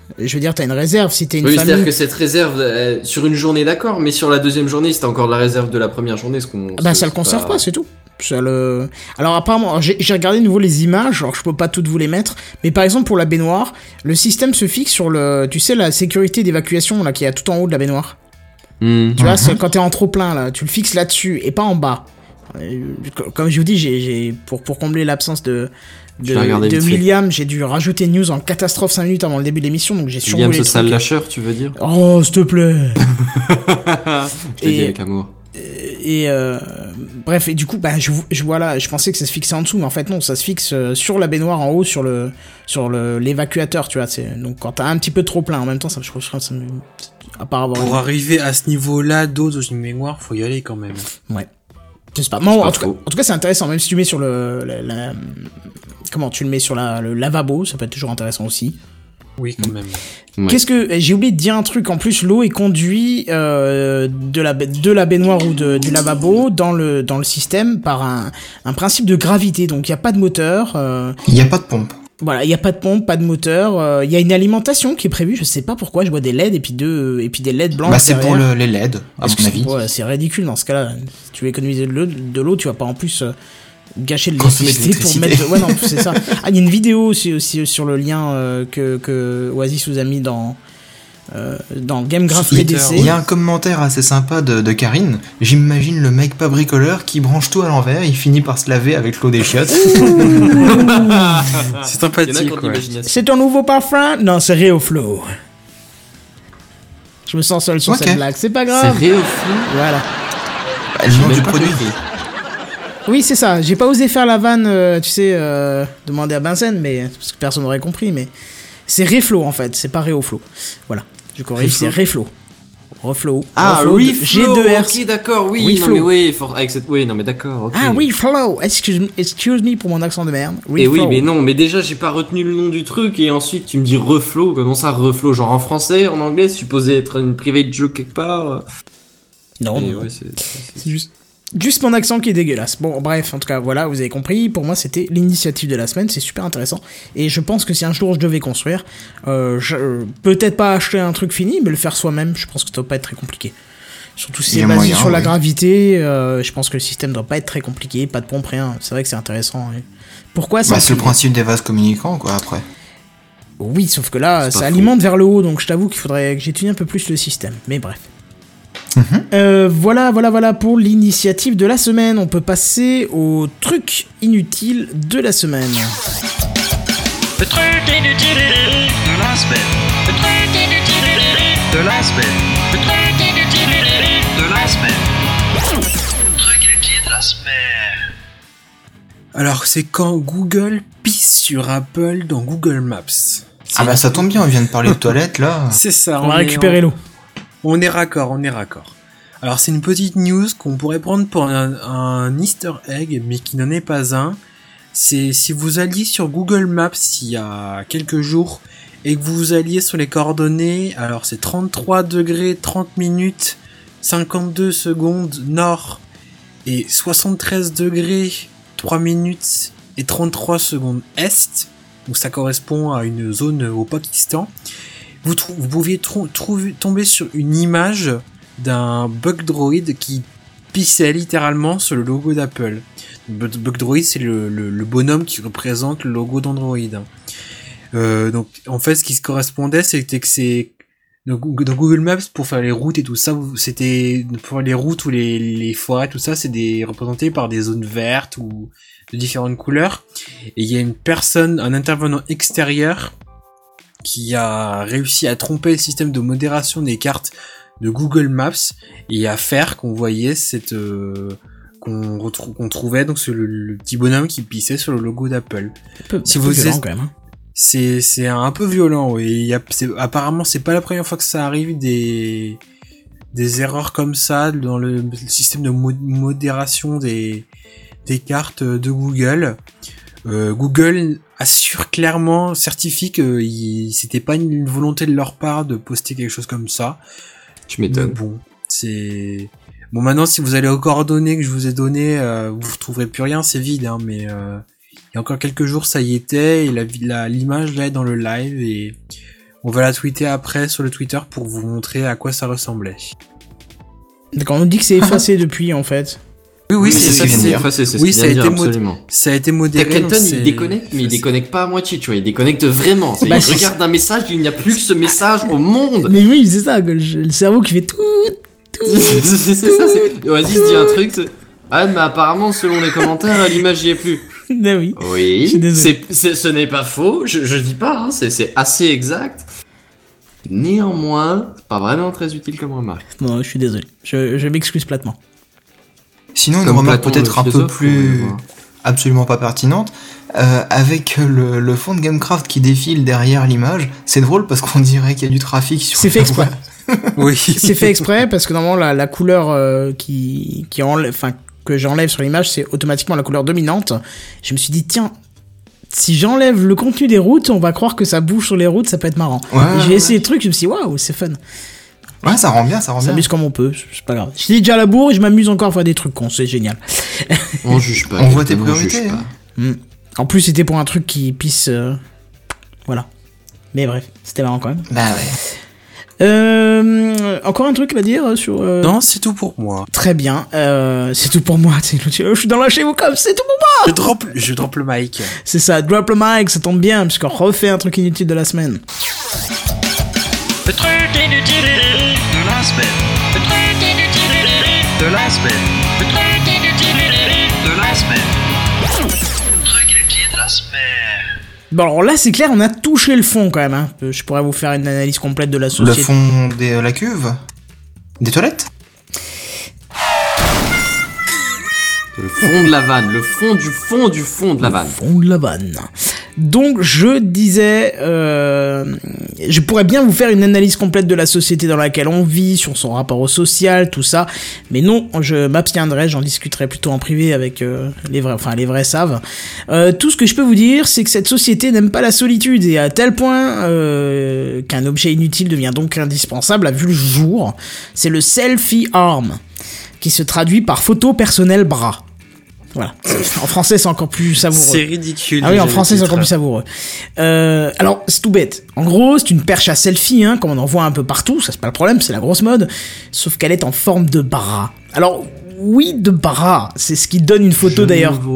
S2: Je veux dire, t'as une réserve si t'es une
S5: Oui,
S2: famille.
S5: c'est-à-dire que cette réserve, sur une journée, d'accord, mais sur la deuxième journée, si t'as encore de la réserve de la première journée,
S2: Ça le conserve pas, c'est tout. Alors apparemment, j'ai regardé de nouveau les images, alors je peux pas toutes vous les mettre, mais par exemple pour la baignoire, le système se fixe sur tu sais, la sécurité d'évacuation là qui est tout en haut de la baignoire. Tu vois, c'est quand t'es en trop plein là, tu le fixes là-dessus et pas en bas. Comme je vous dis, j'ai pour combler l'absence de William, j'ai dû rajouter une news en catastrophe 5 minutes avant le début de l'émission, donc j'ai survolé
S5: William,
S2: le
S5: ce sale
S2: truc.
S5: lâcheur, tu veux dire?
S2: Oh, s'il te plaît.
S5: Je te dis avec amour.
S2: Bref, et du coup, je pensais que ça se fixait en dessous, mais en fait non, ça se fixe sur la baignoire en haut, sur l'évacuateur, tu vois. Donc quand t'as un petit peu trop plein, en même temps, je crois que ça me... à part avoir
S4: Pour arriver à ce niveau-là d'eau dans une mémoire, faut y aller quand même.
S2: Ouais. Je sais pas. Non, en tout cas, c'est intéressant, même si tu mets sur comment tu le mets sur le lavabo, ça peut être toujours intéressant aussi.
S4: Oui, quand même.
S5: Ouais.
S2: Qu'est-ce que j'ai oublié de dire un truc. En plus, l'eau est conduite de la baignoire ou du lavabo dans le système par un principe de gravité. Donc il y a pas de moteur.
S3: Il y a pas de pompe.
S2: Voilà, il y a pas de pompe, pas de moteur. Il y a une alimentation qui est prévue. Je sais pas pourquoi. Je vois des LED et puis des LED blancs.
S3: C'est pour les LED, à mon avis.
S2: C'est ridicule dans ce cas-là. Si tu veux économiser de l'eau, tu vas pas en plus gâcher
S3: consommer de
S2: l'électricité pour mettre. Ouais, non, c'est ça. Il y a une vidéo aussi sur le lien que Oasis vous a mis dans GameGraph PDC.
S3: Il y a un commentaire assez sympa de Karine. J'imagine le mec pas bricoleur qui branche tout à l'envers, il finit par se laver avec l'eau des chiottes.
S4: C'est sympathique, quoi.
S2: C'est ton nouveau parfum? Non, c'est Réoflow. Je me sens seul sur cette blague, c'est pas grave.
S5: C'est Réoflow?
S2: Voilà.
S3: Le nom du produit.
S2: Oui, c'est ça. J'ai pas osé faire la vanne, demander à Benzen, mais parce que personne n'aurait compris, mais c'est Reflow en fait, c'est pas Réoflow. Voilà, je corrige, c'est Reflow. Reflow.
S5: Ah,
S2: Reflow,
S5: Reflow,
S2: G2R.
S5: ok, d'accord, oui,
S2: Reflow.
S5: non mais oui, avec cette, oui, non mais d'accord, ok.
S2: Ah, Reflow. Excuse me pour mon accent de merde.
S5: Et oui,
S2: Reflow.
S5: mais non, mais déjà j'ai pas retenu le nom du truc et ensuite tu me dis reflow, comment ça reflow, genre en français, en anglais, supposé être une private joke quelque part.
S2: Non,
S5: Et
S2: non.
S5: ouais,
S2: C'est juste mon accent qui est dégueulasse. Bon, bref, en tout cas, voilà, vous avez compris. Pour moi, c'était l'initiative de la semaine. C'est super intéressant. Et je pense que si un jour je devais construire, peut-être pas acheter un truc fini, mais le faire soi-même, je pense que ça doit pas être très compliqué. Surtout si c'est basé sur la gravité, je pense que le système doit pas être très compliqué. Pas de pompe, rien. C'est vrai que c'est intéressant. Et... Pourquoi ça
S3: c'est le principe des vases communicants, quoi, après.
S2: Oui, sauf que là,
S5: C'est
S2: ça
S5: pas
S2: alimente vers le haut, donc je t'avoue qu'il faudrait que j'étudie un peu plus le système. Mais bref. Voilà pour l'initiative de la semaine. On peut passer au truc inutile de la semaine.
S1: Le truc inutile de la semaine. Le truc inutile de la semaine. Le truc inutile de la semaine. Le truc inutile de la semaine.
S4: Alors, c'est quand Google pisse sur Apple dans Google Maps.
S3: Ah bah ça tombe bien, on vient de parler de toilettes, là.
S4: C'est ça.
S2: On va récupérer l'eau.
S4: On est raccord. Alors, c'est une petite news qu'on pourrait prendre pour un easter egg, mais qui n'en est pas un. C'est si vous alliez sur Google Maps il y a quelques jours et que vous alliez sur les coordonnées, alors c'est 33 degrés, 30 minutes, 52 secondes nord et 73 degrés, 3 minutes et 33 secondes est. Donc ça correspond à une zone au Pakistan. Vous pouviez tomber sur une image d'un bug droid qui pissait littéralement sur le logo d'Apple. Bug droid, c'est le bonhomme qui représente le logo d'Android. Donc, en fait, ce qui se correspondait, c'était que c'est dans Google Maps pour faire les routes et tout ça, c'était pour les routes ou les forêts, tout ça, c'est représenté par des zones vertes ou de différentes couleurs. Et il y a une personne, un intervenant extérieur, qui a réussi à tromper le système de modération des cartes de Google Maps et à faire qu'on voyait qu'on trouvait donc le petit bonhomme qui pissait sur le logo d'Apple.
S2: Si vous violent, quand même, hein.
S4: C'est un peu violent, oui. Apparemment, c'est pas la première fois que ça arrive des erreurs comme ça dans le système de modération des cartes de Google. Google assure clairement, certifie que c'était pas une volonté de leur part de poster quelque chose comme ça.
S5: Tu m'étonnes.
S4: Bon, maintenant, si vous allez aux coordonnées que je vous ai données, vous trouverez plus rien, c'est vide, hein, mais il y a encore quelques jours, ça y était, et l'image là est dans le live, et On va la tweeter après sur le Twitter pour vous montrer à quoi ça ressemblait.
S2: D'accord, on nous dit que c'est effacé depuis, en fait.
S4: Oui,
S3: c'est ce qu'il vient de dire.
S5: C'est ce
S4: Oui,
S5: qu'il
S4: ça a
S5: vient de
S4: été
S5: dire, absolument.
S4: Ça a été modéré.
S5: Kenton,
S4: donc
S5: il déconnecte, mais il déconnecte pas à moitié, tu vois, il déconnecte vraiment.
S2: Bah,
S5: Il
S2: c'est
S5: regarde un message, il n'y a plus que ce message au monde.
S2: Mais oui, c'est ça, que le cerveau qui fait tout.
S5: C'est ça, c'est... Oasis dit un truc, ah, mais apparemment, selon les commentaires, l'image y est plus.
S2: Ah oui. Je
S5: Oui,
S2: suis désolé.
S5: ce n'est pas faux, je dis pas, hein, c'est assez exact. Néanmoins, c'est pas vraiment très utile comme remarque.
S2: Non, je suis désolé. Je m'excuse platement.
S3: Sinon, une
S5: Comme
S3: remarque
S5: Platon,
S3: peut-être
S5: le
S3: un peu
S5: philosophe,
S3: plus...
S5: on va voir.
S3: absolument pas pertinente. Avec le fond de Gamecraft qui défile derrière l'image, c'est drôle parce qu'on dirait qu'il y a du trafic sur
S2: C'est fait
S3: la
S2: exprès.
S3: voie.
S4: Oui.
S2: C'est fait exprès parce que normalement la couleur qui enlève, enfin que j'enlève sur l'image, c'est automatiquement la couleur dominante. Je me suis dit tiens, si j'enlève le contenu des routes, on va croire que ça bouge sur les routes, ça peut être marrant.
S3: Ouais,
S2: Et j'ai
S3: ouais.
S2: essayé le truc, je me suis dit waouh, c'est fun.
S3: Ouais, ça rend bien, ça rend
S2: On
S3: bien.
S2: s'amuse comme on peut, c'est pas grave. Je suis déjà à la bourre et je m'amuse encore à faire des trucs cons, c'est génial.
S5: On juge pas.
S3: On voit tes
S5: Kenton, on juge
S3: priorités.
S5: pas.
S3: Hein.
S2: En plus, c'était pour un truc qui pisse. Voilà. Mais bref, c'était marrant quand même.
S3: Bah ouais.
S2: Encore un truc à dire sur.
S4: Non, c'est tout pour moi.
S2: Très bien. C'est tout pour moi. Je suis dans la chez vous comme c'est tout pour moi.
S4: Je drop le mic.
S2: C'est ça. Drop le mic, ça tombe bien puisqu'on refait un truc inutile de la semaine.
S1: Le truc inutile de la semaine. Le truc inutile de la semaine. Le truc inutile de la semaine. Le truc inutile de la semaine.
S2: Bon alors là c'est clair, on a touché le fond quand même. Hein. Je pourrais vous faire une analyse complète de la
S3: Le
S2: société.
S3: fond de la cuve. Des toilettes.
S5: Le fond de la vanne, le fond du fond du fond de la vanne.
S2: Fond de la vanne. Donc je disais, je pourrais bien vous faire une analyse complète de la société dans laquelle on vit, sur son rapport au social, tout ça, mais non, je m'abstiendrai, j'en discuterai plutôt en privé avec les vrais savent. Tout ce que je peux vous dire, c'est que cette société n'aime pas la solitude, et à tel point qu'un objet inutile devient donc indispensable, a vu le jour. C'est le selfie arm, qui se traduit par photo personnelle bras. Voilà. En français, c'est encore plus savoureux.
S4: C'est ridicule.
S2: Ah oui,
S4: déjà,
S2: en
S4: le
S2: français, c'est
S4: titre.
S2: encore plus savoureux. Alors, c'est tout bête. En gros, c'est une perche à selfie, hein, comme on en voit un peu partout, ça c'est pas le problème, c'est la grosse mode, sauf qu'elle est en forme de bras. Alors, oui, de bras, c'est ce qui donne une photo d'ailleurs.
S5: Je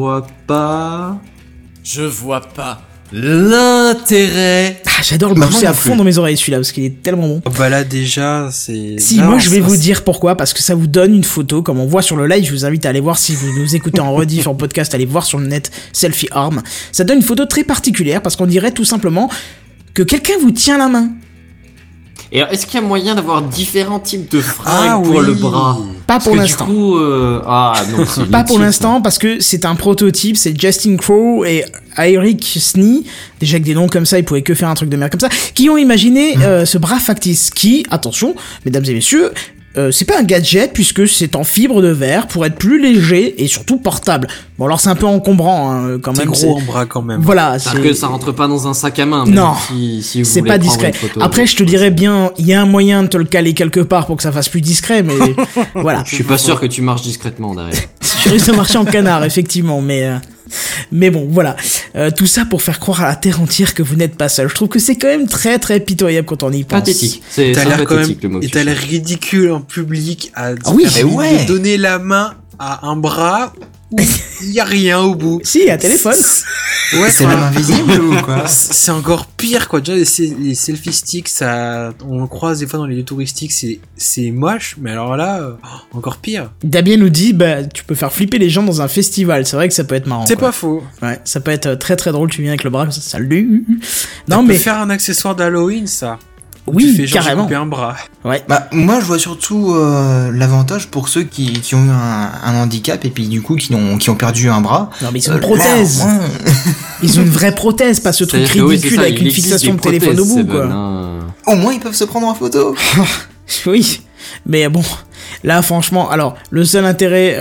S5: vois pas l'intérêt.
S2: Ah, j'adore le
S3: Bah,
S2: pousser
S3: moi
S2: à
S3: non
S2: fond
S3: plus.
S2: dans mes oreilles, celui-là, parce qu'il est tellement bon.
S4: Oh, bah là, déjà, c'est...
S2: Si,
S4: Non,
S2: moi je vais
S4: ça,
S2: vous
S4: c'est-
S2: dire pourquoi, parce que ça vous donne une photo, comme on voit sur le live, je vous invite à aller voir si vous nous écoutez en rediff, en podcast, allez voir sur le net, Selfie Arm. Ça donne une photo très particulière, parce qu'on dirait tout simplement que quelqu'un vous tient la main.
S5: Et alors, est-ce qu'il y a moyen d'avoir différents types de fringues
S4: Ah
S5: pour
S4: oui.
S5: le bras?
S2: Pas
S5: Parce
S2: pour
S5: que
S2: l'instant.
S5: Du coup, ah non, c'est
S2: Pas pour
S5: inutile,
S2: l'instant, parce que c'est un prototype, c'est Justin Crowe et Eric Snee, déjà que des noms comme ça, ils pouvaient que faire un truc de merde comme ça, qui ont imaginé ce bras factice, qui, attention, mesdames et messieurs, c'est pas un gadget puisque c'est en fibre de verre pour être plus léger et surtout portable. Bon alors c'est un peu encombrant hein, quand
S4: C'est
S2: même.
S4: gros en bras quand même.
S2: Voilà,
S5: C'est-à-dire
S2: c'est
S5: que ça rentre pas dans un sac à main.
S2: Non.
S5: Même si vous
S2: c'est
S5: voulez
S2: pas
S5: prendre
S2: discret.
S5: une photo.
S2: Après je te dirais bien, il y a un moyen de te le caler quelque part pour que ça fasse plus discret, mais voilà.
S5: Je suis pas sûr que tu marches discrètement derrière.
S2: Je risque de marcher en canard effectivement, mais bon voilà. Tout ça pour faire croire à la terre entière que vous n'êtes pas seul. Je trouve que c'est quand même très très pitoyable quand on y pense.
S5: Pathétique. C'est
S4: T'as l'air quand même,
S5: pathétique le mot. que
S4: et
S5: tu
S4: t'as l'air
S5: cherches.
S4: ridicule en public à
S2: Ah oui,
S4: faire
S3: mais ouais.
S4: de donner la main à un bras où il y a rien au bout.
S2: Si, un téléphone.
S4: Ouais,
S3: C'est même invisible ou quoi?
S4: c'est encore pire quoi. Déjà les selfie sticks, ça, on le croise des fois dans les lieux touristiques, c'est moche, mais alors là, encore pire.
S2: Damien nous dit, bah, tu peux faire flipper les gens dans un festival. C'est vrai que ça peut être marrant.
S4: C'est
S2: quoi.
S4: pas faux.
S2: Ouais, ça peut être très très drôle. Tu viens avec le bras comme ça, salut.
S4: Ça
S2: Non
S4: peut
S2: mais
S4: faire un accessoire d'Halloween, ça. Où
S2: oui,
S4: tu fais genre, j'ai
S2: carrément.
S4: coupé un bras.
S2: Ouais.
S3: Bah, moi, je vois surtout l'avantage pour ceux qui ont eu un handicap et puis du coup qui ont perdu un bras.
S2: Non mais ils ont une
S3: Là,
S2: prothèse.
S3: au moins,
S2: Ils ont une vraie prothèse, pas ce truc
S5: C'est-à-dire que oui,
S2: ridicule
S5: c'est ça,
S2: avec
S5: il
S2: une
S5: existe
S2: fixation
S5: des
S2: de téléphone au
S5: prothèses,
S2: bout, quoi.
S5: Seven, hein.
S3: au moins, ils peuvent se prendre en photo.
S2: Oui, mais bon, là franchement, alors le seul intérêt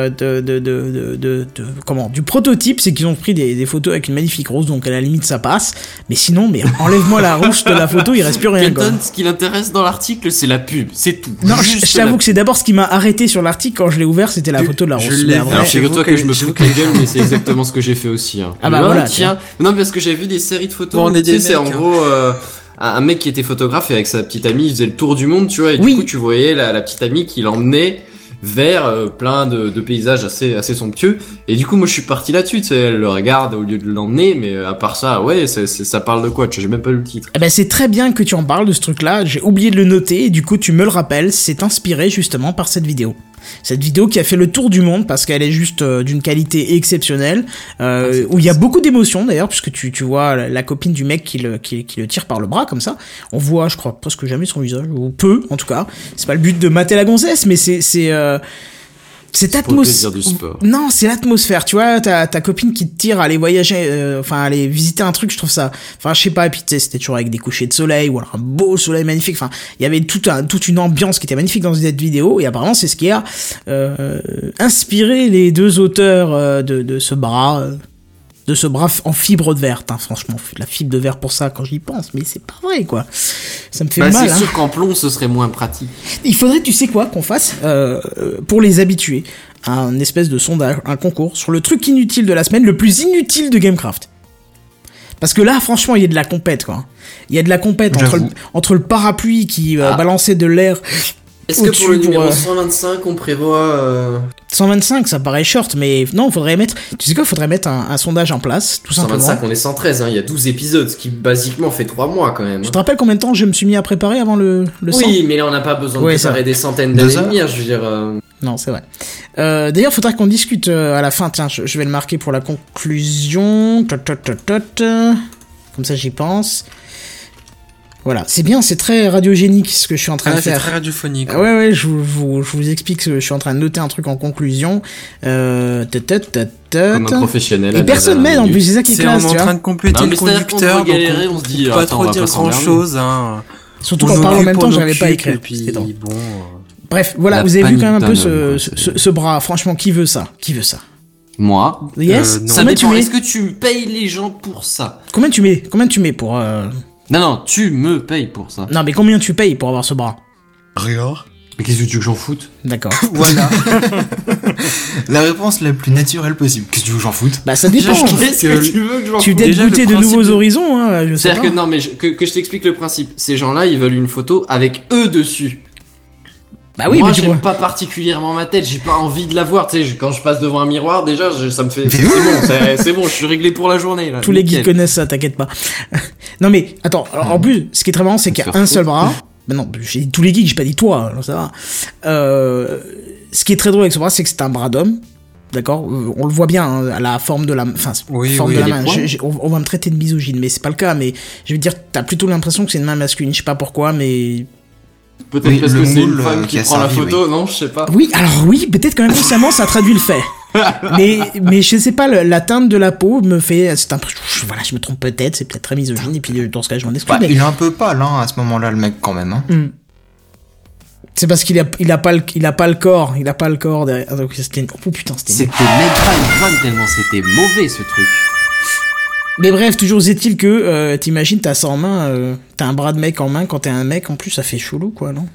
S2: du prototype, c'est qu'ils ont pris des photos avec une magnifique rose, donc à la limite ça passe. Mais sinon, mais enlève-moi la rouge de la photo, il reste plus rien. Quoi.
S5: Kenton, ce qui l'intéresse dans l'article, c'est la pub, c'est tout.
S2: Non,
S5: Juste
S2: je t'avoue
S5: la
S2: que c'est d'abord ce qui m'a arrêté sur l'article quand je l'ai ouvert, c'était la photo de la
S4: je
S2: rose.
S4: l'ai
S2: Mais
S4: vu.
S2: après-
S5: Alors, figure-toi que je me
S4: Je-
S5: fous de ta gueule, mais c'est exactement ce que j'ai fait aussi. Hein.
S2: Ah bah
S5: Mais
S2: voilà,
S5: tiens. Non, parce que j'ai vu des séries de photos.
S4: Bon, on est
S5: tu sais,
S4: des
S5: c'est en
S4: mecs, hein.
S5: gros un mec qui était photographe et avec sa petite amie, il faisait le tour du monde, tu vois, et
S2: Oui.
S5: du coup, tu voyais la petite amie qui l'emmenait vers plein de paysages assez somptueux. Et du coup, moi, je suis parti là-dessus, tu sais, elle le regarde au lieu de l'emmener, mais à part ça, ouais, ça parle de quoi? J'ai même pas lu le titre.
S2: Eh ben, c'est très bien que tu en parles de ce truc-là, j'ai oublié de le noter, et du coup tu me le rappelles, c'est inspiré justement par cette vidéo. Cette vidéo qui a fait le tour du monde parce qu'elle est juste d'une qualité exceptionnelle, où il y a beaucoup d'émotions d'ailleurs, puisque tu vois la copine du mec qui le tire par le bras comme ça. On voit, je crois, presque jamais son visage, ou peu en tout cas. C'est pas le but de mater la gonzesse, mais c'est cette
S5: C'est pour le
S2: atmosphère.
S5: plaisir du sport.
S2: Non, c'est l'atmosphère, tu vois, ta copine qui te tire à aller voyager, enfin aller visiter un truc, je trouve ça, enfin je sais pas, et puis tu sais, c'était toujours avec des couchers de soleil, ou alors un beau soleil magnifique, enfin il y avait toute une ambiance qui était magnifique dans cette vidéo, et apparemment c'est ce qui a inspiré les deux auteurs de ce bras en fibre de verre. Franchement, la fibre de verre pour ça, quand j'y pense, mais c'est pas vrai, quoi. Ça me fait mal,
S5: c'est
S2: hein.
S5: sûr qu'en plomb, ce serait moins pratique.
S2: Il faudrait, tu sais quoi, qu'on fasse, pour les habitués, un espèce de sondage, un concours, sur le truc inutile de la semaine, le plus inutile de Gamecraft. Parce que là, franchement, il y a de la compète, quoi. Il y a de la compète entre le parapluie qui balançait de l'air.
S5: Est-ce que pour le
S2: au-dessus,
S5: numéro 125, on prévoit
S2: 125, ça paraît short, mais non, faudrait mettre, tu sais quoi, faudrait mettre un sondage en place, tout simplement.
S5: 125, on est 113, hein, il y a 12 épisodes, ce qui basiquement fait 3 mois quand même.
S2: Tu te rappelles combien de temps je me suis mis à préparer avant le 100?
S5: Oui, mais là on n'a pas besoin de préparer des centaines d'années, je veux dire...
S2: Non, c'est vrai. D'ailleurs, faudrait qu'on discute à la fin. Tiens, je vais le marquer pour la conclusion. Comme ça, j'y pense. Voilà, c'est bien, c'est très radiogénique ce que je suis en train de faire.
S4: C'est très radiophonique.
S2: Ouais, je vous explique que je suis en train de noter un truc en conclusion.
S5: Comme un professionnel.
S2: Et personne m'aide en plus, c'est ça qui est classe,
S4: on est en train de compléter le conducteur, donc
S5: on se dit,
S4: pas trop dire grand chose, hein.
S2: Surtout qu'en parlant en même temps, j'arrivais pas à écrire. Bref, voilà, vous avez vu quand même un peu ce bras. Franchement, qui veut ça?
S5: Moi.
S2: Yes.
S5: Ça dépend. Est-ce que tu payes les gens pour ça?
S2: Combien tu mets pour
S5: Non, tu me payes pour ça.
S2: Non, mais combien tu payes pour avoir ce bras?
S4: Rien.
S5: Mais qu'est-ce que tu veux que j'en foute?
S2: D'accord.
S3: Voilà. La réponse la plus naturelle possible. Qu'est-ce que tu veux que j'en foute?
S2: Bah ça dépend.
S5: Qu'est-ce que tu veux que j'en foute?
S2: Tu veux goûter de nouveaux horizons, hein, je sais pas.
S5: C'est-à-dire que non, mais que je t'explique le principe. Ces gens-là, ils veulent une photo avec eux dessus.
S2: Bah oui,
S5: moi,
S2: mais tu vois.
S5: j'aime pas particulièrement ma tête, j'ai pas envie de la voir, tu sais, quand je passe devant un miroir, déjà, ça me fait, c'est bon, je suis réglé pour la journée, là.
S2: Tous les geeks connaissent ça, t'inquiète pas. Non mais, attends, alors, en plus, ce qui est très marrant, c'est qu'il y a un seul bras. Bah non, j'ai dit tous les geeks, j'ai pas dit toi, alors ça va. Ce qui est très drôle avec ce bras, c'est que c'est un bras d'homme. D'accord, on le voit bien, hein, à la forme de la, forme de la main. On va me traiter de misogyne, mais c'est pas le cas. Mais je veux dire, t'as plutôt l'impression que c'est une main masculine. Je sais pas pourquoi, mais
S5: peut-être parce que c'est une femme qui prend la photo, non, je sais pas.
S2: Oui, alors oui, peut-être quand même consciemment ça traduit le fait. mais je sais pas, la teinte de la peau me fait cette impression. Voilà, je me trompe peut-être, c'est peut-être très misogyne. Et puis dans ce cas, je m'en excuse.
S3: Il est un peu pâle, hein, à ce moment-là, le mec quand même. Hein.
S2: C'est parce qu'il a pas le corps derrière. Donc c'était oh putain,
S5: c'était même pas une vanne tellement c'était mauvais ce truc.
S2: Mais bref, toujours est-il que t'imagines, t'as ça en main, t'as un bras de mec en main quand t'es un mec, en plus ça fait chelou quoi, non?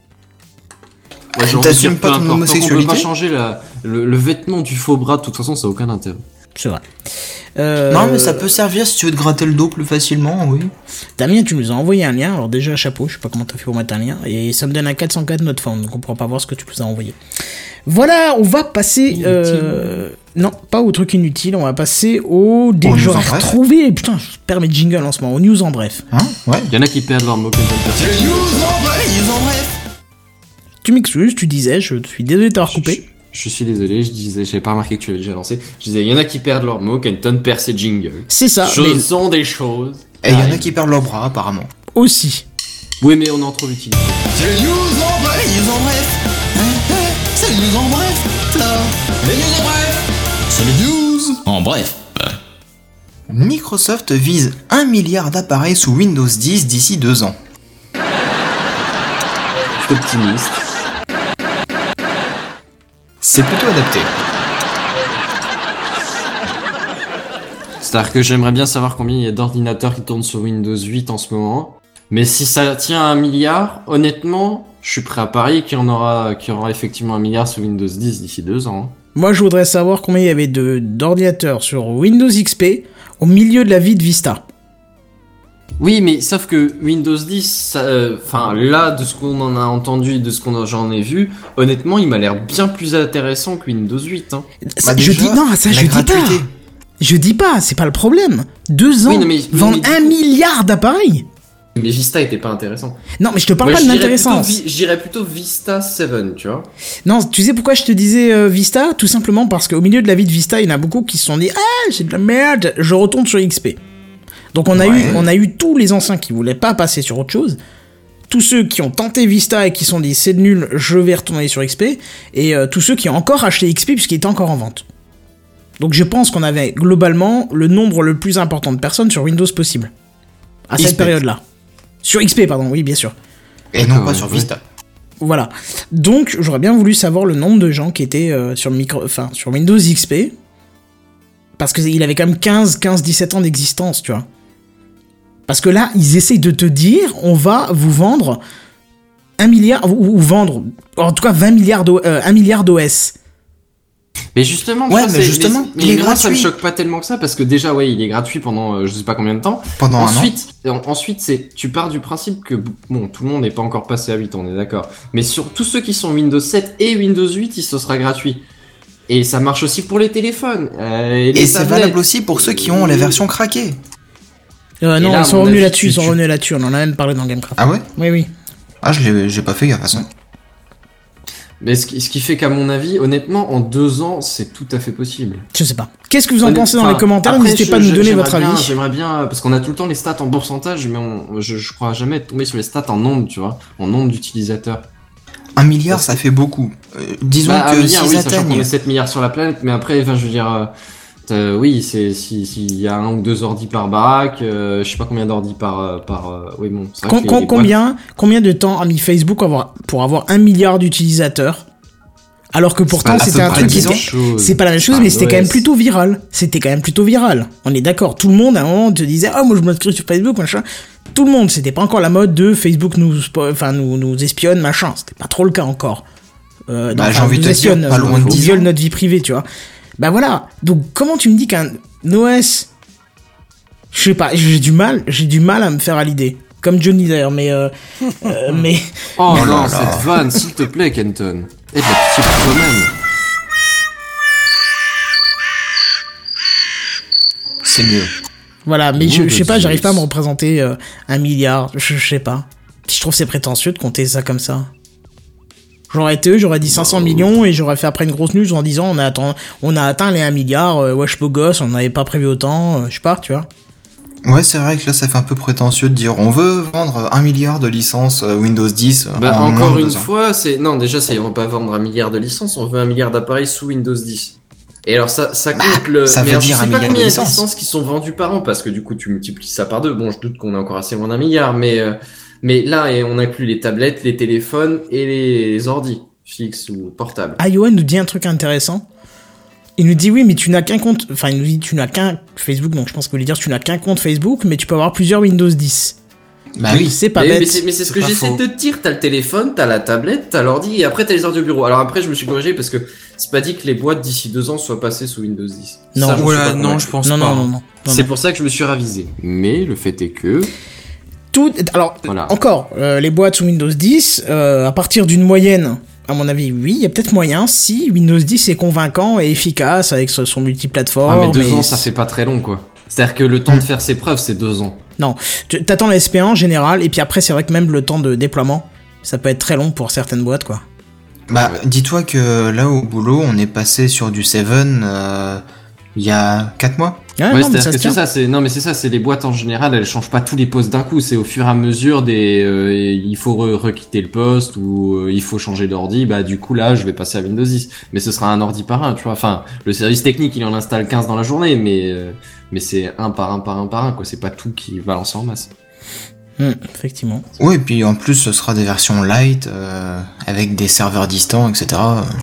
S5: Ouais,
S3: t'assumes pas ton homosexualité?
S5: On peut pas changer le vêtement du faux bras, de toute façon ça a aucun intérêt.
S2: C'est vrai.
S3: Non mais ça peut servir si tu veux te gratter le dos plus facilement, oui.
S2: Damien, tu nous as envoyé un lien, alors déjà chapeau, je sais pas comment t'as fait pour mettre un lien, et ça me donne un 404 not found, donc on pourra pas voir ce que tu nous as envoyé. Voilà, on va passer... Non, pas au truc inutile, on va passer au... J'aurais retrouvé... Putain, je perds mes jingles en ce moment, aux news en bref.
S3: Hein? Ouais.
S5: Il y en a qui perdent leur mot.
S3: C'est les news en bref.
S2: Tu m'excuses, tu disais, je suis désolé de t'avoir coupé.
S5: Je suis désolé, je disais, j'avais pas remarqué que tu l'avais déjà lancé. Je disais, il y en a qui perdent leur mot, Kenton perd ses jingles.
S2: C'est ça.
S5: Ce sont des choses.
S3: Et il y en a qui perdent leur bras, apparemment.
S2: Aussi.
S5: Oui, mais on en trouve l'utilité.
S3: C'est les news en bref. Les news en bref. C'est les news en bref. Là. Les news en bref. C'est les news en bref. Microsoft vise 1 milliard d'appareils sous Windows 10 d'ici 2 ans.
S5: Je suis optimiste.
S3: C'est plutôt adapté.
S5: C'est-à-dire que j'aimerais bien savoir combien il y a d'ordinateurs qui tournent sur Windows 8 en ce moment. Mais si ça tient à 1 milliard, honnêtement, je suis prêt à parier qu'il y aura effectivement 1 milliard sur Windows 10 d'ici 2 ans.
S2: Moi, je voudrais savoir combien il y avait d'ordinateurs sur Windows XP au milieu de la vie de Vista.
S5: Oui, mais sauf que Windows 10, enfin là, de ce qu'on en a entendu et de ce j'en ai vu, honnêtement, il m'a l'air bien plus intéressant que Windows 8. Hein.
S2: Ça,
S3: Déjà,
S2: je dis non, ça je dis pas.
S3: gratuité.
S2: Je dis pas, c'est pas le problème. 2 ans,
S5: Oui, non, mais
S2: vendre
S5: du
S2: 1
S5: coup-
S2: milliard d'appareils.
S5: Mais Vista était pas intéressant.
S2: Non, mais je te parle
S5: Moi,
S2: pas de
S5: je dirais
S2: l'intéressance.
S5: plutôt je dirais plutôt Vista 7, tu vois.
S2: Non, tu sais pourquoi je te disais Vista? Tout simplement parce qu'au milieu de la vie de Vista, il y en a beaucoup qui se sont dit ah c'est de la merde, je retourne sur XP. Donc on a eu tous les anciens qui voulaient pas passer sur autre chose, tous ceux qui ont tenté Vista et qui se sont dit c'est nul, je vais retourner sur XP, et tous ceux qui ont encore acheté XP puisqu'il était encore en vente. Donc je pense qu'on avait globalement le nombre le plus important de personnes sur Windows possible à cette
S3: XP.
S2: période-là. Sur XP, pardon, oui bien sûr.
S3: Et non pas sur Vista.
S2: Voilà. Donc, j'aurais bien voulu savoir le nombre de gens qui étaient sur Windows XP. Parce qu'il avait quand même 15-17 ans d'existence, tu vois. Parce que là, ils essayent de te dire, on va vous vendre 1 milliard, ou vendre, en tout cas 1 milliard d'OS.
S5: Mais justement,
S3: Ouais,
S5: tu vois,
S3: mais justement, il est
S5: moi, ça me
S3: gratuit.
S5: choque pas tellement que ça parce que déjà, ouais, il est gratuit pendant je sais pas combien de temps.
S3: Pendant un an.
S5: Ensuite, tu pars du principe que bon, tout le monde n'est pas encore passé à 8, on est d'accord. Mais sur tous ceux qui sont Windows 7 et Windows 8, ce sera gratuit. Et ça marche aussi pour les téléphones. Et les
S3: Et c'est
S5: tablettes.
S3: valable aussi pour ceux qui ont les versions craquées.
S2: Non,
S5: là, à
S2: ils sont
S5: mon
S2: revenus
S5: avis,
S2: là-dessus,
S3: tu-
S2: on en a même parlé dans Gamecraft.
S3: Ah ouais?
S2: Oui, oui.
S3: Ah, j'ai pas fait gaffe à ça.
S5: Mais ce qui fait qu'à mon avis, honnêtement, en 2 ans, c'est tout à fait possible.
S2: Je sais pas. Qu'est-ce que vous en pensez dans les
S5: Enfin,
S2: commentaires?
S5: après,
S2: N'hésitez pas à nous donner
S5: j'aimerais
S2: votre
S5: bien-
S2: avis.
S5: J'aimerais bien, parce qu'on a tout le temps les stats en pourcentage, mais je crois jamais être tombé sur les stats en nombre, tu vois, en nombre d'utilisateurs.
S3: 1 milliard, ça fait beaucoup. Disons
S5: Bah,
S3: que
S5: un milliard,
S3: s'ils
S5: oui, sachant qu'on
S3: atteignent...
S5: est 7 milliards sur la planète, mais après, enfin, je veux dire, oui, s'il y a 1 ou 2 ordis par baraque, je sais pas combien d'ordis oui, bon, c'est vrai que les boîtes-
S2: Combien de temps a mis Facebook pour avoir 1 milliard d'utilisateurs? Alors que pourtant
S3: pas à
S2: c'était
S3: peu
S2: un
S3: près
S2: truc qui
S3: 10 ans.
S2: était... C'est pas la même chose, mais c'était quand même plutôt viral. C'était quand même plutôt viral. On est d'accord. Tout le monde à un moment te disait oh moi je m'inscris sur Facebook machin. Tout le monde. C'était pas encore la mode de Facebook nous espionne machin. C'était pas trop le cas encore.
S3: j'ai envie de te dire, pas loin de
S2: ils
S3: 10
S2: violent
S3: ans.
S2: notre vie privée, tu vois. Bah voilà. Donc comment tu me dis qu'un OS, je sais pas, j'ai du mal à me faire à l'idée. Comme Johnny d'ailleurs, mais mais
S5: Oh
S3: Oh là
S5: non,
S3: là.
S5: cette vanne, s'il te plaît, Kenton. Et de la pitié pour toi-même.
S3: C'est mieux.
S2: voilà. Mais
S5: Oh,
S2: je sais pas,
S5: Dieu.
S2: j'arrive pas à me représenter 1 milliard. Je sais pas. Je trouve c'est prétentieux de compter ça comme ça. J'aurais été eux, j'aurais dit 500 millions et j'aurais fait après une grosse news en disant on a atteint les 1 milliard, wesh beau gosse, on n'avait pas prévu autant, je sais pas, tu vois.
S3: Ouais, c'est vrai que là, ça fait un peu prétentieux de dire on veut vendre 1 milliard de licences Windows 10
S5: Bah,
S3: en moins
S5: encore
S3: de
S5: une
S3: 2 ans.
S5: fois, on veut pas vendre 1 milliard de licences, on veut 1 milliard d'appareils sous Windows 10. Et alors ça compte le.
S3: ça
S5: mais
S3: veut
S5: alors,
S3: dire
S5: je sais
S3: 1
S5: pas
S3: milliard de
S5: combien de
S3: licences.
S5: licences qui sont vendues par an parce que du coup tu multiplies ça par 2. Bon, je doute qu'on est encore assez loin d'1 milliard, mais là et on inclut les tablettes, les téléphones et les ordis fixes ou portables.
S2: Iowa nous dit un truc intéressant. Il nous dit oui, mais tu n'as qu'un compte. Enfin, il nous dit tu n'as qu'un Facebook, donc je pense qu'il voulait dire tu n'as qu'un compte Facebook, mais tu peux avoir plusieurs Windows 10.
S3: Bah oui.
S2: C'est pas
S5: Mais
S2: bête.
S5: c'est ce
S4: C'est
S5: que
S4: pas
S5: j'essaie
S4: faux.
S5: de te dire. T'as le téléphone, t'as la tablette, t'as l'ordi, et après t'as les ordi au bureau. Alors après, je me suis corrigé parce que c'est pas dit que les boîtes d'ici 2 ans soient passées sous Windows 10.
S2: Non.
S5: Ça, j'en suis
S4: Voilà,
S5: pas
S4: non,
S5: convaincu.
S4: je pense
S2: Non,
S4: pas.
S2: non, non, non.
S5: C'est pour ça que je me suis ravisé. Mais le fait est que
S2: Tout. Alors,
S5: Voilà.
S2: encore, les boîtes sous Windows 10, à partir d'une moyenne, à mon avis, oui, il y a peut-être moyen si Windows 10 est convaincant et efficace avec son multiplateforme.
S5: mais 2 ans, ça fait pas très long, quoi. C'est-à-dire que le temps de faire ses preuves, c'est 2 ans.
S2: Non, t'attends la SP1 en général, et puis après, c'est vrai que même le temps de déploiement, ça peut être très long pour certaines boîtes, quoi.
S3: Bah, dis-toi que là, au boulot, on est passé sur du 7 il y a 4 mois.
S2: Ah,
S5: Ouais,
S2: non, mais
S5: c'est-à-dire
S2: ça
S5: que
S2: se tient.
S5: c'est ça, c'est les boîtes en général, elles changent pas tous les postes d'un coup, c'est au fur et à mesure il faut requitter le poste ou il faut changer d'ordi, bah du coup là je vais passer à Windows 10, mais ce sera un ordi par un, tu vois, enfin le service technique il en installe 15 dans la journée, mais c'est un par un quoi, c'est pas tout qui va lancer en masse.
S2: Effectivement.
S3: Oui, et puis en plus, ce sera des versions light, avec des serveurs distants, etc.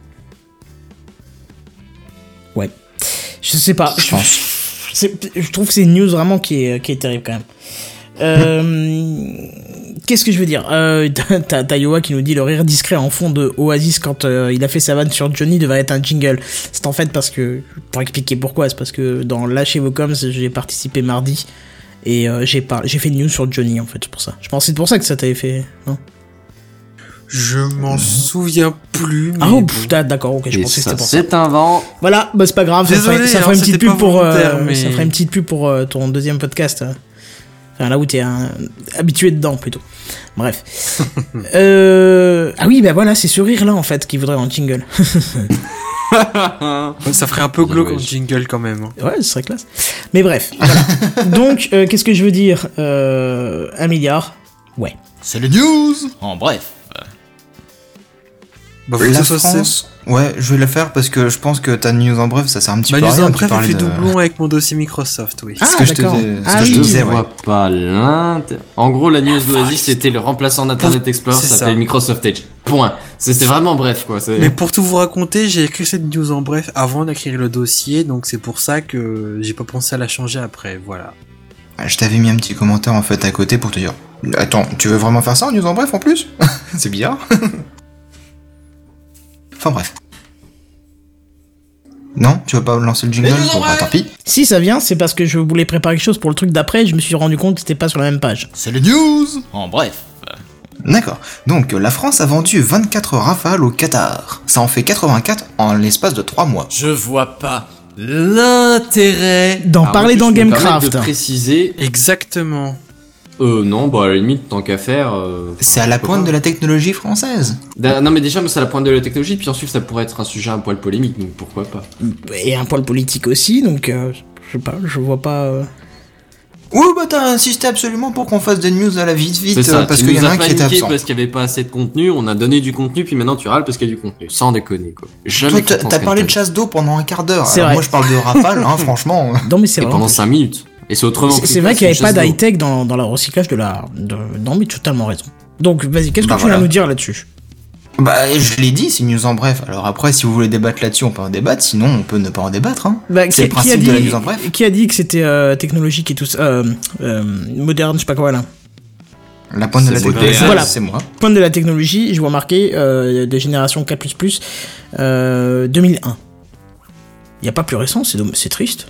S2: Ouais. Je sais pas.
S3: Je pense.
S2: Je trouve que c'est une news vraiment qui est terrible quand même. Qu'est-ce que je veux dire t'as Yoa qui nous dit le rire discret en fond de Oasis quand il a fait sa vanne sur Johnny devrait être un jingle. C'est en fait parce que, pour expliquer pourquoi, c'est parce que dans Lâchez vos coms, j'ai participé mardi Et j'ai fait une news sur Johnny en fait, c'est pour ça. Je pense que c'est pour ça que ça t'avait fait, non?
S4: Je m'en souviens plus. Mais
S2: Ah
S4: bon.
S2: d'accord, ok, je
S5: Et
S2: pensais que
S5: ça,
S2: c'était pour ça.
S5: c'est un vent.
S2: Voilà, bah c'est pas grave,
S4: Désolé,
S2: ça fera une petite
S4: c'était
S2: pub
S4: pas
S2: pour
S4: volontaire, mais-
S2: ça fera une petite pub pour ton deuxième podcast. Enfin là où t'es habitué dedans plutôt. Bref. Ah oui, bah voilà, c'est ce rire là en fait qui voudrait un jingle.
S4: Ouais, ça ferait un peu glauque
S5: Ouais,
S4: en jingle quand même.
S2: Ouais, ce serait classe. Mais bref, voilà. Donc qu'est-ce que je veux dire 1 milliard. Ouais.
S8: C'est les news. En bref.
S4: Bah, faut que
S3: La
S4: ce soit
S3: France, ouais, je vais le faire parce que je pense que ta news en bref, ça sert un petit
S4: Bah,
S3: peu à
S4: news
S3: rien.
S4: en
S3: Tu
S4: bref,
S3: parlais
S4: il fait
S3: de-
S4: doublon avec mon dossier Microsoft, oui.
S2: Ah,
S3: ce que je te
S2: d'accord.
S3: dis- ce
S2: Ah
S3: que je
S2: oui.
S3: te disais,
S5: Je
S3: ouais.
S5: vois pas l'intérêt. En gros, la news d'Oasis, c'était le remplaçant d'Internet Explorer,
S4: C'est
S5: ça
S4: ça.
S5: s'appelait Microsoft Edge. Point. C'était vraiment bref, quoi.
S4: Mais pour tout vous raconter, j'ai écrit cette news en bref avant d'écrire le dossier, donc c'est pour ça que j'ai pas pensé à la changer après, voilà.
S3: Je t'avais mis un petit commentaire en fait à côté pour te dire. Attends, tu veux vraiment faire ça en news en bref en plus? C'est bizarre. Enfin bref. Non, tu veux pas lancer le jingle? Bon, bah, tant pis.
S2: Si ça vient, c'est parce que je voulais préparer quelque chose pour le truc d'après, je me suis rendu compte que c'était pas sur la même page.
S8: C'est les news. En bref.
S3: D'accord. Donc, la France a vendu 24 Rafales au Qatar. Ça en fait 84 en l'espace de 3 mois.
S8: Je vois pas l'intérêt.
S2: D'en
S5: Alors,
S2: parler
S5: en plus,
S2: dans
S5: je peux me permettre
S2: Gamecraft.
S5: de préciser.
S4: Exactement.
S5: Non, bah, à la limite, tant qu'à faire.
S3: C'est à la pointe de la technologie française.
S5: Non, mais déjà, c'est à la pointe de la technologie, puis ensuite, ça pourrait être un sujet un poil polémique, donc pourquoi pas.
S2: Et un poil politique aussi, donc je sais pas, je vois pas.
S3: Oui, bah t'as insisté absolument pour qu'on fasse des news à la vite,
S5: C'est ça,
S3: parce
S5: tu
S3: qu'il y en
S5: nous
S3: a
S5: as
S3: un qui était
S5: paniqué
S3: absent.
S5: parce qu'il y avait pas assez de contenu, on a donné du contenu, puis maintenant tu râles parce qu'il y a du contenu. Sans déconner, quoi.
S3: Toi,
S5: Jamais
S3: t'as
S5: content,
S3: t'as parlé de
S5: Kenton.
S3: chasse d'eau pendant un quart d'heure.
S2: C'est
S3: Alors
S2: vrai.
S3: moi, je parle de Rafale, hein, franchement.
S2: Non, mais c'est
S5: Et
S2: vrai.
S5: pendant 5 minutes. Et c'est autrement.
S2: C'est vrai qu'il n'y avait pas d'high-tech dans le recyclage de la. Non, mais tu as totalement raison. Donc, vas-y, qu'est-ce que
S3: Bah,
S2: tu vas
S3: voilà.
S2: nous dire là-dessus?
S3: Bah, je l'ai dit, c'est une news en bref. Alors après, si vous voulez débattre là-dessus, on peut en débattre. Sinon, on peut ne pas en débattre. Hein.
S2: Bah,
S3: C'est le principe de la news en bref.
S2: Qui a dit que c'était technologique et tout ça moderne, je sais pas quoi là.
S3: La pointe de la
S5: C'est
S3: technologie,
S5: moderne.
S2: Voilà.
S3: c'est moi.
S2: Pointe de la technologie, je vois marqué de génération 4++, 2001. Il y a pas plus récent, c'est triste.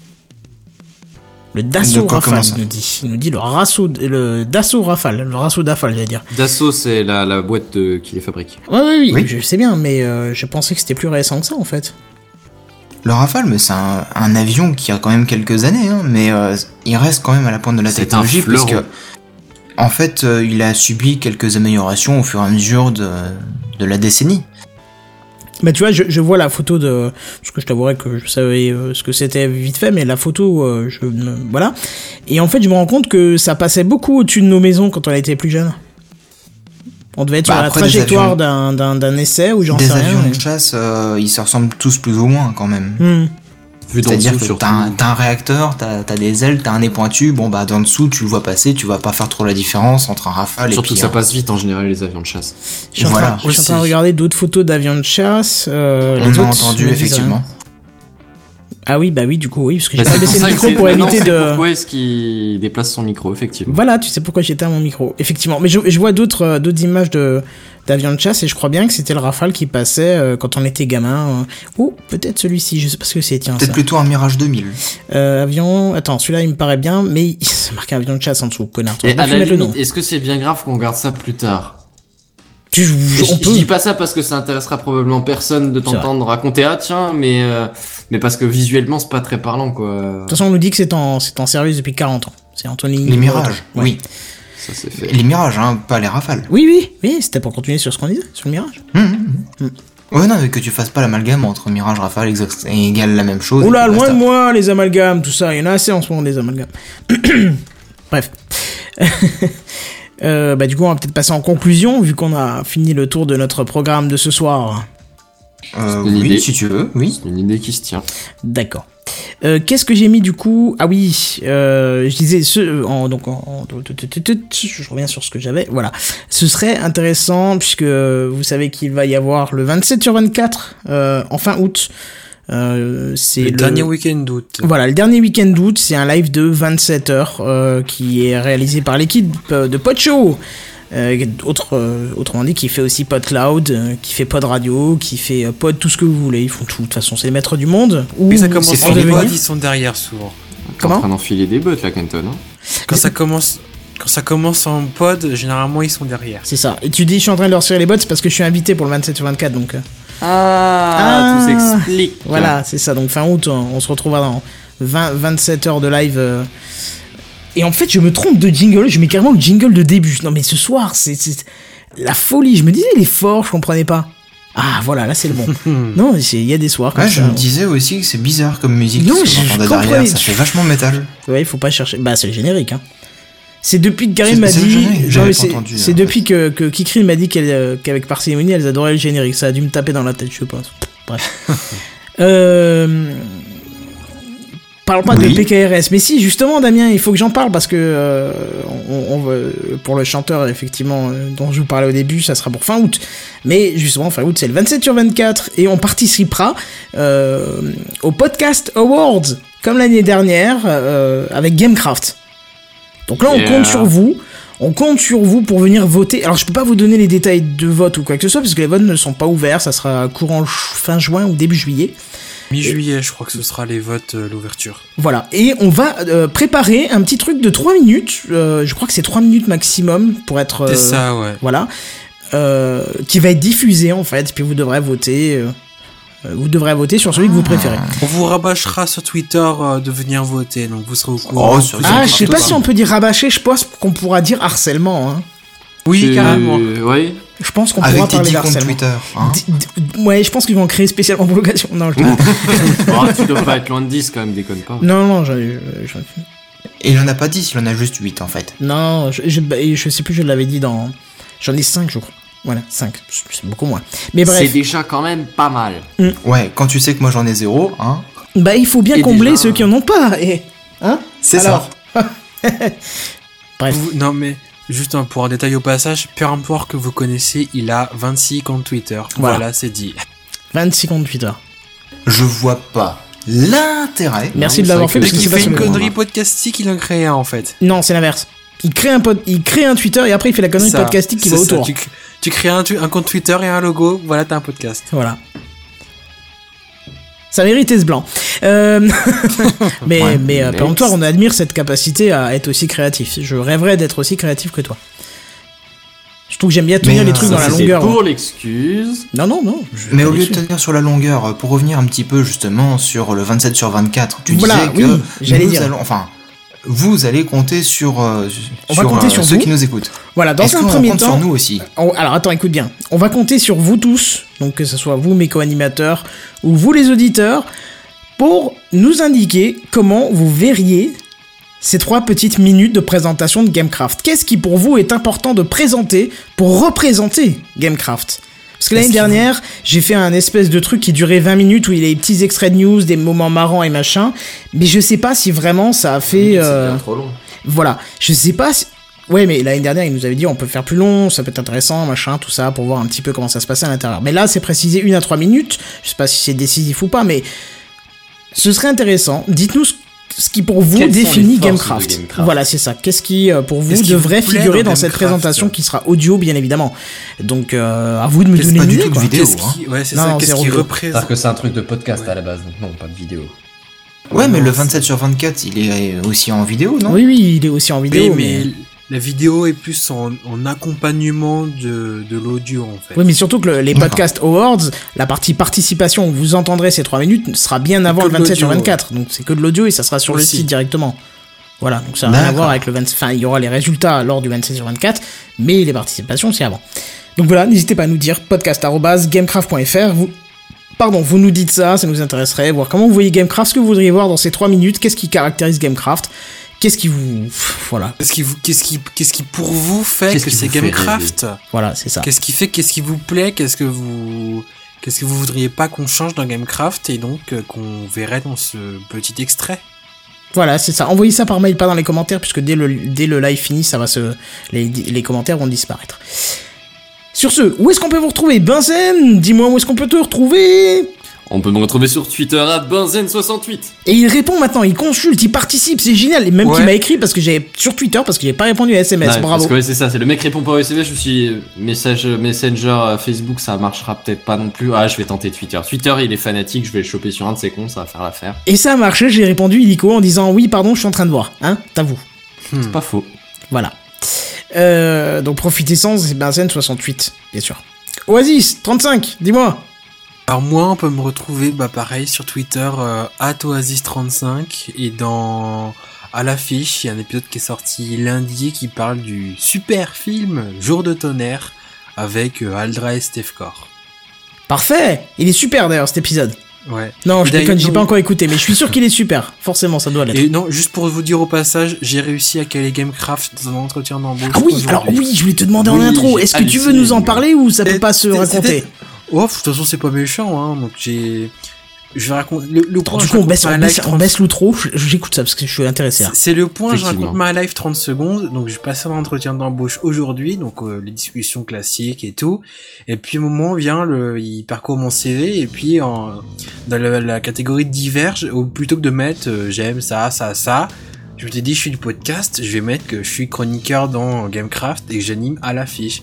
S2: Le
S3: De
S2: Dassault
S3: quoi, comment
S2: Rafale,
S3: ça
S2: il nous dit le Dassault Rafale, le Dassault Rafale, j'allais dire.
S5: Dassault, c'est la boîte qui les fabrique.
S2: Oui,
S3: Oui.
S2: je sais bien, mais je pensais que c'était plus récent que ça en fait.
S3: Le Rafale, mais c'est un avion qui a quand même quelques années, hein, mais il reste quand même à la pointe de la
S5: C'est
S3: technologie,
S5: un fleuron.
S3: puisque en fait, il a subi quelques améliorations au fur et à mesure de la décennie.
S2: Bah tu vois, je vois la photo de... Parce que je t'avouerais que je savais ce que c'était vite fait, mais la photo, voilà. Et en fait, je me rends compte que ça passait beaucoup au-dessus de nos maisons quand on était plus jeunes. On devait être
S3: Bah,
S2: sur la
S3: après, des
S2: trajectoire
S3: avions-
S2: d'un essai ou j'en sais
S3: Des
S2: rien.
S3: avions
S2: mais-
S3: de chasse, ils se ressemblent tous plus ou moins quand même.
S5: Vu d'en
S3: C'est-à-dire
S5: dessous,
S3: que
S5: surtout.
S3: t'as un réacteur, t'as des ailes, t'as un nez pointu, bon bah d'en dessous tu le vois passer, tu vas pas faire trop la différence entre un Rafale
S5: Surtout
S3: et
S5: que
S3: puis
S5: ça passe vite en général, les avions de chasse.
S2: Je suis en
S3: Voilà.
S2: train- je suis en train de
S4: Aussi.
S2: regarder d'autres photos d'avions de chasse.
S3: on
S2: les
S3: a
S2: autres
S3: entendu
S2: me disent
S3: effectivement.
S2: rien. Ah oui, bah oui, du coup, oui, parce que j'ai
S5: Bah,
S2: pas
S5: c'est
S2: baissé
S5: pour
S2: le
S5: ça
S2: micro
S5: que
S2: pour
S5: maintenant,
S2: éviter
S5: c'est
S2: de...
S5: Pourquoi est-ce qu'il déplace son micro, effectivement.
S2: Voilà, tu sais pourquoi j'éteins mon micro. Effectivement, mais je vois d'autres images d'avions de chasse et je crois bien que c'était le Rafale qui passait quand on était gamin. Oh, peut-être celui-ci, je sais pas ce que c'est, tiens.
S3: Peut-être
S2: Ça.
S3: plutôt un Mirage 2000.
S2: Avion, attends, celui-là il me paraît bien, mais c'est marqué avion de chasse en dessous, connard. Tu
S5: Et
S2: vas
S5: à
S2: pas
S5: la
S2: mettre le nom.
S5: limite, est-ce que c'est bien grave qu'on regarde ça plus tard?
S2: On
S5: Je
S2: peut.
S5: dis pas ça parce que ça intéressera probablement personne de t'entendre raconter tiens, mais parce que visuellement c'est pas très parlant, quoi.
S2: De toute façon, on nous dit que c'est en service depuis 40 ans. C'est Anthony.
S3: Les Mirages,
S2: Ouais.
S3: oui.
S5: Ça c'est fait.
S3: Les Mirages, hein, pas les Rafales.
S2: Oui, c'était pour continuer sur ce qu'on disait, sur le Mirage.
S3: Ouais, non, mais que tu fasses pas l'amalgame entre Mirage, Rafale égale la même chose.
S2: Oula,
S3: et puis
S2: loin
S3: basta.
S2: de moi, les amalgames, tout ça. Il y en a assez en ce moment, des amalgames. Bref. Bah, du coup, on va peut-être passer en conclusion, vu qu'on a fini le tour de notre programme de ce soir.
S5: C'est une
S3: Oui,
S5: idée.
S3: si tu veux, oui.
S5: C'est une idée qui se tient.
S2: D'accord. Qu'est-ce que j'ai mis du coup? Ah oui, je disais je reviens sur ce que j'avais. Voilà, ce serait intéressant puisque vous savez qu'il va y avoir le 27/24 en fin août. C'est
S4: Le dernier week-end d'août.
S2: Voilà, le dernier week-end d'août, c'est un live de 27 heures qui est réalisé par l'équipe de Podshow. Autrement dit, qui fait aussi PodCloud, qui fait Pod Radio, qui fait Pod tout ce que vous voulez. Ils font tout. De toute façon, c'est les maîtres du monde. Ou
S4: Mais ça commence
S2: c'est
S4: par
S2: en
S4: les
S2: devenir.
S4: modes, ils sont derrière souvent.
S5: T'es
S2: Comment
S5: en train d'enfiler des bottes là, Kenton. Hein.
S4: Quand ça commence en pod, généralement ils sont derrière.
S2: C'est ça. Et tu dis, je suis en train de leur tirer les bottes, c'est parce que je suis invité pour le 27 sur 24, donc...
S5: Tout s'explique.
S2: Voilà, c'est ça. Donc fin août, on se retrouvera dans 27 heures de live. Et en fait, je me trompe de jingle, je mets carrément le jingle de début. Non mais ce soir, c'est la folie. Je me disais, il est fort, je comprenais pas. Ah voilà, là c'est le bon. Non, il y a des soirs comme
S3: Ouais,
S2: ça.
S3: je me disais aussi que c'est bizarre comme musique.
S2: Non,
S3: ce qu'on
S2: je
S3: entendait
S2: comprenais.
S3: derrière, ça fait vachement métal.
S2: Ouais, il faut pas chercher. Bah, c'est le générique, hein. C'est depuis que Karim m'a
S3: C'est le
S2: dit.
S3: générique,
S2: Non,
S3: j'avais
S2: mais
S3: pas
S2: c'est
S3: entendu,
S2: c'est
S3: en
S2: depuis que Kikri m'a dit qu'avec Parcimonie, elles adoraient le générique. Ça a dû me taper dans la tête, je pense. Bref. Parlons pas de PKRS, mais si, justement, Damien, il faut que j'en parle parce que on veut, pour le chanteur, effectivement, dont je vous parlais au début, ça sera pour fin août. Mais justement, fin août, c'est le 27 sur 24 et on participera au Podcast Awards, comme l'année dernière, avec Gamecraft. Donc là, on compte sur vous. On compte sur vous pour venir voter. Alors, je peux pas vous donner les détails de vote ou quoi que ce soit, parce que les votes ne sont pas ouverts. Ça sera courant fin juin ou début juillet.
S4: Mi-juillet, je crois que ce sera les votes, l'ouverture.
S2: Voilà. Et on va préparer un petit truc de 3 minutes. Je crois que c'est 3 minutes maximum pour être...
S4: C'est ça, ouais.
S2: Voilà. Qui va être diffusé, en fait. Puis vous devrez voter... vous devrez voter sur celui que vous préférez.
S4: On vous rabâchera sur Twitter de venir voter, donc vous serez au courant.
S2: Je sais pas si on peut dire rabâcher, je pense qu'on pourra dire harcèlement. Hein.
S4: Oui, carrément.
S5: Oui.
S2: Je pense qu'on
S3: Avec
S2: pourra
S3: tes
S2: parler
S3: 10 comptes
S2: d'harcèlement.
S3: Twitter. Hein.
S2: Ouais, je pense qu'ils vont créer spécialement pour l'occasion. Non, je
S5: Tu dois pas être loin de 10 quand même, déconne pas.
S2: Non,
S3: Et il en a pas 10, il en a juste 8 en fait.
S2: non, je sais plus, je l'avais dit dans... J'en ai 5, je crois. Voilà, 5. C'est beaucoup moins. Mais bref.
S5: C'est déjà quand même pas mal.
S3: Ouais, quand tu sais que moi j'en ai 0, hein.
S2: Bah, il faut bien
S5: Et
S2: combler
S5: déjà,
S2: ceux qui en ont pas. Et... Hein?
S3: C'est
S2: Alors. Bref.
S4: Non, mais juste pour un détail au passage, peu importe que vous connaissez, il a 26 comptes Twitter. Voilà, c'est dit.
S2: 26 comptes Twitter.
S3: Je vois pas l'intérêt.
S2: Merci de l'avoir fait
S4: Parce
S2: parce que
S4: qu'il
S2: c'est pas
S4: fait une
S2: sur le-
S4: connerie podcastique, il en crée un en fait.
S2: Non, c'est l'inverse. Il crée un Twitter et après il fait la connerie
S4: Ça,
S2: podcastique qui va
S4: c'est ça.
S2: autour.
S4: Tu crées un compte Twitter et un logo, voilà, t'as un podcast.
S2: Voilà. Ça méritait ce blanc. Mais péremptoire, on admire cette capacité à être aussi créatif. Je rêverais d'être aussi créatif que toi. Je trouve que j'aime bien tenir les trucs dans la longueur.
S5: C'est pour l'excuse.
S2: Non.
S3: Mais au lieu de tenir sur la longueur, pour revenir un petit peu justement sur le 27 sur 24, tu
S2: Voilà,
S3: disais que
S2: oui, j'allais
S3: nous
S2: dire.
S3: allons, vous allez compter sur,
S2: va compter sur
S3: ceux
S2: vous.
S3: qui nous écoutent.
S2: Voilà, dans
S3: Est-ce
S2: un
S3: qu'on
S2: premier
S3: compte
S2: temps.
S3: sur nous aussi?
S2: Alors attends, écoute bien. On va compter sur vous tous, donc que ce soit vous mes co-animateurs ou vous les auditeurs, pour nous indiquer comment vous verriez ces 3 petites minutes de présentation de Gamecraft. Qu'est-ce qui pour vous est important de présenter pour représenter Gamecraft? Parce que l'année dernière, j'ai fait un espèce de truc qui durait 20 minutes où il y a des petits extraits de news, des moments marrants et machin, mais je sais pas si vraiment ça a fait...
S5: C'est bien trop long.
S2: Voilà, je sais pas si... Ouais, mais l'année dernière, il nous avait dit on peut faire plus long, ça peut être intéressant, machin, tout ça, pour voir un petit peu comment ça se passait à l'intérieur. Mais là, c'est précisé 1 à 3 minutes, je sais pas si c'est décisif ou pas, mais ce serait intéressant. Dites-nous ce qui pour vous
S5: Quelles sont
S2: définit
S5: les forces
S2: Gamecraft.
S5: de Gamecraft.
S2: Voilà, c'est ça. Qu'est-ce qui pour vous
S4: Qu'est-ce qui
S2: devrait
S4: vous plaît
S2: figurer
S4: dans
S2: dans cette
S4: Gamecraft
S2: présentation qui sera audio, bien évidemment. Donc, à vous de me
S3: C'est
S2: donner
S3: pas
S2: une
S3: du
S2: idée,
S3: tout de
S2: quoi.
S3: vidéo.
S4: Ouais, c'est
S2: Non,
S4: ça.
S2: non,
S4: Qu'est-ce
S2: zéro
S4: qui
S2: vidéo.
S4: représente
S9: C'est-à-dire que c'est un truc de podcast à la base, non, pas de vidéo.
S3: Ouais, mais le 27 sur 24, il est aussi en vidéo, non?
S2: Oui, il est aussi en vidéo.
S4: Oui, mais la vidéo est plus en accompagnement de l'audio en fait.
S2: Oui, mais surtout que les Podcast Awards, la partie participation où vous entendrez ces 3 minutes sera bien avant
S4: que
S2: le
S4: de
S2: 27 sur
S4: l'audio,
S2: 24. Donc c'est que de l'audio et ça sera sur le
S4: Aussi.
S2: site directement. Voilà, donc ça n'a rien à
S3: D'accord.
S2: voir avec le 27. Enfin, il y aura les résultats lors du 27 sur 24, mais les participations c'est avant. Donc voilà, n'hésitez pas à nous dire podcast@gamecraft.fr. Vous nous dites ça nous intéresserait, voir comment vous voyez Gamecraft, ce que vous voudriez voir dans ces 3 minutes, qu'est-ce qui caractérise Gamecraft, qu'est-ce qui vous... Voilà,
S4: Qu'est-ce qui pour vous fait
S5: Qu'est-ce
S4: que
S5: qui
S4: c'est
S5: vous fait
S4: Gamecraft?
S2: voilà, c'est ça.
S4: Qu'est-ce qui vous plaît? Qu'est-ce que vous voudriez pas qu'on change dans Gamecraft et donc qu'on verrait dans ce petit extrait?
S2: Voilà, c'est ça. Envoyez ça par mail, pas dans les commentaires, puisque dès le live fini, ça va les commentaires vont disparaître. Sur ce, où est-ce qu'on peut vous retrouver? Benzen, dis-moi où est-ce qu'on peut te retrouver?
S5: On peut me retrouver sur Twitter à Benzen68.
S2: Et il répond maintenant, il consulte, il participe, c'est génial. Et même
S4: Ouais.
S2: qu'il m'a écrit parce que j'ai sur Twitter parce que j'ai pas répondu à SMS.
S5: Ouais,
S2: Bravo.
S5: Parce que ouais, c'est ça, c'est le mec répond pas au SMS, je me suis Messenger, Facebook, ça marchera peut-être pas non plus. Ah, je vais tenter Twitter. Twitter, il est fanatique, je vais le choper sur un de ses comptes, ça va faire l'affaire.
S2: Et ça a marché, j'ai répondu illico en disant oui, pardon, je suis en train de voir. Hein, t'avoues.
S9: C'est pas faux.
S2: Voilà. Donc profitez-en, c'est Benzen 68, bien sûr. Oasis 35, dis-moi.
S4: Alors moi, on peut me retrouver, pareil, sur Twitter, @oasis35, et à l'affiche, il y a un épisode qui est sorti lundi qui parle du super film Jour de tonnerre avec Aldra et Stefkor.
S2: Parfait. Il est super d'ailleurs cet épisode.
S4: Ouais.
S2: Non, je déconne, j'ai pas encore écouté, mais je suis sûr qu'il est super. Forcément, ça doit l'être.
S4: Et non, juste pour vous dire au passage, j'ai réussi à caler Gamecraft dans un entretien d'embauche.
S2: Ah oui, alors oui, je voulais te demander en intro, est-ce que tu veux nous en parler ou ça peut pas se raconter?
S4: Oh, de toute façon, c'est pas méchant, hein. Donc je vais raconter le point.
S2: Du coup, on baisse l'outro. J'écoute ça parce que je suis intéressé.
S4: C'est le point. Je raconte ma live 30 secondes. Donc, je passe un entretien d'embauche aujourd'hui. Donc, les discussions classiques et tout. Et puis, au moment vient il parcourt mon CV. Et puis, dans la catégorie diverge, plutôt que de mettre j'aime ça, je me suis dit, je suis du podcast. Je vais mettre que je suis chroniqueur dans Gamecraft et que j'anime à l'affiche.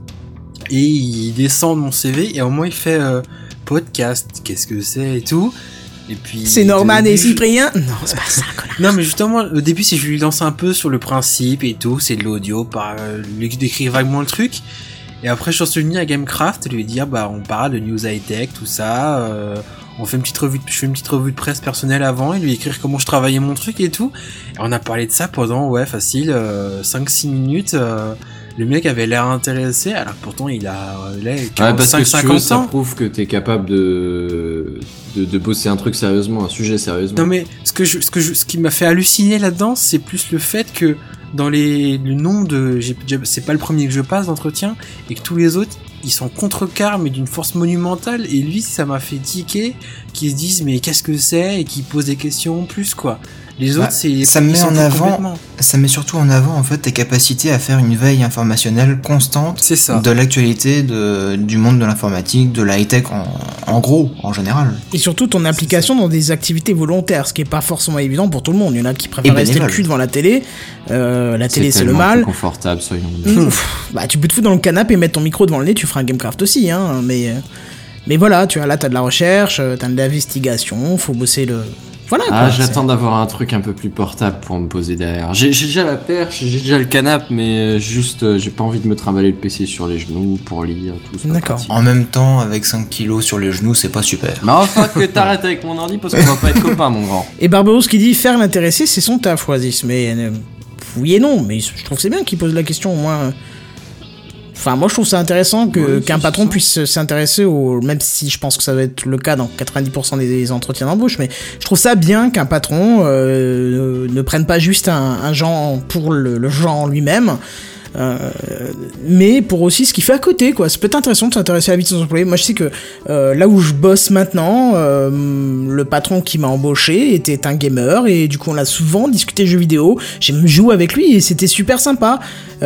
S4: Et il descend de mon CV et au moins il fait podcast, qu'est-ce que c'est et tout. Et puis
S2: c'est Norman et Cyprien. Non, c'est pas ça, connard.
S4: Non, mais justement, au début, c'est je lui lance un peu sur le principe et tout, c'est de l'audio, lui décrire vaguement le truc. Et après, je suis venu à Gamecraft et lui dire, on parle de news high-tech, tout ça, on fait je fais une petite revue de presse personnelle avant et lui écrire comment je travaillais mon truc et tout. Et on a parlé de ça pendant, facile, 5-6 minutes, le mec avait l'air intéressé, alors pourtant il a
S5: 45-50 ans. Ça prouve que t'es capable de bosser un truc sérieusement, un sujet sérieusement.
S4: Non mais ce qui m'a fait halluciner là-dedans, c'est plus le fait que dans le nombre de, c'est pas le premier que je passe d'entretien, et que tous les autres ils sont contrecarres mais d'une force monumentale, et lui ça m'a fait tiquer, qu'ils se disent mais qu'est-ce que c'est, et qu'ils posent des questions en plus quoi. Les autres,
S3: ça met surtout en avant en fait tes capacités à faire une veille informationnelle constante de l'actualité du monde de l'informatique, de la high-tech en gros, en général.
S2: Et surtout ton implication dans des activités volontaires, ce qui est pas forcément évident pour tout le monde. Il y en a qui préfèrent rester le cul devant la télé. La télé, c'est le mal.
S9: C'est confortable, soyons.
S2: Tu peux te foutre dans le canapé et mettre ton micro devant le nez, tu feras un Gamecraft aussi, hein. Mais voilà, t'as de la recherche, t'as de l'investigation, faut bosser le. Voilà,
S9: j'attends d'avoir un truc un peu plus portable pour me poser derrière. J'ai déjà la perche, j'ai déjà le canapé, mais juste, j'ai pas envie de me trimballer le PC sur les genoux pour lire, tout ça.
S2: D'accord.
S3: En même temps, avec 5 kilos sur les genoux, c'est pas super.
S9: Mais enfin, que t'arrêtes avec mon ordi parce qu'on va pas être copains, mon grand.
S2: Et Barberousse qui dit faire l'intéressé, c'est son taf, Oasis. Mais oui et non, mais je trouve que c'est bien qu'il pose la question au moins. Enfin, moi je trouve ça intéressant qu'un patron puisse s'intéresser même si je pense que ça va être le cas dans 90% des entretiens d'embauche, mais je trouve ça bien qu'un patron ne prenne pas juste un genre pour le genre lui-même, mais pour aussi ce qu'il fait à côté, quoi. Ça peut être intéressant de s'intéresser à la vie de son employé. Moi je sais que là où je bosse maintenant, le patron qui m'a embauché était un gamer, et du coup on a souvent discuté jeux vidéo, j'ai même joué avec lui et c'était super sympa.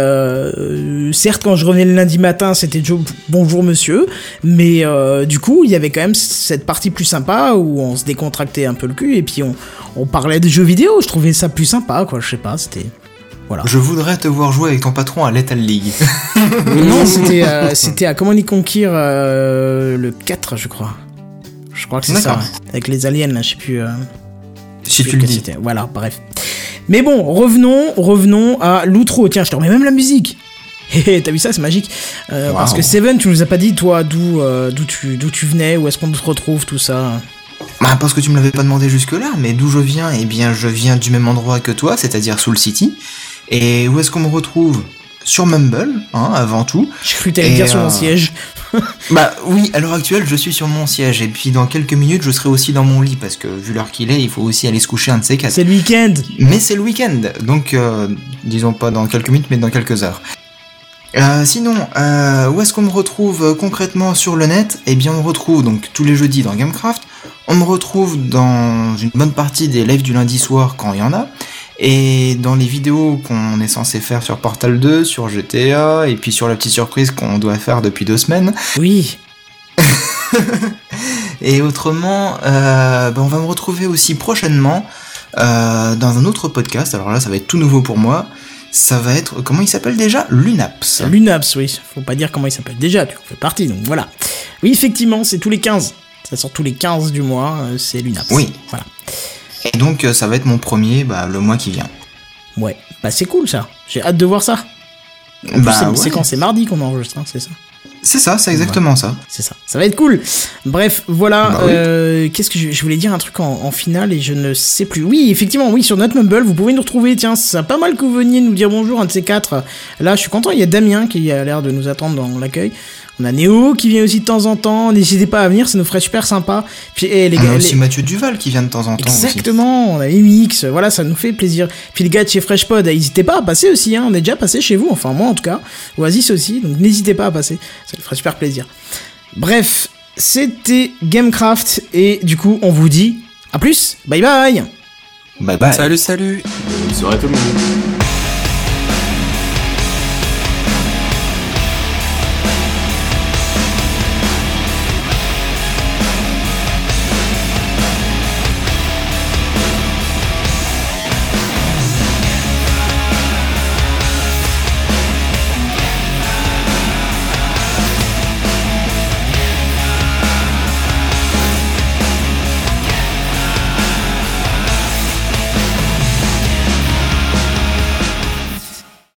S2: Certes, quand je revenais le lundi matin, c'était bonjour monsieur, mais du coup il y avait quand même cette partie plus sympa où on se décontractait un peu le cul et puis on parlait de jeux vidéo. Je trouvais ça plus sympa, quoi. Je sais pas, c'était... Voilà.
S3: Je voudrais te voir jouer avec ton patron à Lethal League.
S2: Non, c'était à Command & Conquer le 4, je crois. Je crois que c'est ça, ouais. Avec les aliens, là, je sais plus...
S3: si tu le dis.
S2: C'était. Voilà, bref. Mais bon, revenons à l'outro. Tiens, je te remets même la musique. T'as vu ça, c'est magique. Wow. Parce que Seven, tu nous as pas dit, toi, d'où tu venais, où est-ce qu'on te retrouve, tout ça.
S3: Parce que tu me l'avais pas demandé jusque-là, mais d'où je viens, eh bien, je viens du même endroit que toi, c'est-à-dire Soul City. Et où est-ce qu'on me retrouve ? Sur Mumble, avant tout.
S2: J'ai cru que t'allais dire sur mon siège.
S3: Oui, à l'heure actuelle, je suis sur mon siège. Et puis dans quelques minutes, je serai aussi dans mon lit. Parce que vu l'heure qu'il est, il faut aussi aller se coucher un de ces quatre.
S2: C'est le week-end.
S3: Mais c'est le week-end. Donc, disons pas dans quelques minutes, mais dans quelques heures. Sinon, où est-ce qu'on me retrouve concrètement sur le net ? Eh bien, on me retrouve donc tous les jeudis dans Gamecraft. On me retrouve dans une bonne partie des lives du lundi soir quand il y en a. Et dans les vidéos qu'on est censé faire sur Portal 2, sur GTA, et puis sur la petite surprise qu'on doit faire depuis 2 semaines.
S2: Oui.
S3: Et autrement, on va me retrouver aussi prochainement dans un autre podcast. Alors là, ça va être tout nouveau pour moi. Ça va être, comment il s'appelle déjà ? Lunaps.
S2: Lunaps, oui. Faut pas dire comment il s'appelle déjà, tu en fais partie, donc voilà. Oui, effectivement, c'est tous les 15. Ça sort tous les 15 du mois, c'est Lunaps.
S3: Oui.
S2: Voilà.
S3: Et donc, ça va être mon premier, le mois qui vient.
S2: Ouais, bah c'est cool ça. J'ai hâte de voir ça. En plus, c'est quand c'est mardi qu'on enregistre, hein, c'est ça.
S3: C'est ça, c'est exactement ça.
S2: C'est ça, ça va être cool. Bref, voilà,
S3: Bah oui.
S2: qu'est-ce que je voulais dire un truc en finale et je ne sais plus. Oui, effectivement, oui, sur notre Mumble, vous pouvez nous retrouver, tiens, ça pas mal que vous veniez nous dire bonjour, un de ces quatre. Là, je suis content, il y a Damien qui a l'air de nous attendre dans l'accueil. On a Néo qui vient aussi de temps en temps, n'hésitez pas à venir, ça nous ferait super sympa. Puis, les
S3: On
S2: gars,
S3: a aussi Mathieu Duval qui vient de temps en temps.
S2: Exactement, on a MX, voilà, ça nous fait plaisir. Puis les gars de chez FreshPod, n'hésitez pas à passer aussi, hein, on est déjà passé chez vous, enfin moi en tout cas, Oasis aussi, donc n'hésitez pas à passer, ça nous ferait super plaisir. Bref, c'était Gamecraft, et du coup on vous dit à plus, bye bye.
S3: Bye bye.
S4: Salut.
S9: Bonne soirée tout le monde.